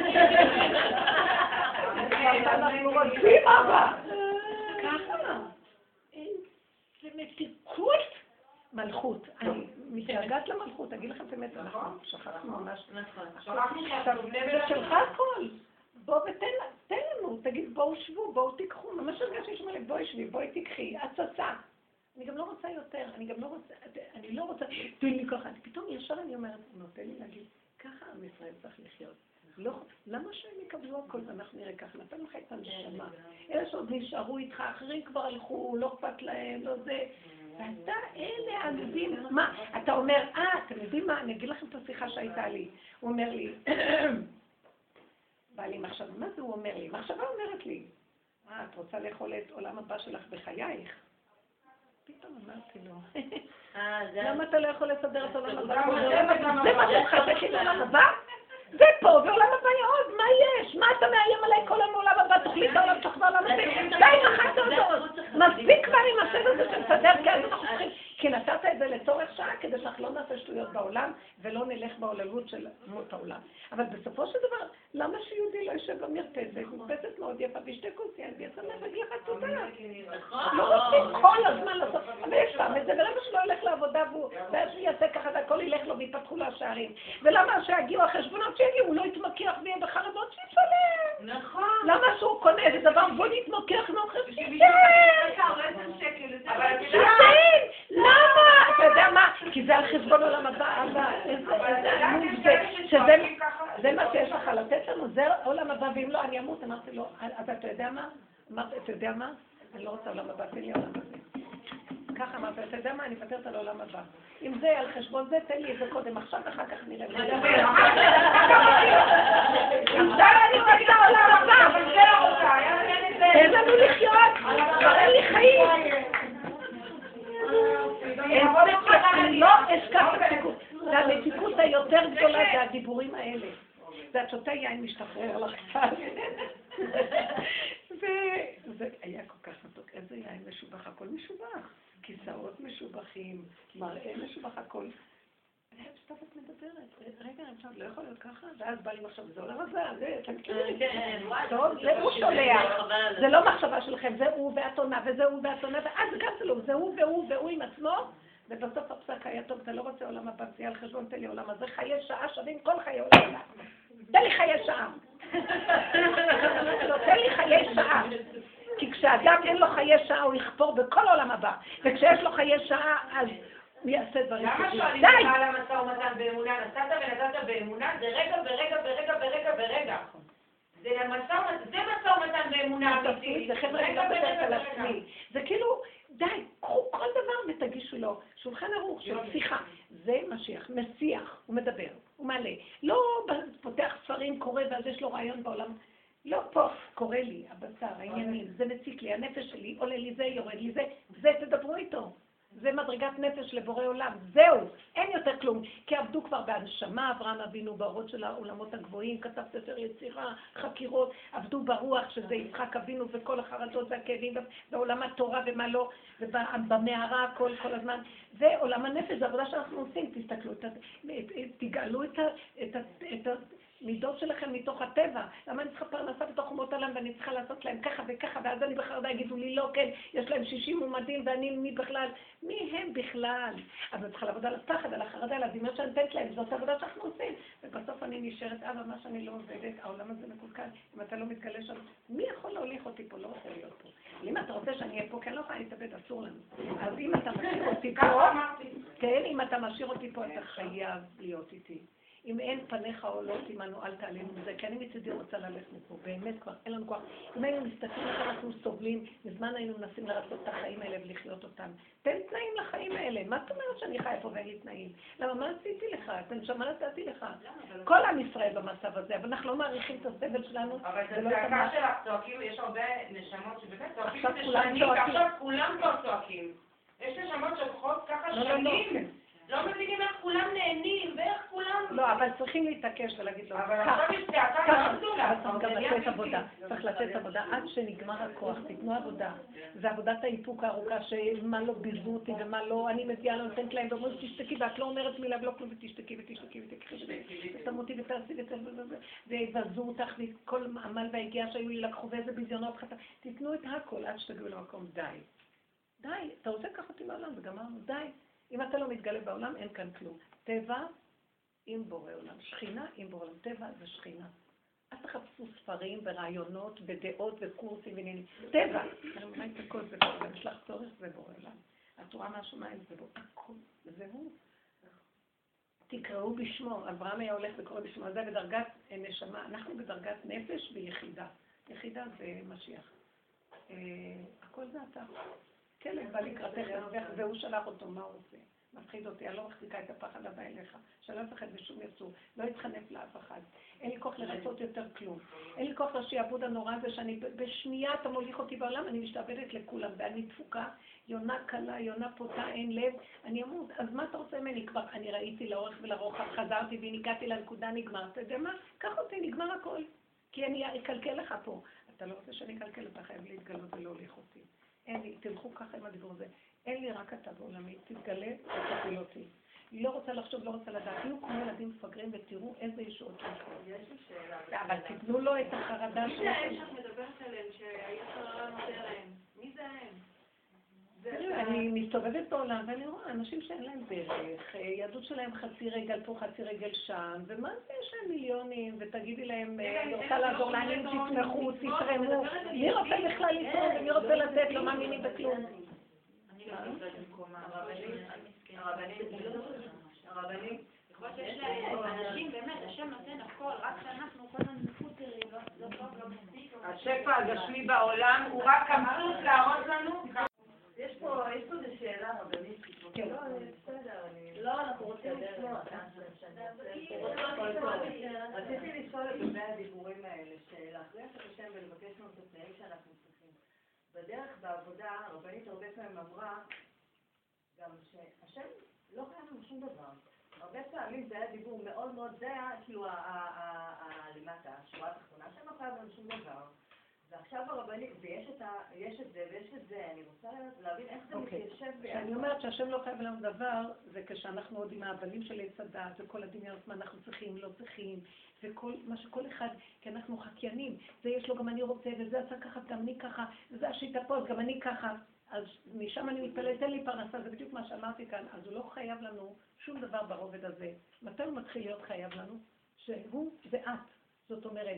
אנחנו רוצים, אבא. ככה. זה מתיקות מלכות. אני מתגעגעת למלכות, אגיד לכם את האמת, אנחנו שכחנו ממש. זה שלך הכל. בוא ותן לנו, תגיד בואו שבו, בואו תיקחו, ממש הרגשתי שמלא, בואי שבי, בואי תיקחי, הצצה. אני גם לא רוצה יותר, אני לא רוצה, תן לי ככה, פתאום ישר אני אומרת, הוא נותן לי להגיד, ככה עם ישראל צריך לחיות. לא, למה שהם יקבלו הכל ואנחנו נראה ככה, נתן לך את הנשמה. אלה שעוד נשארו איתך, אחרים כבר הלכו, לא אכפת להם, לא זה. ואתה אלה עלובים, מה? אתה אומר, אתם יודעים מה? אני אגיד לכם את השיחה שהייתה לי. הוא אומר לי, בא לי מחשבה, מה זה הוא אומר לי? מחשבה אומרת לי, את רוצה לאכול את עולם הבא שלך בחייך? פתאום אמרתי לו, למה אתה לא יכול לסדר את עולם הבא? זה מה שתחזק את עולם הבא? זה פה, ועולם הבא יעוד, מה יש? מה אתה מאיים עליי כל העולם הבא? תחליט העולם שלך ועולם הבא. די, מחת עוד. מספיק כבר עם השד הזה שנסדר, כי אנחנו צריכים... כי נתת את זה לצורך שעה, כדי שאנחנו לא נעשה שטויות בעולם, ולא נלך בעוללות של מות העולם. אבל בסופו של דבר, למה שיהודי לא יושב במרפסת? מרפסת מאוד יפה, בשתי כוסיים, ויצא להגיע לך תודה. לא רוצים כל הזמן לעשות, אבל יש פעם את זה, ולמה שלא ילך לעבודה ואז הוא יעשה ככה, והכל ילך לו ויפתחו לו השערים. ולמה שיגיעו החשבונות שיגיעו, הוא לא יתמקח ויהיה בחרדות שיצלם. נכון. למה שהוא קונה איזה דבר, בוא נתמקח נוחר שיצלם. למה? אתה יודע מה? כי זה על חשבון עולם הבא, זה מה שיש לך לתת לנו, זה עולם הבא, ואם לא, אני אמות. אמרתי לו, אבל אתה יודע מה? אמרתי, אתה יודע מה? אני לא רוצה עולם הבא, תן לי עולם הזה. ככה אמרתי, אתה יודע מה? אני מוותרת על עולם הבא. אם זה על חשבון זה, תן לי את זה קודם, עכשיו אחר כך נראה. אם זה אני רוצה עולם הבא, אבל זה לא רוצה. תן לנו לחיות, תן לי חיים. לא אשכח את המתיקות. והמתיקות היותר גדולה זה הדיבורים האלה. ואת שותה יין משתחרר לך קצת. וזה היה כל כך מתוק. איזה יין משובח, הכל משובח. כיסאות משובחים, מראה משובח, הכל. אני חושבת שאתה את מדברת. רגע, אני חושבת, לא יכול להיות ככה? ואז בא לי מחשב, זה עולם הזה, זה, טוב, זה הוא שולח. זה לא מחשבה שלכם, זה הוא ואת עונה, וזה הוא ואת עונה, ואז גם זה לא, זה הוא והוא עם עצמו, ובסוף הפסק היה טוב, אתה לא רוצה עולם הבא, זה על חשבון, תן לי עולם הזה, חיי שעה שווים כל חיי עולם. תן לי חיי שעה. תן לי חיי שעה. כי כשאדם אין לו חיי שעה, הוא יכפור בכל עולם הבא. וכשיש לו חיי שעה, אז מי יעשה דברים למה טובים? שואלים די! לך על המשא ומתן באמונה? נסעת ונתת באמונה, זה רגע. זה משא ומתן באמונה אמיתית. זה חבר'ה, אני לא מדברת על עצמי. זה כאילו, די, קחו כל דבר ותגישו לו. שולחן ערוך של שיחה. זה משיח, משיח, הוא מדבר, הוא מעלה. לא פותח ספרים, קורא, ואז יש לו רעיון בעולם. לא, פה, קורא לי, הבשר, העניינים, זה מציק לי, הנפש שלי, עולה לי זה, יורד לי זה, זה תדברו איתו. זה מדרגת נפש לבורא עולם, זהו, אין יותר כלום. כי עבדו כבר בהנשמה, אברהם אבינו באורות של העולמות הגבוהים, כתב ספר יצירה, חקירות, עבדו ברוח שזה יצחק אבינו וכל החרדות והכאבים, בעולם התורה ומה לא, ובמערה הכל כל הזמן. זה עולם הנפש, זה עבודה שאנחנו עושים, תסתכלו, תגאלו את המידות שלכם מתוך הטבע. למה אני צריכה פרנסה בתוך אומות העולם ואני צריכה לעשות להם ככה וככה, ואז אני בחרדה יגידו לי לא, כן, יש להם 60 מועמדים ואני מי בכלל? מי הם בכלל? אז אני צריכה לעבוד על הפחד, על החרדה, על הדמיון שאני נותנת להם, זאת העבודה שאנחנו עושים. ובסוף אני נשארת, מה שאני לא עובדת, העולם הזה מקולקל, אם אתה לא מתגלה שם, מי יכול להוליך אותי פה? לא רוצה להיות פה. אבל אם אתה רוצה שאני אהיה פה, כן, לא יכולה להתאבד, אסור לנו. אז אם אתה משאיר אותי פה, כן, אם אתה משאיר אותי פה, אתה חייב להיות איתי. אם אין פניך עולות עמנו, אל תעלינו מזה, כי אני מצדי רוצה ללכת מפה, באמת כבר, אין לנו כוח. אם היינו מסתכלים איך אנחנו סובלים, בזמן היינו מנסים לרצות את החיים האלה ולחיות אותם. תן תנאים לחיים האלה, מה זאת אומרת שאני חיה פה ואין לי תנאים? למה, מה עשיתי לך? אתם שמה נתתי לך. כל עם ישראל במצב הזה, אבל אנחנו לא מעריכים את הסבל שלנו. אבל זה צעקה שלך, צועקים, יש הרבה נשמות שבאמת צועקים עכשיו כולם צועקים. עכשיו כולם כבר צועקים. יש נשמות שולחות ככה שנים. לא מבינים איך כולם נהנים, ואיך כולם... לא, אבל צריכים להתעקש ולהגיד לו, אבל עכשיו יש צעקה מאוד גדולה. אבל צריך גם לתת עבודה. צריך לתת עבודה עד שנגמר הכוח, תתנו עבודה. זה עבודת האיפוק הארוכה, שמה לא ביזו אותי ומה לא, אני מביאה לו, נותנת להם, ואומרת, תשתקי, ואת לא אומרת מילה ולא כלום, ותשתקי ותמותי ותעשי ויבזו אותך, וכל עמל והגיעה שהיו לי לקחו, ואיזה ביזיונות חטא. תתנו את הכל עד שתגיעו למקום, די. די, אתה רוצה לקחת אותי מהעולם, וגמרנו, די. אם אתה לא מתגלה בעולם, אין כאן כלום. טבע עם בורא עולם. שכינה עם בורא עולם. טבע זה שכינה. אל תחפשו ספרים ורעיונות ודעות וקורסים ועניינים. טבע. אני אומרת את הכל זה בורא עולם. יש לך צורך זה בורא עולם. התורה מהשמיים זה בורא. הכל. זה הוא. תקראו בשמו. אברהם היה הולך וקורא בשמו. זה בדרגת נשמה. אנחנו בדרגת נפש ויחידה. יחידה זה משיח. הכל זה אתה. כלב בא לקראתך והוא שלח אותו, מה הוא עושה? מפחיד אותי, אני לא מחזיקה את הפחד הבא אליך, שלא מפחד בשום יצור, לא יתחנף לאף אחד. אין לי כוח לרצות יותר כלום. אין לי כוח לשיעבוד הנורא הזה שאני בשנייה אתה מוליך אותי בעולם, אני משתעבדת לכולם, ואני דפוקה, יונה קלה, יונה פותה, אין לב, אני אמות. אז מה אתה רוצה ממני? כבר אני ראיתי לאורך ולרוחב, חזרתי והגעתי לנקודה, נגמר. אתה יודע מה? קח אותי, נגמר הכל. כי אני אקלקל לך פה. אתה לא רוצה שאני אקלקל, אתה חייב להתגלות ולהוליך אותי. אין לי, תלכו ככה עם הדיבור הזה. אין לי רק אתה בעולמי, תתגלה ותפיל אותי. היא לא רוצה לחשוב, לא רוצה לדעת. תהיו כמו ילדים מפגרים ותראו איזה ישועות יש. יש לי שאלה. אבל תתנו לו את החרדה מי זה הם שאת מדברת עליהם שהיצר הרע נותן להם? מי זה הם? אני מסתובבת בעולם ואני רואה אנשים שאין להם דרך, יהדות שלהם חצי רגל פה, חצי רגל שם, ומה זה יש להם מיליונים, ותגידי להם, אני רוצה לעזור לעניין, תתמכו, תתרמו, מי רוצה בכלל לתרום ומי רוצה לתת, לא מאמינים בכלום. אני לא נמצאת במקומה. הרבנים, יכול להיות שיש להם אנשים, באמת, השם נותן הכל, רק שאנחנו כל הזמן פוטרים, לא טוב, לא מספיק. השפע הגשמי בעולם הוא רק כמות להראות לנו. יש פה איזו שאלה רבנית. כן. לא, אנחנו רוצים לשמוע. רציתי לשאול לגבי הדיבורים האלה, להכריח את השם ולבקש לנו את התנאים שאנחנו צריכים. בדרך בעבודה, הרבנית הרבה פעמים אמרה גם שהשם לא חייב לנו שום דבר. הרבה פעמים זה היה דיבור מאוד מאוד, זה היה כאילו למטה, השורה התחתונה, השם לא חייב לנו שום דבר. ועכשיו הרבנית, ויש את זה ויש את זה, אני רוצה להבין איך זה מתיישב ביחד. אני אומרת שהשם לא חייב לנו דבר, זה כשאנחנו עוד עם האבנים של עץ הדת, וכל הדמיונות מה אנחנו צריכים, לא צריכים, וכל מה שכל אחד, כי אנחנו חקיינים, זה יש לו גם אני רוצה, וזה עשה ככה, גם אני ככה, וזה השיטה פה, גם אני ככה. אז משם אני מתפלאת, תן לי פרנסה, זה בדיוק מה שאמרתי כאן, אז הוא לא חייב לנו שום דבר ברובד הזה. מתי הוא מתחיל להיות חייב לנו? שהוא זה את. זאת אומרת,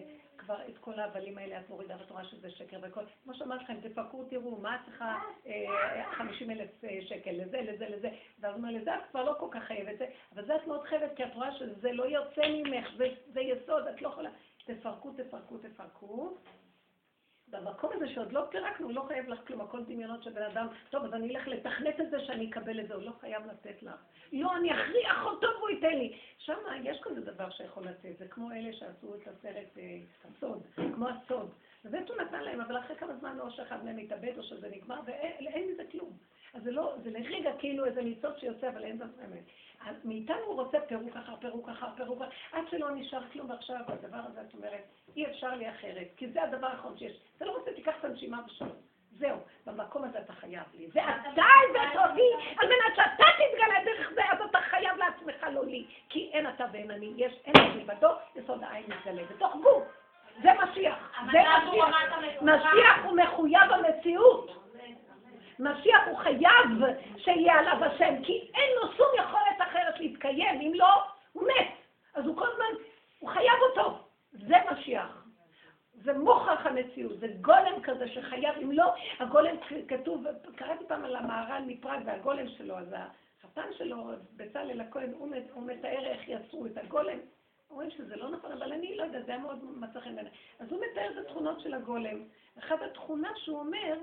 כבר את כל ההבלים האלה את מורידה בתורה שזה שקר וכל, כמו שאמרתי לכם, תפקרו, תראו, מה צריכה 50,000 שקל לזה, ואז אומר לזה, את כבר לא כל כך חייבת, אבל זה את מאוד חייבת, כי את רואה שזה לא יוצא ממך, זה יסוד, את לא יכולה, תפרקו, במקום הזה שעוד לא פירקנו, הוא לא חייב לך כלום, הכל דמיונות של בן אדם, טוב, אז אני אלך לתכנת את זה שאני אקבל את זה, הוא לא חייב לתת לך. לא, אני אכריח אותו והוא ייתן לי. שם יש כזה דבר שיכול לתת, זה כמו אלה שעשו את הסרט הסוד, כמו הסוד. ובאמת הוא נתן להם, אבל אחרי כמה זמן או שאחד מהם מתאבד או שזה נגמר, ואין מזה כלום. אז זה לרגע כאילו איזה ניצוץ שיוצא, אבל אין דבר אמת. מאיתנו הוא רוצה פירוק אחר, עד שלא נשאר כלום, ועכשיו הדבר הזה, את אומרת, אי אפשר לי אחרת, כי זה הדבר האחרון שיש. אתה לא רוצה, תיקח את הנשימה ושלום. זהו, במקום הזה אתה חייב לי. זה אתה הבאת אותי, על מנת שאתה תתגלה דרך זה, אז אתה חייב לעצמך, לא לי. כי אין אתה ואין אני, אין לי בדו, יסוד העין מתגלה, בתוך גוף. זה משיח. משיח הוא מחויב המציאות. משיח הוא חייב שיהיה עליו השם, כי אין לו שום יכולת אחרת להתקיים, אם לא, הוא מת. אז הוא כל הזמן, הוא חייב אותו. זה משיח. זה מוכח המציאות, זה גולם כזה שחייב, אם לא, הגולם כתוב, קראתי פעם על המהר"ל מפראג והגולם שלו, אז החתן שלו, בצלאל הכהן, הוא מתאר איך יצרו את הגולם. אומרים שזה לא נכון, אבל אני לא יודע, זה היה מאוד מצא חן בעיניי. אז הוא מתאר את התכונות של הגולם. אחת התכונה שהוא אומר,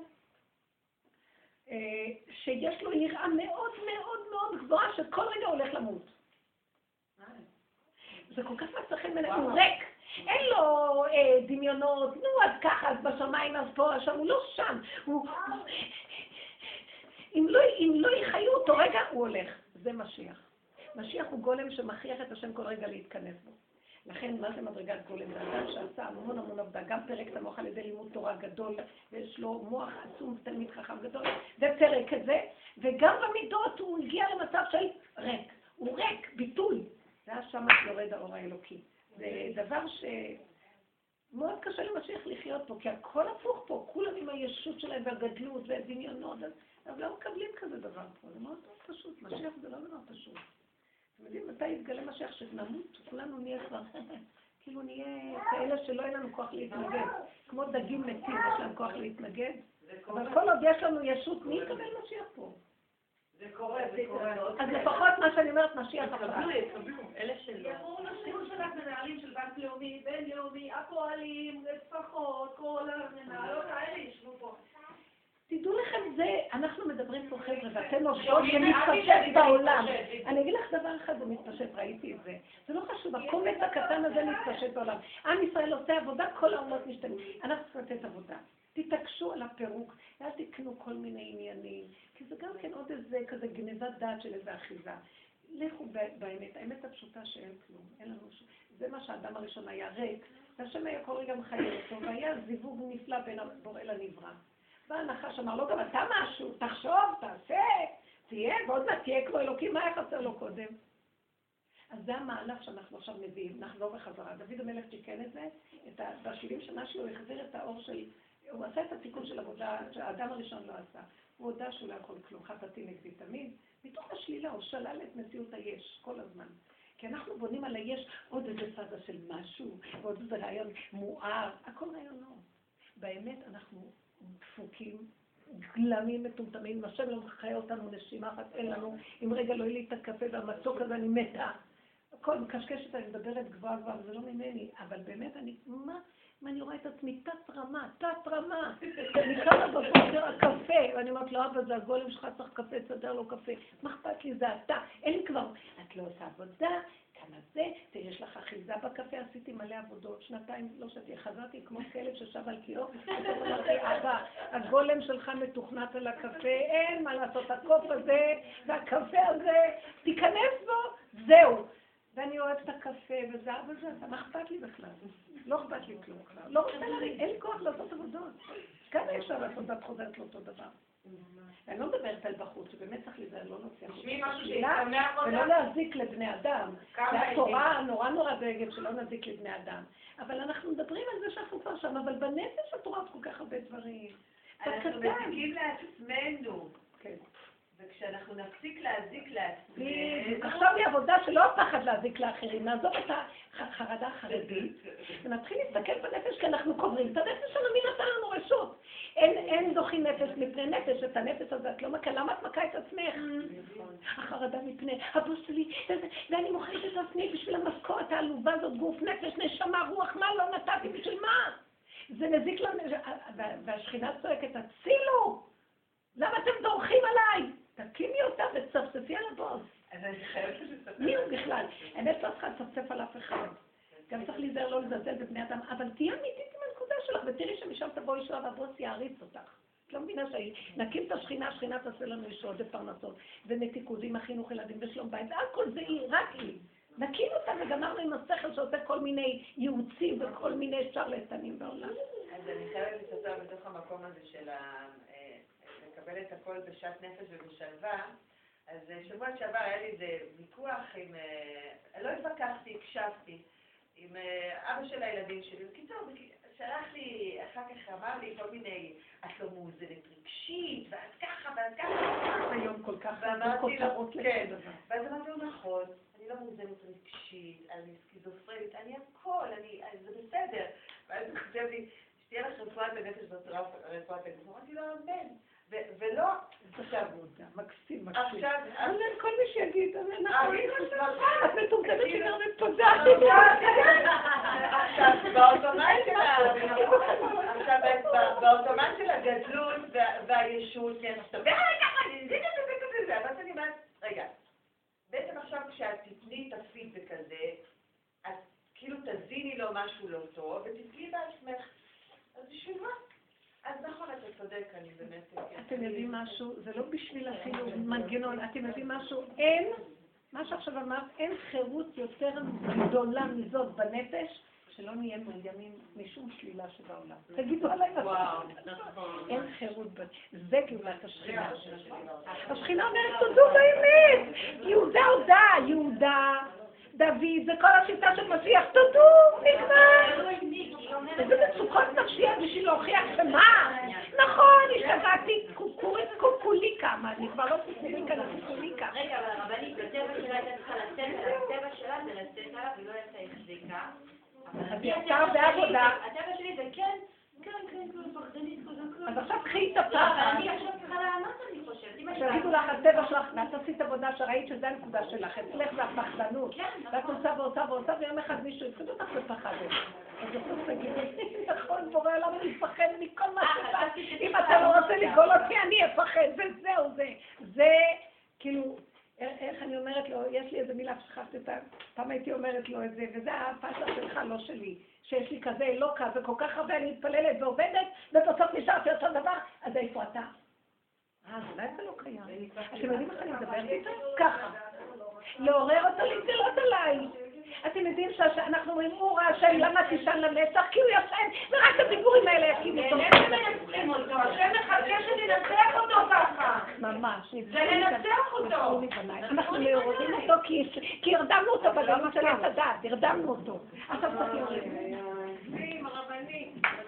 שיש לו יראה מאוד מאוד מאוד גבוהה שכל רגע הולך למות. זה כל כך מצא חן בעיניי, הוא ריק. אין לו דמיונות, נו אז ככה, אז בשמיים, אז פה, אז שם, הוא לא שם. אם לא יחיו אותו רגע, הוא הולך. זה משיח. משיח הוא גולם שמכריח את השם כל רגע להתכנס בו. לכן, מה זה מדרגת גולם? זה אדם שעשה המון עבודה, גם פרק את המוח על ידי לימוד תורה גדול, ויש לו מוח עצום ותלמיד חכם גדול, ופרק את זה, וגם במידות הוא הגיע למצב של ריק. הוא ריק, ביטול. ואז שם יורד האור האלוקי. זה דבר שמאוד קשה למשיח לחיות פה, כי הכל הפוך פה, כולם עם הישות שלהם והגדלות והדמיונות, אבל לא מקבלים כזה דבר פה, זה מאוד פשוט, משיח זה לא דבר פשוט. אתם יודעים, מתי יתגלה משיח שנמות, כולנו נהיה כבר, כאילו נהיה כאלה שלא אין לנו כוח להתנגד, כמו דגים מתים, יש להם כוח להתנגד, אבל כל עוד יש לנו ישות, מי יקבל משיח פה? זה קורה. אז לפחות מה שאני אומרת, משיח יקבלו, אלה שלא. יחור לשיעור שלך מנהלים של בנק לאומי, בינלאומי, הפועלים, לפחות, כל המנהלות האלה ישבו פה. תדעו לכם זה, אנחנו מדברים פה חבר'ה, ואתם עובדות ומתפשט בעולם. אני אגיד לך דבר אחד, זה מתפשט, ראיתי את זה. זה לא חשוב, הקומץ הקטן הזה מתפשט בעולם. עם ישראל עושה עבודה, כל העולמות משתנים. אנחנו צריכים לתת עבודה. תתעקשו על הפירוק, ואל תקנו כל מיני עניינים, כי זה גם כן עוד איזה כזה גנבת דעת של איזה אחיזה. לכו באמת, האמת הפשוטה שאין כלום, אין לנו שום. זה מה שהאדם הראשון היה ריק, והשם היה כל רגע מחיה אותו, והיה זיווג נפלא בין הבורא לנברא. והנחש אמר לו, גם אתה משהו, תחשוב, תעשה, תהיה, ועוד מעט תהיה כמו אלוקים, מה היה חסר לו קודם? אז זה המהלך שאנחנו עכשיו מביאים, נחזור בחזרה. דוד המלך תיקן את זה, ב-70 שנה שלו הוא החזיר את האור של, הוא עשה את התיקון של עבודה שהאדם הראשון לא עשה. הוא הודע שהוא לא יכול כלום, חטאתי נגדי תמיד. מתוך השלילה הוא שלל את מציאות היש כל הזמן. כי אנחנו בונים על היש עוד איזה צדה של משהו, ועוד איזה רעיון מואר, הכל רעיונות. באמת אנחנו דפוקים, גלמים מטומטמים, השם לא מחיה אותנו נשימה אחת, אין לנו, אם רגע לא יהיה לי את הקפה והמצוק הזה, אני מתה. הכל מקשקשת, אני מדברת גבוהה, זה לא ממני, אבל באמת מה אני רואה את עצמי? תת רמה. אני קמה בבוקר הקפה, ואני אומרת לו, אבא, זה הגולם שלך, צריך קפה, תסדר לו קפה. מה אכפת לי? זה אתה. אין לי כבר, את לא עושה עבודה, כמה זה, יש לך אחיזה בקפה, עשיתי מלא עבודות, 2 לא שתי, חזרתי כמו כלב ששב על קיאו, אמרתי, אבא, הגולם שלך מתוכנת על הקפה, אין מה לעשות, הקוף הזה והקפה הזה, תיכנס בו, זהו. ואני אוהבת את הקפה וזה, מה אכפת לי בכלל? לא אכפת לי כלום כבר. לא רוצה להריג, אין לי כוח לעשות עבודות. כמה אפשר לעשות, את חוזרת לאותו דבר. אני לא מדברת על בחוץ, שבאמת צריך להיזהר, לא נוציא החוצה. ולא להזיק לבני אדם. והתורה נורא דואגת שלא נזיק לבני אדם. אבל אנחנו מדברים על זה שאנחנו כבר שם, אבל בנפש התורה כל כך הרבה דברים. אנחנו מזיקים לעצמנו. כן. וכשאנחנו נפסיק להזיק לעצמנו... עכשיו היא עבודה שלא הפחד להזיק לאחרים, נעזוב את החרדה החרדית, ונתחיל להסתכל בנפש כי אנחנו קוברים את הנפש של מי נתן לנו רשות. אין דוחי נפש מפני נפש, את הנפש הזה את לא מכה, למה את מכה את עצמך? החרדה מפני הבוס שלי, ואני מוכרת את עצמי בשביל המשכורת העלובה הזאת, גוף, נפש, נשמה, רוח, מה לא נתתי, בשביל מה? זה מזיק לנו, והשכינה צועקת, הצילו! למה אתם דורכים עליי? תקימי אותה וצפצפי על הבוס. אז אני חייבת לספר. מי הוא בכלל? האמת לא צריכה לצפצף על אף אחד. גם צריך להיזהר לא לזלזל בבני אדם, אבל תהיה אמיתית עם הנקודה שלך, ותראי שמשם תבוא ישועה והבוס יעריץ אותך. את לא מבינה שנקים את השכינה, השכינה תעשה לנו ישועות ופרנסות, ונתיקודים, החינוך ילדים ושלום בית, והכל זה היא, רק היא. נקים אותה וגמרנו עם השכל שעושה כל מיני ייעוצים וכל מיני שרלטנים בעולם. אז אני חייבת לספר בתוך המקום הזה של לקבל את הכל בשעת נפש ובשלווה. אז שבוע שעבר היה לי איזה ויכוח עם, לא התווכחתי, הקשבתי, עם אבא של הילדים שלי. בקיצור, שלח לי, אחר כך אמר לי כל מיני, את לא מאוזנת רגשית, ואת ככה, ואת ככה. היום כל כך כותרות לכל דבר. ואז אמרתי לו, נכון, אני לא מאוזנת רגשית, אני סקיזופרנית, אני הכל, זה בסדר. ואז הוא חושב לי, שתהיה לך רפואת הנפש בצורה רפואת הנפש. אמרתי לו, אמן. ולא, עכשיו, מקסים. עכשיו, כל מי שיגיד, נכון, את מטומטמת שגרמת תודה. עכשיו, באוטומט של הגדלות והישות, אבל אני אומרת, רגע, בעצם עכשיו כשאת תתני את הפידבק הזה, את כאילו תזיני לו משהו לא טוב, ותתני בעצמך, אז בשביל מה? אז נכון, אתה צודק, אני באמת... אתם יודעים משהו, זה לא בשביל אפילו מנגנון, אתם יודעים משהו, אין, מה שעכשיו אמרת, אין חירות יותר גדולה מזאת בנפש, שלא נהיה מאוימים משום שלילה שבעולם. תגידו עליי משהו. וואו, נכון. אין חירות בנפש, זה גאולת השכינה. השכינה אומרת, תודו באמת, יהודה הודה, יהודה, דוד, זה כל השיטה של משיח, תודו, נגמר. איזה מצוקות נפשיות בשביל להוכיח שמה? נכון, השתגעתי קוקוליקה, מה, אני כבר לא קוקוליקה, אני קוקוליקה. רגע, אבל הרבנית, הטבע שלה הייתה צריכה לצאת עליו, הטבע שלה זה לצאת עליו ולא יצא החזיקה. אז יצא בעבודה. הטבע שלי זה כן, פחדנית כזו. אז עכשיו קחי את אבל הפחד. אני עכשיו צריכה לענות, אני חושבת. תגידו לך, הטבע שלך, ואת עשית עבודה שראית שזה הנקודה שלך, אצלך זה הפחדנות. ואת עושה, ויום אחד מישהו יפחד אותך ופחדת. אז בסוף תגידו, נכון, בורא עליו אני אפחד מכל מה שבא. אם אתה לא רוצה לגאול אותי, אני אפחד, וזהו זה. זה, כאילו, איך אני אומרת לו, יש לי איזה מילה ששכחתי אותה, פעם הייתי אומרת לו את זה, וזה הפשע שלך, לא שלי. שיש לי כזה אלוקה, וכל כך הרבה אני מתפללת ועובדת, ובסוף נשארתי אותו דבר, אז איפה אתה? אולי זה לא קיים. אתם יודעים איך אני מדברת איתה? ככה. לעורר אותו להתגלות עליי. אתם יודעים שאנחנו אומרים, אורה השם, למה תישן לנצח? כי הוא ישן, ורק הדיבורים האלה יקים אותו. הם מנצחים אותו, השם מחכה שננצח אותו ככה. ממש. זה לנצח אותו. אנחנו מעוררים אותו כי הרדמנו אותו בגלות של הדעת, הרדמנו אותו. עכשיו צריך להוריד. הרבנים.